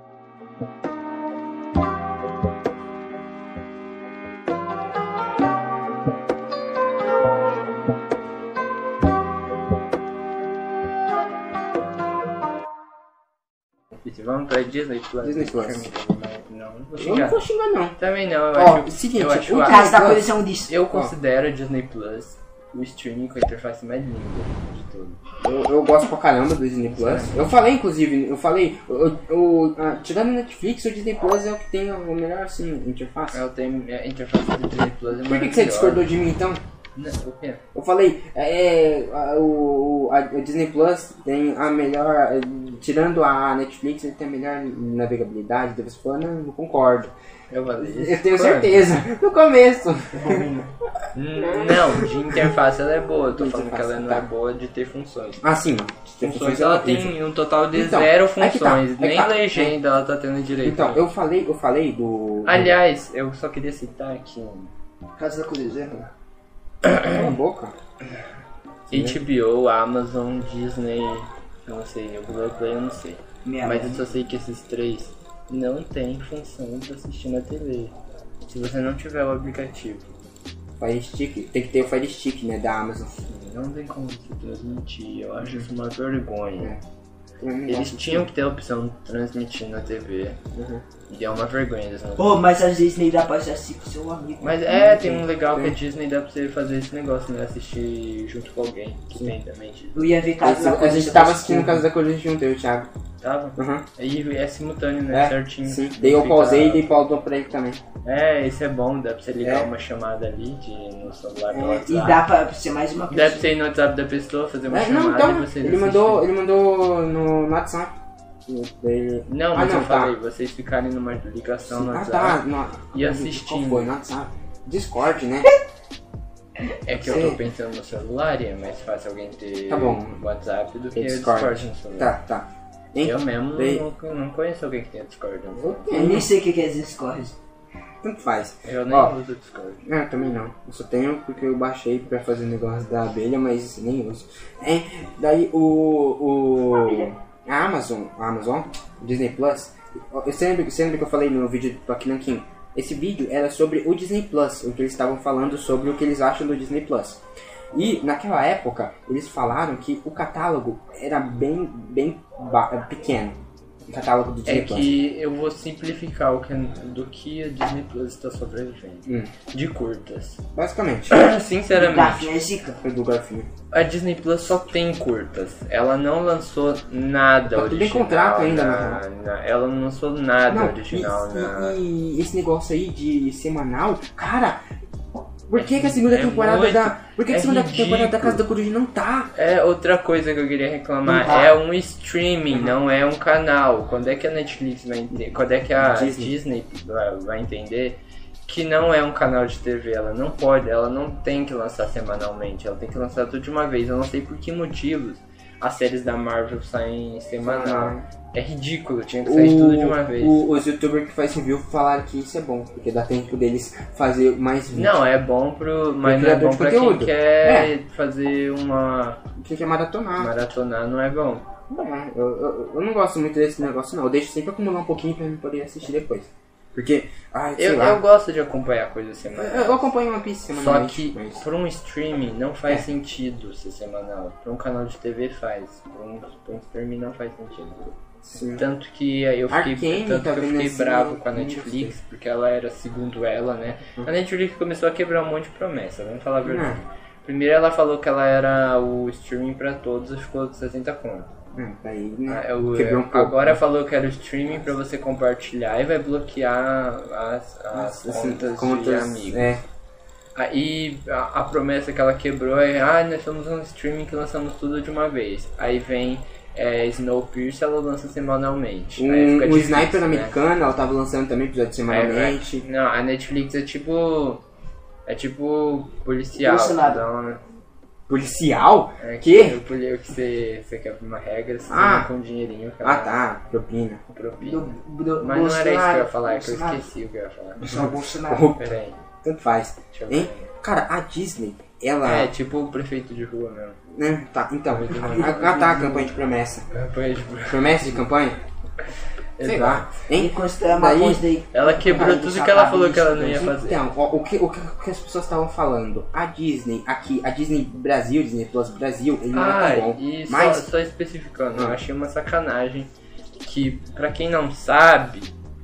Speaker 1: Vamos pra Disney Plus.
Speaker 2: Disney Plus.
Speaker 1: Não, não vou
Speaker 2: Eu
Speaker 1: xingar.
Speaker 2: não vou xingar, não.
Speaker 1: Também não, eu
Speaker 2: Ó,
Speaker 1: acho.
Speaker 2: seguinte,
Speaker 1: eu acho
Speaker 2: o
Speaker 1: a-
Speaker 3: Caso da
Speaker 2: Plus.
Speaker 3: coleção disso.
Speaker 1: Eu considero a Disney Plus o streaming com a interface mais linda de tudo.
Speaker 2: Eu, eu gosto pra caramba do Disney Plus. Eu falei, inclusive, eu falei, o, o, a- tirando o Netflix, o Disney Plus é o que tem a melhor, assim, interface.
Speaker 1: Eu tenho a interface do Disney Plus é
Speaker 2: Por que, que você discordou de mim, então?
Speaker 1: Não, o quê?
Speaker 2: Eu falei, é, a, o, a, a Disney Plus tem a melhor, é, tirando a Netflix, ele tem a melhor navegabilidade. Daí você falou, não, não concordo.
Speaker 1: Eu falei isso.
Speaker 2: Eu tenho
Speaker 1: Quando?
Speaker 2: certeza, no começo.
Speaker 1: Hum, Não, de interface ela é boa. Eu tô
Speaker 2: De
Speaker 1: falando que
Speaker 2: interface,
Speaker 1: ela não
Speaker 2: tá.
Speaker 1: é boa de ter funções.
Speaker 2: Ah, sim. Tem
Speaker 1: Funções ela
Speaker 2: horrível.
Speaker 1: tem um total de
Speaker 2: Então,
Speaker 1: zero
Speaker 2: é que tá,
Speaker 1: funções.
Speaker 2: é que
Speaker 1: Nem
Speaker 2: tá.
Speaker 1: legenda ela tá tendo direito.
Speaker 2: Então, eu falei, eu falei do...
Speaker 1: Aliás, eu só queria citar aqui
Speaker 3: Casa da coleção.
Speaker 2: Cala a boca.
Speaker 1: H B O, Amazon, Disney, eu não sei, o Google Play eu não sei.
Speaker 3: Minha
Speaker 1: Mas eu
Speaker 3: mãe.
Speaker 1: só sei que esses três não tem função pra assistir na T V. Se você não tiver o aplicativo,
Speaker 2: Fire Stick, tem que ter o Fire Stick, né, da Amazon.
Speaker 1: não tem como você transmitir. Eu acho isso uma vergonha.
Speaker 2: Eu não
Speaker 1: Eles
Speaker 2: gosto
Speaker 1: tinham
Speaker 2: disso.
Speaker 1: que ter a opção de transmitir na T V.
Speaker 2: Uhum.
Speaker 1: E é uma vergonha eles não.
Speaker 3: Pô, mas às vezes nem dá pra assistir com seu amigo.
Speaker 1: Mas é, tem um legal
Speaker 2: Tem.
Speaker 1: que a Disney dá pra você fazer esse negócio, né? Assistir junto com alguém que
Speaker 2: Sim.
Speaker 1: tem também. Disney.
Speaker 3: Eu ia ver Casa da
Speaker 2: A
Speaker 3: coleção.
Speaker 2: gente tava assistindo Casa da Coisa junto, eu e o Thiago.
Speaker 1: Tava?
Speaker 2: Uhum.
Speaker 1: E é simultâneo, né?
Speaker 2: É,
Speaker 1: Certinho.
Speaker 2: sim.
Speaker 1: Não
Speaker 2: Daí eu
Speaker 1: fica-
Speaker 2: pausei e dei pausou pra ele também.
Speaker 1: É, isso é bom, dá pra você ligar
Speaker 2: É.
Speaker 1: uma chamada ali de, no celular pelo
Speaker 2: É,
Speaker 1: WhatsApp.
Speaker 3: E dá pra ser mais uma
Speaker 1: Dá pra
Speaker 3: pessoa.
Speaker 1: você ir no WhatsApp da pessoa, fazer uma
Speaker 2: É,
Speaker 1: chamada
Speaker 2: não, então,
Speaker 1: e vocês
Speaker 2: ele
Speaker 1: assistirem.
Speaker 2: mandou, ele mandou no, no WhatsApp. Daí-
Speaker 1: Não,
Speaker 2: Ah,
Speaker 1: mas
Speaker 2: não,
Speaker 1: eu
Speaker 2: tá.
Speaker 1: falei, vocês ficarem numa ligação no
Speaker 2: Ah,
Speaker 1: WhatsApp.
Speaker 2: tá. No,
Speaker 1: E assistindo.
Speaker 2: Qual foi? No WhatsApp. Discord, né?
Speaker 1: É que eu
Speaker 2: Sim.
Speaker 1: tô pensando no celular e é mais fácil alguém ter
Speaker 2: Tá bom.
Speaker 1: WhatsApp do que
Speaker 2: Discord.
Speaker 1: Discord no celular.
Speaker 2: Tá, tá. Hein?
Speaker 1: Eu mesmo
Speaker 2: Daí-
Speaker 1: não, não conheço alguém que tenha Discord no
Speaker 2: Eu
Speaker 1: celular.
Speaker 3: Eu nem
Speaker 2: tenho.
Speaker 3: sei o que que é Discord.
Speaker 2: Tanto faz.
Speaker 1: Eu nem
Speaker 2: Ó.
Speaker 1: uso Discord.
Speaker 2: Não, eu também não. Eu só tenho porque eu baixei pra fazer o negócio da abelha, mas nem uso. É, daí o. o a Amazon, a Amazon, Disney Plus, eu sempre, sempre que eu falei no vídeo do Aqui Nanquim, esse vídeo era sobre o Disney Plus, o que eles estavam falando sobre o que eles acham do Disney Plus. E naquela época eles falaram que o catálogo era bem, bem ba- pequeno. O catálogo do Disney
Speaker 1: É
Speaker 2: Plus.
Speaker 1: que eu vou simplificar o que, do que a Disney Plus está sobrevivendo.
Speaker 2: Hum,
Speaker 1: De curtas.
Speaker 2: basicamente,
Speaker 1: Sinceramente,
Speaker 3: Garfinho é zica.
Speaker 2: foi do Garfinho.
Speaker 1: a Disney Plus só tem curtas. Ela não lançou nada
Speaker 2: Tá tudo em
Speaker 1: original.
Speaker 2: contrato ainda,
Speaker 1: na, na- ela não lançou nada
Speaker 2: Não,
Speaker 1: original.
Speaker 2: e,
Speaker 1: na...
Speaker 2: e- e esse negócio aí de semanal, cara, por que, que a segunda
Speaker 1: É
Speaker 2: temporada
Speaker 1: muito-
Speaker 2: da. Por que, que
Speaker 1: é
Speaker 2: a segunda
Speaker 1: ridículo.
Speaker 2: temporada da Casa da Coruja não tá?
Speaker 1: É outra coisa que eu queria reclamar.
Speaker 2: Não tá.
Speaker 1: É um streaming, não é um canal. Quando é que a Netflix vai entender? Quando é que a
Speaker 2: Disney.
Speaker 1: Disney, vai, vai entender que não é um canal de T V? Ela não pode, ela não tem que lançar semanalmente. Ela tem que lançar tudo de uma vez. Eu não sei por que motivos as séries da Marvel saem semanal. É ridículo, tinha que sair tudo de uma vez.
Speaker 2: o- os youtubers que fazem review falaram que isso é bom, porque dá tempo deles fazer mais vídeos.
Speaker 1: Não, é bom pro. Mas não é
Speaker 2: criador
Speaker 1: bom
Speaker 2: de
Speaker 1: pra quem
Speaker 2: conteúdo.
Speaker 1: quer
Speaker 2: É.
Speaker 1: fazer uma.
Speaker 2: Quem quer maratonar.
Speaker 1: Maratonar não é bom.
Speaker 2: É, eu, eu, eu não gosto muito desse negócio, não. Eu deixo sempre acumular um pouquinho pra eu poder assistir depois. Porque, ai, sei
Speaker 1: Eu,
Speaker 2: lá.
Speaker 1: eu gosto de acompanhar coisas
Speaker 2: Eu,
Speaker 1: semanais.
Speaker 2: eu acompanho One Piece
Speaker 1: Só
Speaker 2: semanalmente.
Speaker 1: que
Speaker 2: mas-
Speaker 1: para um streaming não faz
Speaker 2: É.
Speaker 1: sentido ser semanal. Para um canal de T V faz. Para um, pra um streaming não faz sentido.
Speaker 2: Sim.
Speaker 1: Tanto que eu fiquei,
Speaker 2: Arcane
Speaker 1: tanto
Speaker 2: tá
Speaker 1: que eu
Speaker 2: vindo
Speaker 1: fiquei
Speaker 2: assim,
Speaker 1: bravo com a
Speaker 2: eu
Speaker 1: Netflix, porque ela era, segundo ela, né? A Netflix começou a quebrar um monte de promessa, vamos falar a verdade. Primeiro ela falou que ela era o streaming para todos e ficou de sessenta conto.
Speaker 2: Hum, aí, né?
Speaker 1: Ah, eu-
Speaker 2: Quebrou um pouco.
Speaker 1: agora falou que era o streaming para você compartilhar e vai bloquear as, as
Speaker 2: Assim,
Speaker 1: contas,
Speaker 2: contas,
Speaker 1: de amigos.
Speaker 2: É,
Speaker 1: Aí a, a promessa que ela quebrou é: ah, nós somos um streaming que lançamos tudo de uma vez. Aí vem é, Snowpiercer, ela lança semanalmente. Aí
Speaker 2: um,
Speaker 1: fica
Speaker 2: um
Speaker 1: difícil,
Speaker 2: Sniper
Speaker 1: né?
Speaker 2: americano, ela tava lançando também episódio semanalmente.
Speaker 1: É, é, não, a Netflix é tipo. É tipo policial.
Speaker 3: Bolsonaro.
Speaker 1: Então, né?
Speaker 2: Policial?
Speaker 1: É
Speaker 2: Que?
Speaker 1: que? Que você, você quer uma regra, você
Speaker 2: Ah.
Speaker 1: com dinheirinho. cara,
Speaker 2: Ah tá, propina.
Speaker 1: propina.
Speaker 3: Do, do,
Speaker 1: Mas não era isso que eu ia falar, é que eu
Speaker 3: Bolsonaro.
Speaker 1: esqueci o que eu ia falar.
Speaker 3: Só Bolsonaro.
Speaker 2: Opa,
Speaker 1: Pera aí,
Speaker 2: tanto faz.
Speaker 1: deixa eu
Speaker 2: Hein?
Speaker 1: ver.
Speaker 2: Cara, a Disney, ela.
Speaker 1: É tipo o prefeito de rua mesmo.
Speaker 2: Né? Tá, então. Ah, tá, a campanha de promessa.
Speaker 1: Campanha de rua.
Speaker 2: Promessa de campanha? Sei
Speaker 1: Exato.
Speaker 2: lá. Hein?
Speaker 3: E considerar uma
Speaker 2: Daí-
Speaker 3: coisa daí.
Speaker 1: Ela quebrou
Speaker 3: Cara,
Speaker 1: tudo
Speaker 3: deixar
Speaker 1: que ela
Speaker 3: pra
Speaker 1: falou que ela
Speaker 3: lista,
Speaker 1: não ia fazer.
Speaker 2: Então, ó, o, que, o, que, o que as pessoas estavam falando? A Disney, aqui, a Disney Brasil, Disney Plus Brasil, ele não é
Speaker 1: Ah,
Speaker 2: tão bom.
Speaker 1: e só,
Speaker 2: Mas,
Speaker 1: só especificando, eu
Speaker 2: Ah.
Speaker 1: achei uma sacanagem que, pra quem não sabe,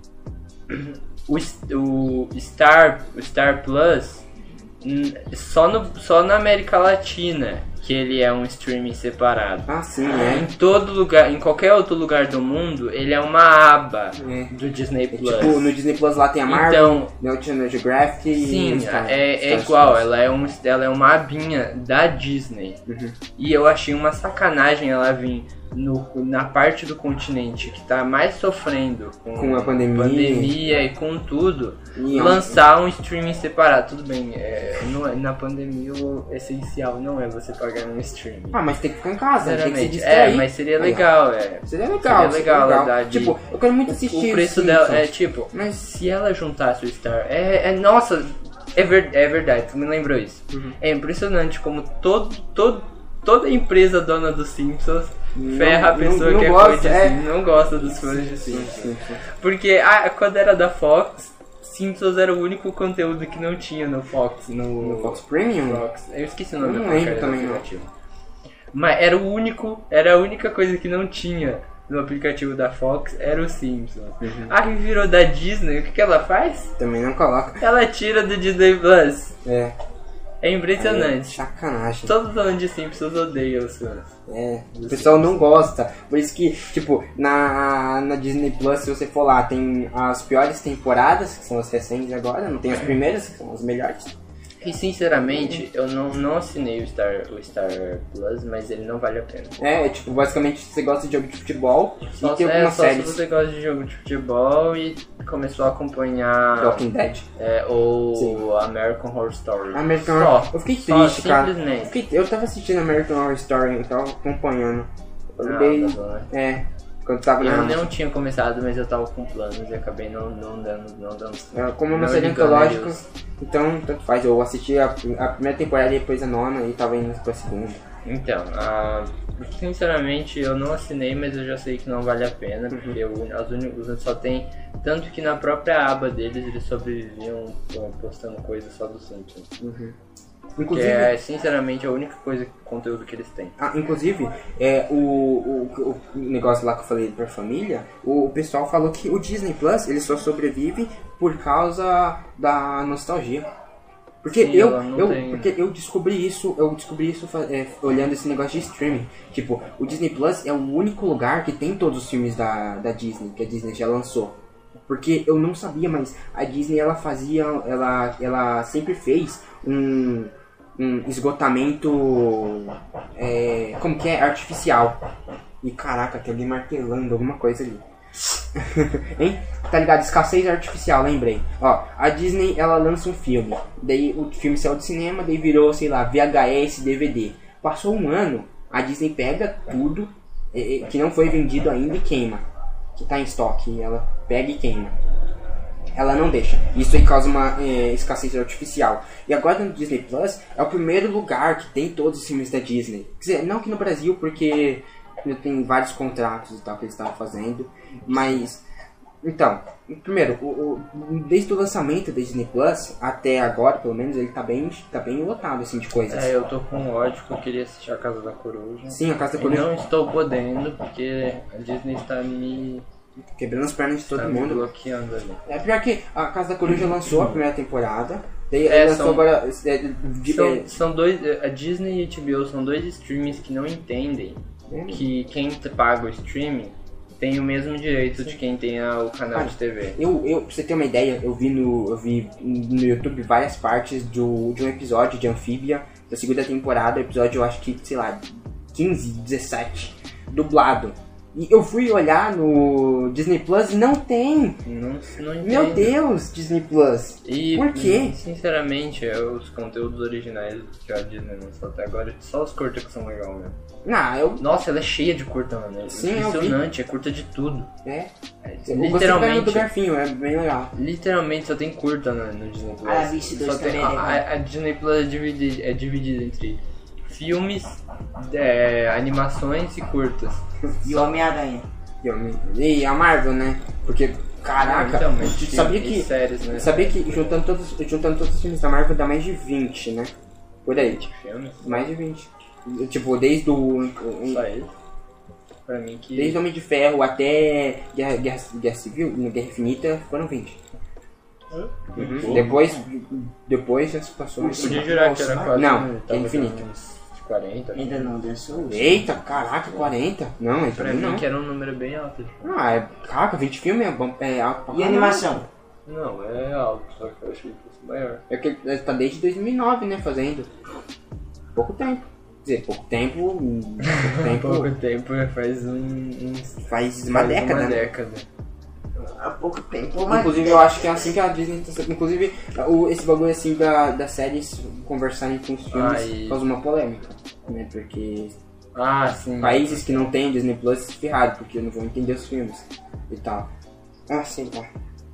Speaker 1: o, S- o Star, o Star Plus, hum, só, no, só na América Latina que ele é um streaming separado.
Speaker 2: ah, sim,
Speaker 1: Em
Speaker 2: é.
Speaker 1: todo lugar, em qualquer outro lugar do mundo, ele é uma aba
Speaker 2: É.
Speaker 1: do Disney
Speaker 2: É
Speaker 1: Plus.
Speaker 2: tipo, no Disney Plus lá tem a Marvel,
Speaker 1: Então,
Speaker 2: National Geographic e
Speaker 1: sim,
Speaker 2: Star-
Speaker 1: é, é
Speaker 2: Star
Speaker 1: igual,
Speaker 2: Plus.
Speaker 1: ela é, um, ela é uma abinha da Disney.
Speaker 2: Uhum.
Speaker 1: E eu achei uma sacanagem ela vir no, na parte do continente que tá mais sofrendo com,
Speaker 2: Com a pandemia.
Speaker 1: pandemia e com tudo,
Speaker 2: E é um-
Speaker 1: lançar um streaming separado. Tudo bem, é, não é- na pandemia o essencial não é você pagar um streaming.
Speaker 2: Ah, mas tem que ficar em casa, tem que se
Speaker 1: Sinceramente,
Speaker 2: distrair.
Speaker 1: é, mas seria
Speaker 2: Aí, ó.
Speaker 1: legal, é.
Speaker 2: Seria legal,
Speaker 1: Seria legal, ela dar de-
Speaker 2: Tipo, eu quero muito assistir
Speaker 1: O preço
Speaker 2: os
Speaker 1: dela
Speaker 2: Simpsons.
Speaker 1: é tipo,
Speaker 2: Mas-
Speaker 1: se ela juntasse o Star, é, é nossa, é, ver, é verdade, tu me lembrou isso.
Speaker 2: Uhum.
Speaker 1: É impressionante como todo, todo, toda empresa dona dos Simpsons
Speaker 2: Não-
Speaker 1: ferra a
Speaker 2: não-
Speaker 1: pessoa
Speaker 2: não
Speaker 1: que é
Speaker 2: gosta,
Speaker 1: fã de
Speaker 2: é.
Speaker 1: Simpsons, não gosta dos fãs de
Speaker 2: Sim,
Speaker 1: Simpsons.
Speaker 2: sim, sim.
Speaker 1: Porque ah, quando era da Fox, Simpsons era o único conteúdo que não tinha no Fox, no,
Speaker 2: No Fox Premium?
Speaker 1: Fox. Eu esqueci o nome
Speaker 2: Eu não
Speaker 1: da
Speaker 2: lembro
Speaker 1: porcaria do
Speaker 2: também, não.
Speaker 1: aplicativo. Mas era o único, era a única coisa que não tinha no aplicativo da Fox, era o Simpsons.
Speaker 2: Uhum.
Speaker 1: Aí virou da Disney, o que, que ela faz?
Speaker 2: Também não coloca.
Speaker 1: Ela tira do Disney Plus.
Speaker 2: É.
Speaker 1: É
Speaker 2: É
Speaker 1: impressionante.
Speaker 2: sacanagem.
Speaker 1: Todos os fãs de Simpsons odeiam os fãs.
Speaker 2: É, o pessoal não gosta. Por isso que, tipo, na, na Disney Plus, se você for lá, tem as piores temporadas, que são as recentes agora, não tem as primeiras, que são as melhores.
Speaker 1: E sinceramente, eu não, não assinei o Star, o Star Plus, mas ele não vale a pena.
Speaker 2: É, tipo, basicamente se você gosta de jogo de futebol
Speaker 1: Só,
Speaker 2: e tem
Speaker 1: é,
Speaker 2: algumas
Speaker 1: só se
Speaker 2: séries.
Speaker 1: você gosta de jogo de futebol e começou a acompanhar
Speaker 2: Walking Dead.
Speaker 1: é, ou
Speaker 2: Sim.
Speaker 1: American Horror Story.
Speaker 2: American
Speaker 1: Só.
Speaker 2: Horror. Eu fiquei
Speaker 1: Só,
Speaker 2: triste, cara. Eu,
Speaker 1: simplesmente.
Speaker 2: fiquei- eu tava assistindo American Horror Story, eu tava acompanhando. Eu
Speaker 1: Ah,
Speaker 2: dei.
Speaker 1: tá bom, né?
Speaker 2: É, quando tava
Speaker 1: Eu
Speaker 2: na.
Speaker 1: não tinha começado, mas eu tava com planos e acabei não, não dando, não dando.
Speaker 2: É, como é uma
Speaker 1: não
Speaker 2: série
Speaker 1: ligando
Speaker 2: antológica,
Speaker 1: eles.
Speaker 2: então tanto faz. Eu assisti a, a primeira temporada e depois a nona e tava indo pra segunda.
Speaker 1: Então, ah, sinceramente eu não assinei, mas eu já sei que não vale a pena, porque o, as únicas, só tem Tanto que na própria aba deles eles sobreviviam postando coisas só do Simpsons.
Speaker 2: Uhum.
Speaker 1: Que
Speaker 2: Inclusive,
Speaker 1: é, sinceramente, a única coisa, conteúdo que eles têm.
Speaker 2: ah, inclusive é, o, o, o negócio lá que eu falei pra família, o pessoal falou que o Disney Plus ele só sobrevive por causa da nostalgia. Porque,
Speaker 1: Sim,
Speaker 2: eu,
Speaker 1: ela não
Speaker 2: eu,
Speaker 1: tem.
Speaker 2: porque eu descobri isso, eu descobri isso é, olhando esse negócio de streaming. Tipo, o Disney Plus é o único lugar que tem todos os filmes da, da Disney, que a Disney já lançou. Porque eu não sabia, mas a Disney ela fazia, ela, ela sempre fez um, um esgotamento, é, como que é, artificial. E caraca, tem alguém martelando alguma coisa ali. Hein? Tá ligado? Escassez artificial, lembrei. Ó, a Disney ela lança um filme. Daí o filme saiu do cinema, daí virou, sei lá, V H S, D V D. Passou um ano, a Disney pega tudo é, é, que não foi vendido ainda e queima. Que tá em estoque, ela pega e queima. Ela não deixa. Isso aí causa uma é, escassez artificial. E agora no Disney Plus é o primeiro lugar que tem todos os filmes da Disney. Quer dizer, não que no Brasil, porque tem vários contratos e tal que eles estavam fazendo. Mas, então, primeiro, o, o, desde o lançamento da Disney Plus até agora, pelo menos, ele tá bem, tá bem lotado assim, de coisas.
Speaker 1: É, eu tô com ódio que eu queria assistir A Casa da Coruja.
Speaker 2: Sim, A Casa da
Speaker 1: E
Speaker 2: Coruja.
Speaker 1: não estou podendo porque a Disney está me,
Speaker 2: Quebrando as pernas de todo
Speaker 1: está me
Speaker 2: mundo.
Speaker 1: bloqueando ali.
Speaker 2: É pior que a Casa da Coruja lançou a primeira temporada. Daí
Speaker 1: É,
Speaker 2: lançou
Speaker 1: são-
Speaker 2: agora. É, de-
Speaker 1: São,
Speaker 2: é,
Speaker 1: são dois, a Disney e a H B O são dois streamings que não entendem
Speaker 2: é,
Speaker 1: que quem te paga o streaming tem o mesmo direito de quem tem a- o canal de T V.
Speaker 2: Eu, eu, pra você ter uma ideia, eu vi no, eu vi no YouTube várias partes do, de um episódio de Anfíbia, da segunda temporada, episódio eu acho que, sei lá, quinze, dezessete, dublado. E eu fui olhar no Disney Plus e não tem!
Speaker 1: Não, não entendo.
Speaker 2: Meu Deus, Disney Plus!
Speaker 1: E,
Speaker 2: Por quê?
Speaker 1: sinceramente, é, os conteúdos originais que a Disney lançou até agora, só os curtas que são legais mesmo.
Speaker 2: Não, eu.
Speaker 1: Nossa, ela é cheia de curta, mano. É
Speaker 2: Sim, eu vi.
Speaker 1: impressionante, é curta de tudo.
Speaker 2: É.
Speaker 1: É,
Speaker 2: Eu gostei do
Speaker 1: literalmente,
Speaker 2: Garfinho, é bem legal.
Speaker 1: literalmente só tem curta no, no Disney Plus.
Speaker 3: Ah, Vice dois
Speaker 1: Só tem-
Speaker 3: também é legal.
Speaker 1: a, a Disney Plus é dividida, é dividida entre filmes, é, animações e curtas.
Speaker 3: E o Homem-Aranha.
Speaker 2: E eu- E a Marvel, né? Porque, caraca,
Speaker 1: Então, mas
Speaker 2: tu sabia
Speaker 1: filme e
Speaker 2: que.
Speaker 1: séries, né?
Speaker 2: Sabia que juntando todos, juntando todos os filmes da Marvel dá mais de vinte, né? Por aí.
Speaker 1: Filmes?
Speaker 2: Mais de vinte. Tipo, desde o.
Speaker 1: Só isso. Pra mim que...
Speaker 2: Desde o Homem de Ferro até Guerra, Guerra, Guerra Civil, no Guerra Infinita, foram vinte. Uhum. Depois, depois já se passou.
Speaker 1: Eu podia jurar que era quase...
Speaker 2: Não,
Speaker 1: tava
Speaker 2: que é infinito.
Speaker 1: com uns quarenta. acho.
Speaker 3: Ainda não dançou?
Speaker 2: Eita, caraca, quarenta? Não, isso
Speaker 1: Pra
Speaker 2: aí
Speaker 1: mim
Speaker 2: não.
Speaker 1: que era um número bem alto. tipo.
Speaker 2: Ah, é, caraca, vinte filmes é, bom, é alto pra
Speaker 3: E
Speaker 2: caralho.
Speaker 3: animação?
Speaker 1: Não, é alto, só que eu achei que fosse maior.
Speaker 2: É que ele tá desde dois mil e nove, né, fazendo. Pouco tempo. Quer dizer, pouco tempo. hum, Pouco tempo.
Speaker 1: Pouco tempo, faz um, uns...
Speaker 2: Faz uma
Speaker 1: faz
Speaker 2: década,
Speaker 1: Uma
Speaker 2: né?
Speaker 1: década.
Speaker 3: Há pouco tempo, mas...
Speaker 2: Inclusive, eu acho que é assim que a Disney tá. Inclusive, o, esse bagulho assim da, das séries conversarem com os filmes
Speaker 1: Ah, e-
Speaker 2: causa uma polêmica. Né? Porque
Speaker 1: Ah, sim.
Speaker 2: países que não têm Disney Plus se ferraram, porque não vão entender os filmes e tal. Ah, sei lá.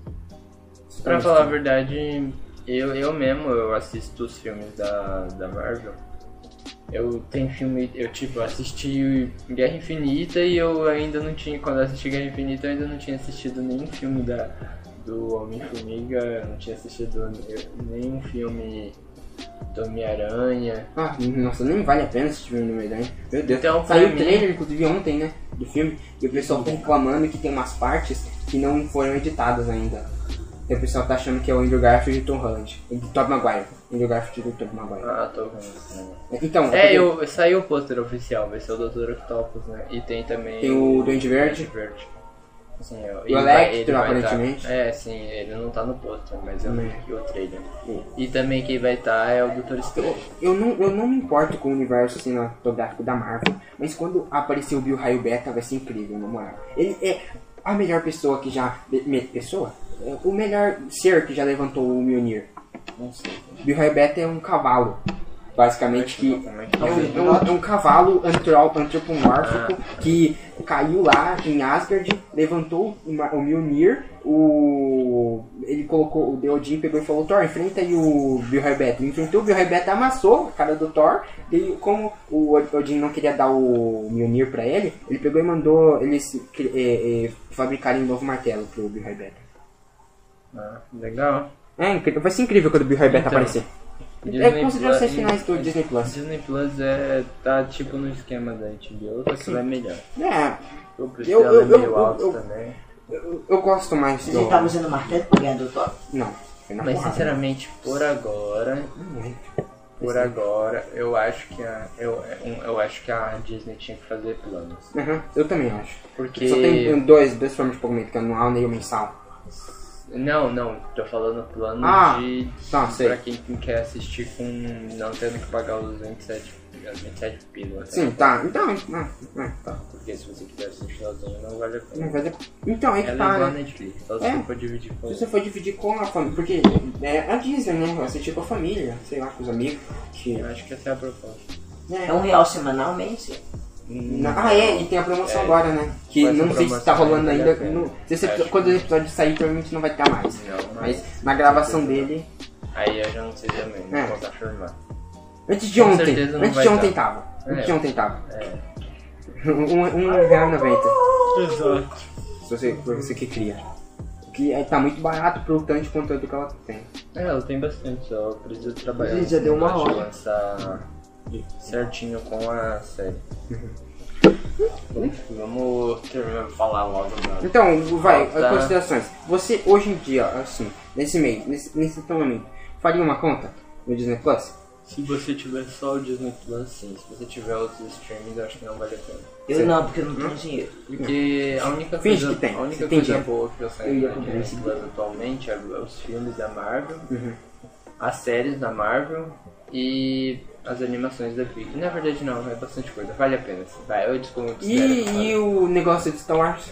Speaker 1: Pra falar a verdade, eu, eu mesmo eu assisto os filmes da, da Marvel. Eu tenho filme, eu tipo, assisti Guerra Infinita e eu ainda não tinha, quando eu assisti Guerra Infinita eu ainda não tinha assistido nenhum filme da, do Homem-Formiga, eu não tinha assistido nenhum filme do Homem-Aranha.
Speaker 2: Ah, nossa, nem vale a pena assistir o número daí. Meu Deus.
Speaker 1: Então, pra
Speaker 2: Saiu o
Speaker 1: mim-
Speaker 2: trailer, inclusive, ontem, né? Do filme. E o pessoal tá reclamando que tem umas partes que não foram editadas ainda. E o pessoal tá achando que é o Andrew Garfield e o Tom Holland. E o Tobey Maguire. Andrew Garfield e o Tobey Maguire.
Speaker 1: Ah, tô vendo esse negócio.
Speaker 2: Então,
Speaker 1: É,
Speaker 2: porque
Speaker 1: eu, saiu o pôster oficial, vai ser o doutor Octopus, né? E tem também...
Speaker 2: Tem o Duende Verde.
Speaker 1: Verde. Sim, eu,
Speaker 2: O
Speaker 1: ele vai-
Speaker 2: Electro,
Speaker 1: ele vai
Speaker 2: aparentemente.
Speaker 1: tá- é, sim, ele não tá no pôster, mas eu
Speaker 2: Hum.
Speaker 1: vi aqui o trailer.
Speaker 2: Hum.
Speaker 1: E também quem vai estar é o Doutor Estranho.
Speaker 2: eu não, eu não me importo com o universo cinematográfico da Marvel, mas quando aparecer o Bill Raio Beta vai ser incrível, na moral. Ele é a melhor pessoa que já... me- pessoa? É o melhor ser que já levantou o Mjolnir.
Speaker 1: Não sei.
Speaker 2: Bill Raio Beta é um cavalo, basicamente, que...
Speaker 1: Como é que
Speaker 2: É um, é um- é um cavalo antro- antropomórfico que caiu lá em Asgard, levantou uma- o Mjolnir, o... ele colocou, o Deodin pegou e falou, Thor, enfrenta aí o Bill Raio Beta. Ele enfrentou, o Bill Raio Beta amassou a cara do Thor, e como o Odin não queria dar o Mjolnir pra ele, ele pegou e mandou eles é, é, fabricarem um novo martelo pro Bill Raio Beta.
Speaker 1: Ah, legal.
Speaker 2: É incrível, vai ser incrível quando o Bill e Beta
Speaker 1: Então,
Speaker 2: aparecer.
Speaker 1: Disney
Speaker 2: É considerado
Speaker 1: Plus-
Speaker 2: os finais do Disney Plus.
Speaker 1: Disney Plus é, tá tipo no esquema da H B O, só que
Speaker 2: Sim.
Speaker 1: vai melhor.
Speaker 2: É,
Speaker 1: O preço
Speaker 2: Eu-
Speaker 1: dela
Speaker 2: eu-
Speaker 1: é meio
Speaker 2: eu-
Speaker 1: alto
Speaker 2: eu-
Speaker 1: também.
Speaker 2: eu, eu gosto mais
Speaker 3: Você
Speaker 2: do...
Speaker 3: tava usando o martelo pra ganhar do Thor?
Speaker 2: Não, foi na
Speaker 1: Mas
Speaker 2: porrada.
Speaker 1: sinceramente, por agora,
Speaker 2: Não é.
Speaker 1: por agora, eu acho que a, eu, eu acho que a Disney tinha que fazer planos.
Speaker 2: Uhum, eu também acho.
Speaker 1: Porque...
Speaker 2: Só tem dois, dois formas de pagamento, que é anual e o mensal.
Speaker 1: Não, não, tô falando plano
Speaker 2: Ah,
Speaker 1: de...
Speaker 2: tá, sei.
Speaker 1: pra quem quer assistir com... não tendo que pagar os vinte e sete, vinte e sete pila.
Speaker 2: Sim, tá. Então, ah, ah, tá.
Speaker 1: Porque se você quiser assistir sozinho, não vale a pena.
Speaker 2: Não vai dar- Então, aí que
Speaker 1: Ela é
Speaker 2: tá,
Speaker 1: igual a
Speaker 2: né?
Speaker 1: Netflix, só se
Speaker 2: É.
Speaker 1: você for dividir com
Speaker 2: Se você for dividir com a família, porque é a Disney, né? Eu assisti com a família, sei lá, com os amigos. Que...
Speaker 1: Eu acho que essa é a proposta.
Speaker 3: É um real semanalmente?
Speaker 2: Na- Ah, é, e tem a promoção
Speaker 1: É.
Speaker 2: agora, né? Que
Speaker 1: Com essa
Speaker 2: não sei se tá
Speaker 1: promoção
Speaker 2: rolando
Speaker 1: aí,
Speaker 2: ainda.
Speaker 1: vale a pena.
Speaker 2: No, se esse
Speaker 1: Acho
Speaker 2: episódio- quando
Speaker 1: que-
Speaker 2: o episódio sair, provavelmente não vai estar mais.
Speaker 1: Não,
Speaker 2: Mas
Speaker 1: mas...
Speaker 2: na gravação
Speaker 1: certeza.
Speaker 2: dele.
Speaker 1: Aí eu já não sei também, não
Speaker 2: É.
Speaker 1: posso afirmar.
Speaker 2: Antes de
Speaker 1: Com
Speaker 2: ontem.
Speaker 1: certeza não
Speaker 2: Antes
Speaker 1: vai
Speaker 2: de ontem
Speaker 1: dar.
Speaker 2: tava. Antes
Speaker 1: É.
Speaker 2: de ontem tava.
Speaker 1: É.
Speaker 2: Um, um real e noventa.
Speaker 1: Exato.
Speaker 2: Se você, pra você que cria. Que é, tá muito barato pro tanto de conteúdo que ela tem.
Speaker 1: É, ela tem bastante, só precisa trabalhar.
Speaker 3: Ih, já deu uma
Speaker 1: pra
Speaker 3: hora.
Speaker 1: lançar certinho com a série. Vamos terminar de falar logo. Da...
Speaker 2: Então, vai,
Speaker 1: Falta-
Speaker 2: considerações. Você hoje em dia, assim, nesse meio, nesse, nesse momento, faria uma conta no Disney Plus?
Speaker 1: Se você tiver só o Disney Plus, sim. Se você tiver outros streams, eu acho que não vale a pena.
Speaker 3: Eu
Speaker 2: Certo.
Speaker 3: não, porque eu não tenho dinheiro.
Speaker 1: Porque a única
Speaker 2: Finge
Speaker 1: coisa,
Speaker 2: que tem,
Speaker 1: a única
Speaker 2: você tem
Speaker 1: coisa
Speaker 2: dinheiro.
Speaker 1: boa que eu
Speaker 2: Eu
Speaker 1: saio
Speaker 2: ia
Speaker 1: do
Speaker 2: comprar
Speaker 1: Disney
Speaker 2: esse
Speaker 1: Plus atualmente é os filmes da Marvel,
Speaker 2: Uhum.
Speaker 1: as séries da Marvel e as animações da Pixar. Na verdade não, é bastante coisa, vale a pena. Assim. Vai, eu desconsidero.
Speaker 2: E, e o negócio de Star Wars?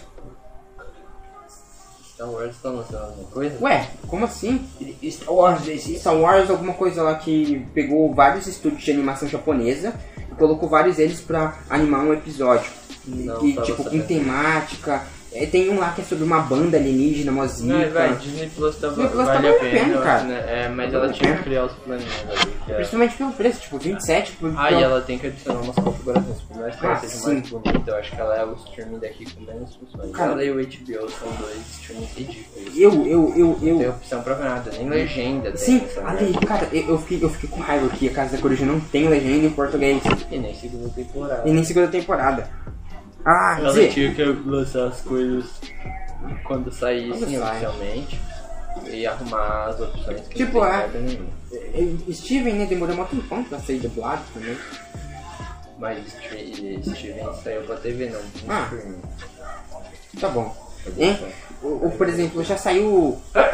Speaker 1: Star Wars tá lançando alguma coisa?
Speaker 2: Ué, como assim?
Speaker 3: Star Wars existe?
Speaker 2: Star Wars, alguma coisa lá que pegou vários estúdios de animação japonesa e colocou vários deles pra animar um episódio.
Speaker 1: Não,
Speaker 2: e,
Speaker 1: tava
Speaker 2: tipo, com
Speaker 1: sabendo.
Speaker 2: temática. É, tem um lá que é sobre uma banda alienígena, uma zica.
Speaker 1: Não, vai, Disney Plus tá,
Speaker 2: Disney Plus tá
Speaker 1: vale a
Speaker 2: valendo a
Speaker 1: pena,
Speaker 2: pena,
Speaker 1: eu
Speaker 2: cara.
Speaker 1: acho, né? É, mas
Speaker 2: Tá
Speaker 1: ela
Speaker 2: valendo a
Speaker 1: tinha que
Speaker 2: pena.
Speaker 1: criar os planinhos ali. Que é...
Speaker 2: Principalmente pelo preço, tipo, vinte e sete por
Speaker 1: Ah, e ela tem que adicionar umas configurações, por mais que ela
Speaker 2: Ah,
Speaker 1: seja
Speaker 2: sim.
Speaker 1: mais bonita, eu acho que ela é o streaming daqui com menos funções.
Speaker 2: Cara,
Speaker 1: Ela e o H B O são dois streamings ridículos.
Speaker 2: Eu, eu, eu,
Speaker 1: Não tem
Speaker 2: eu.
Speaker 1: opção pra nada, nem legenda
Speaker 2: Sim,
Speaker 1: tem essa
Speaker 2: ali,
Speaker 1: merda.
Speaker 2: cara, eu, eu, fiquei, eu fiquei com raiva que a Casa da Coruja não tem legenda em português.
Speaker 1: E nem segunda temporada.
Speaker 2: E nem segunda temporada. Ah,
Speaker 1: Ela
Speaker 2: dizer,
Speaker 1: tinha que lançar as coisas quando saíssem
Speaker 2: Quando sai.
Speaker 1: oficialmente e arrumar as opções que
Speaker 2: Tipo,
Speaker 1: não tem
Speaker 2: é.
Speaker 1: merda nenhuma.
Speaker 2: eh, Steven, né, demorou um tempão pra sair dublado também.
Speaker 1: Mas Stre- Steven saiu pra T V, não. no
Speaker 2: Ah.
Speaker 1: streaming.
Speaker 2: Tá bom. Hein? O, o, por exemplo, já saiu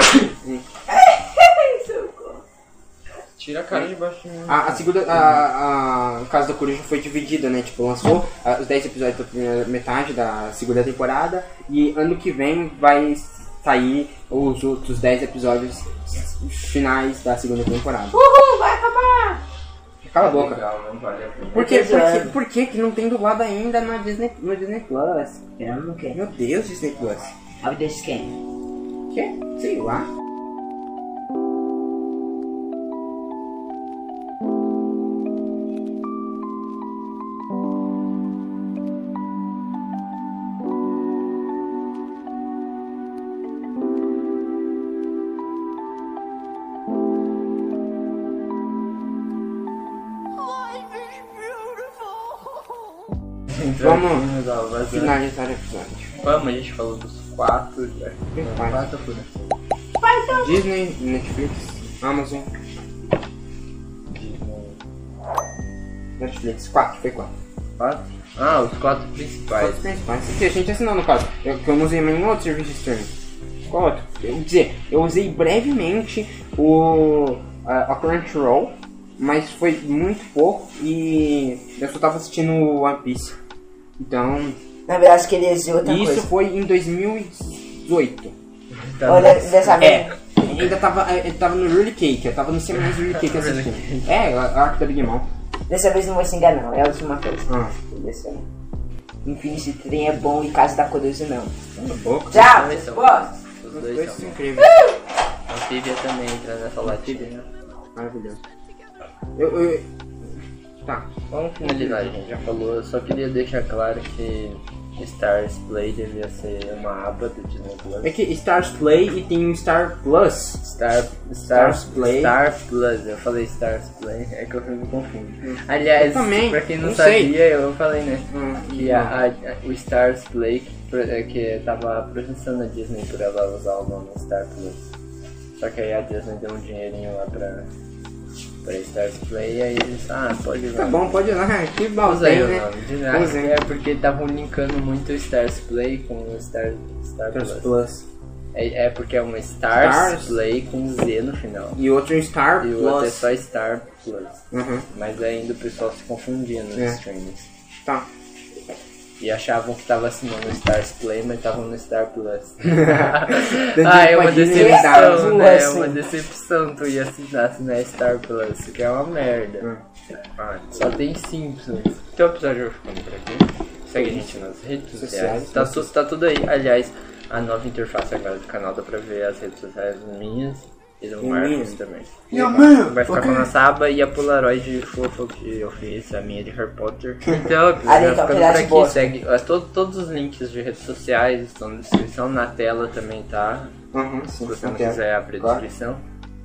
Speaker 1: Tira a cara de baixo de mim.
Speaker 2: a, a segunda. A, a Casa da Coruja foi dividida, né? Tipo, lançou ah, os dez episódios da primeira metade da segunda temporada. E ano que vem vai sair os outros dez episódios finais da segunda temporada.
Speaker 3: Uhul, vai acabar!
Speaker 2: Cala a boca.
Speaker 1: Legal, não vale a pena.
Speaker 2: Por que, por, que,
Speaker 3: Episódio.
Speaker 2: por que que não tem dublado ainda na Disney, no Disney Plus?
Speaker 3: Eu não quero.
Speaker 2: Meu Deus, Disney Plus.
Speaker 3: A vida de quem?
Speaker 2: Que? Sei lá. Vamos
Speaker 1: Legal, vai ser.
Speaker 2: finalizar o episódio.
Speaker 1: Vamos, a gente falou dos quatro. Já.
Speaker 2: Quatro.
Speaker 1: Quatro por aqui.
Speaker 2: Disney, Netflix, Amazon,
Speaker 1: Disney.
Speaker 2: Netflix. Quatro, foi quatro.
Speaker 1: Quatro? Ah, os quatro principais.
Speaker 2: Quatro principais. Que a gente assinou no caso. Eu, que eu não usei nenhum outro serviço de streaming. Qual outro? Eu, quer dizer, eu usei brevemente o a, a Crunchyroll, mas foi muito pouco e eu só tava assistindo One Piece. Então,
Speaker 3: Na verdade, acho que ele existe outra
Speaker 2: isso
Speaker 3: coisa.
Speaker 2: foi em dois mil e dezoito.
Speaker 1: Tá
Speaker 3: Olha,
Speaker 1: bom.
Speaker 3: dessa vez.
Speaker 2: É, ainda tava, eu tava no Early Cake, eu tava no semanais Early Cake assistindo. É, a arca da Big Mom.
Speaker 3: Dessa vez não vou se enganar, não. É a última coisa.
Speaker 2: Ah,
Speaker 3: Dessa- Infinity Train é bom e Casa da Coruja não.
Speaker 2: cala a boca.
Speaker 3: Tchau,
Speaker 1: dois são.
Speaker 3: bosta!
Speaker 1: Os
Speaker 2: Os
Speaker 1: dois
Speaker 2: dois
Speaker 1: são.
Speaker 2: são incríveis.
Speaker 1: Anfíbia também entra nessa latinha.
Speaker 2: Maravilhoso. Eu, eu... Tá.
Speaker 1: Vamos finalizar, a gente já falou. Eu só queria deixar claro que Stars Play devia ser uma aba do Disney Plus.
Speaker 2: É que Stars Play e tem o Star Plus.
Speaker 1: Star,
Speaker 2: Stars
Speaker 1: Stars
Speaker 2: Play.
Speaker 1: Star Plus, eu falei Stars Play, é que eu me confundo. Aliás,
Speaker 2: Eu também,
Speaker 1: pra quem não,
Speaker 2: não sei.
Speaker 1: sabia, eu falei, né?
Speaker 2: Hum,
Speaker 1: que a, a- o Stars Play, que, pro- que tava processando a Disney por ela usar o nome Star Plus. Só que aí a Disney deu um dinheirinho lá pra, pra Stars Play e aí eles, ah, pode usar.
Speaker 2: Tá bom, pode usar. Que
Speaker 1: Usa aí
Speaker 2: balzinho,
Speaker 1: o
Speaker 2: né?
Speaker 1: nome. De
Speaker 2: Usa aí.
Speaker 1: é porque estavam linkando muito o Stars Play com o Star, Star
Speaker 2: Stars
Speaker 1: Plus.
Speaker 2: Plus.
Speaker 1: É, é porque é uma Stars,
Speaker 2: Stars.
Speaker 1: Play com Z no final.
Speaker 2: E outro Star
Speaker 1: E o outro é
Speaker 2: Plus.
Speaker 1: só Star Plus.
Speaker 2: Uhum.
Speaker 1: Mas ainda o pessoal se confundia nos
Speaker 2: É.
Speaker 1: streams.
Speaker 2: Tá.
Speaker 1: E achavam que tava assinando o Stars Play, mas estavam no Star Plus.
Speaker 2: Dentro
Speaker 1: ah, é uma
Speaker 2: de Disney
Speaker 1: decepção,
Speaker 2: Stars
Speaker 1: né? É
Speaker 3: Plus.
Speaker 1: uma decepção tu ia assinar, assinar Star Plus, que é uma merda. Ah, só tem Simpsons. Então o episódio vai ficando por aqui. Segue a gente nas redes sociais.
Speaker 2: Sociais,
Speaker 1: Tá, tu, tá tudo aí. Aliás, a nova interface agora do canal dá pra ver as redes sociais minhas e do
Speaker 2: E
Speaker 1: Marcos
Speaker 2: minhas.
Speaker 1: também.
Speaker 2: Meu mano,
Speaker 1: Vai ficar
Speaker 2: ok.
Speaker 1: com a nossa aba e a Polaroid fofa que eu fiz, a minha de Harry Potter. Então,
Speaker 3: Ali,
Speaker 1: vai
Speaker 3: então,
Speaker 1: ficando por
Speaker 3: pedaço de
Speaker 1: aqui.
Speaker 3: bosta.
Speaker 1: Segue, ó, todo, todos os links de redes sociais estão na descrição, na tela também tá.
Speaker 2: Uhum,
Speaker 1: Se
Speaker 2: sim.
Speaker 1: você não
Speaker 2: quero.
Speaker 1: quiser abrir a
Speaker 2: Claro.
Speaker 1: descrição.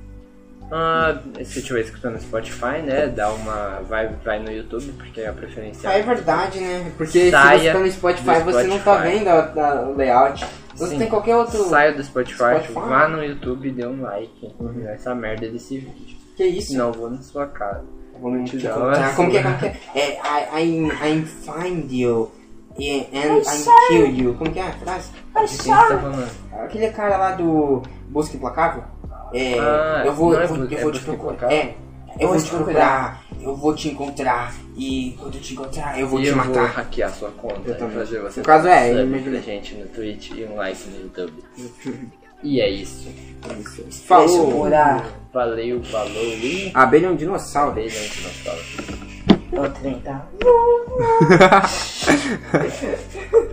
Speaker 1: Ah, se estiver escutando no Spotify, né? Dá uma. Vai, vai no YouTube, porque é a preferência.
Speaker 2: Ah, é verdade, né? Porque
Speaker 1: Saia
Speaker 2: se você tá no Spotify,
Speaker 1: do
Speaker 2: você não tá
Speaker 1: Spotify.
Speaker 2: vendo a- a- o layout. Se você
Speaker 1: Sim.
Speaker 2: tem qualquer outro...
Speaker 1: Saia do Spotify,
Speaker 2: Spotify.
Speaker 1: vá no YouTube e dê um like nessa merda desse vídeo.
Speaker 2: Que isso?
Speaker 1: Não vou na sua cara.
Speaker 2: Vou me
Speaker 1: Te
Speaker 2: encontrar.
Speaker 1: dá uma-
Speaker 2: Como que é? Como que é? É, I, I, I find you e- and I
Speaker 3: sorry.
Speaker 2: kill you. Como que é a frase?
Speaker 3: I'm
Speaker 1: De quem você tá
Speaker 3: sorry.
Speaker 1: falando?
Speaker 2: Aquele cara lá do Busca Implacável. É,
Speaker 1: Ah,
Speaker 2: eu vou,
Speaker 1: não é
Speaker 2: eu vou,
Speaker 1: Bu-
Speaker 2: eu
Speaker 1: é
Speaker 2: vou te
Speaker 1: Busca
Speaker 2: procurar.
Speaker 1: Implacável?
Speaker 2: É, eu vou te
Speaker 3: Busca
Speaker 2: procurar. Eu vou te encontrar. E quando eu te encontrar, eu vou
Speaker 1: e
Speaker 2: te
Speaker 1: eu
Speaker 2: matar.
Speaker 1: vou hackear sua conta
Speaker 2: Eu
Speaker 1: e
Speaker 2: também.
Speaker 1: fazer você
Speaker 2: No caso, é,
Speaker 1: sub
Speaker 2: eu me
Speaker 1: pra
Speaker 2: ajuda.
Speaker 1: gente no Twitch e um like no YouTube. E é isso.
Speaker 3: Deixa eu
Speaker 2: Falou.
Speaker 3: morar.
Speaker 1: Valeu, falou e.
Speaker 2: A abelha é um dinossauro.
Speaker 1: Beijo no dinossauro.
Speaker 3: Ô, trem, tá?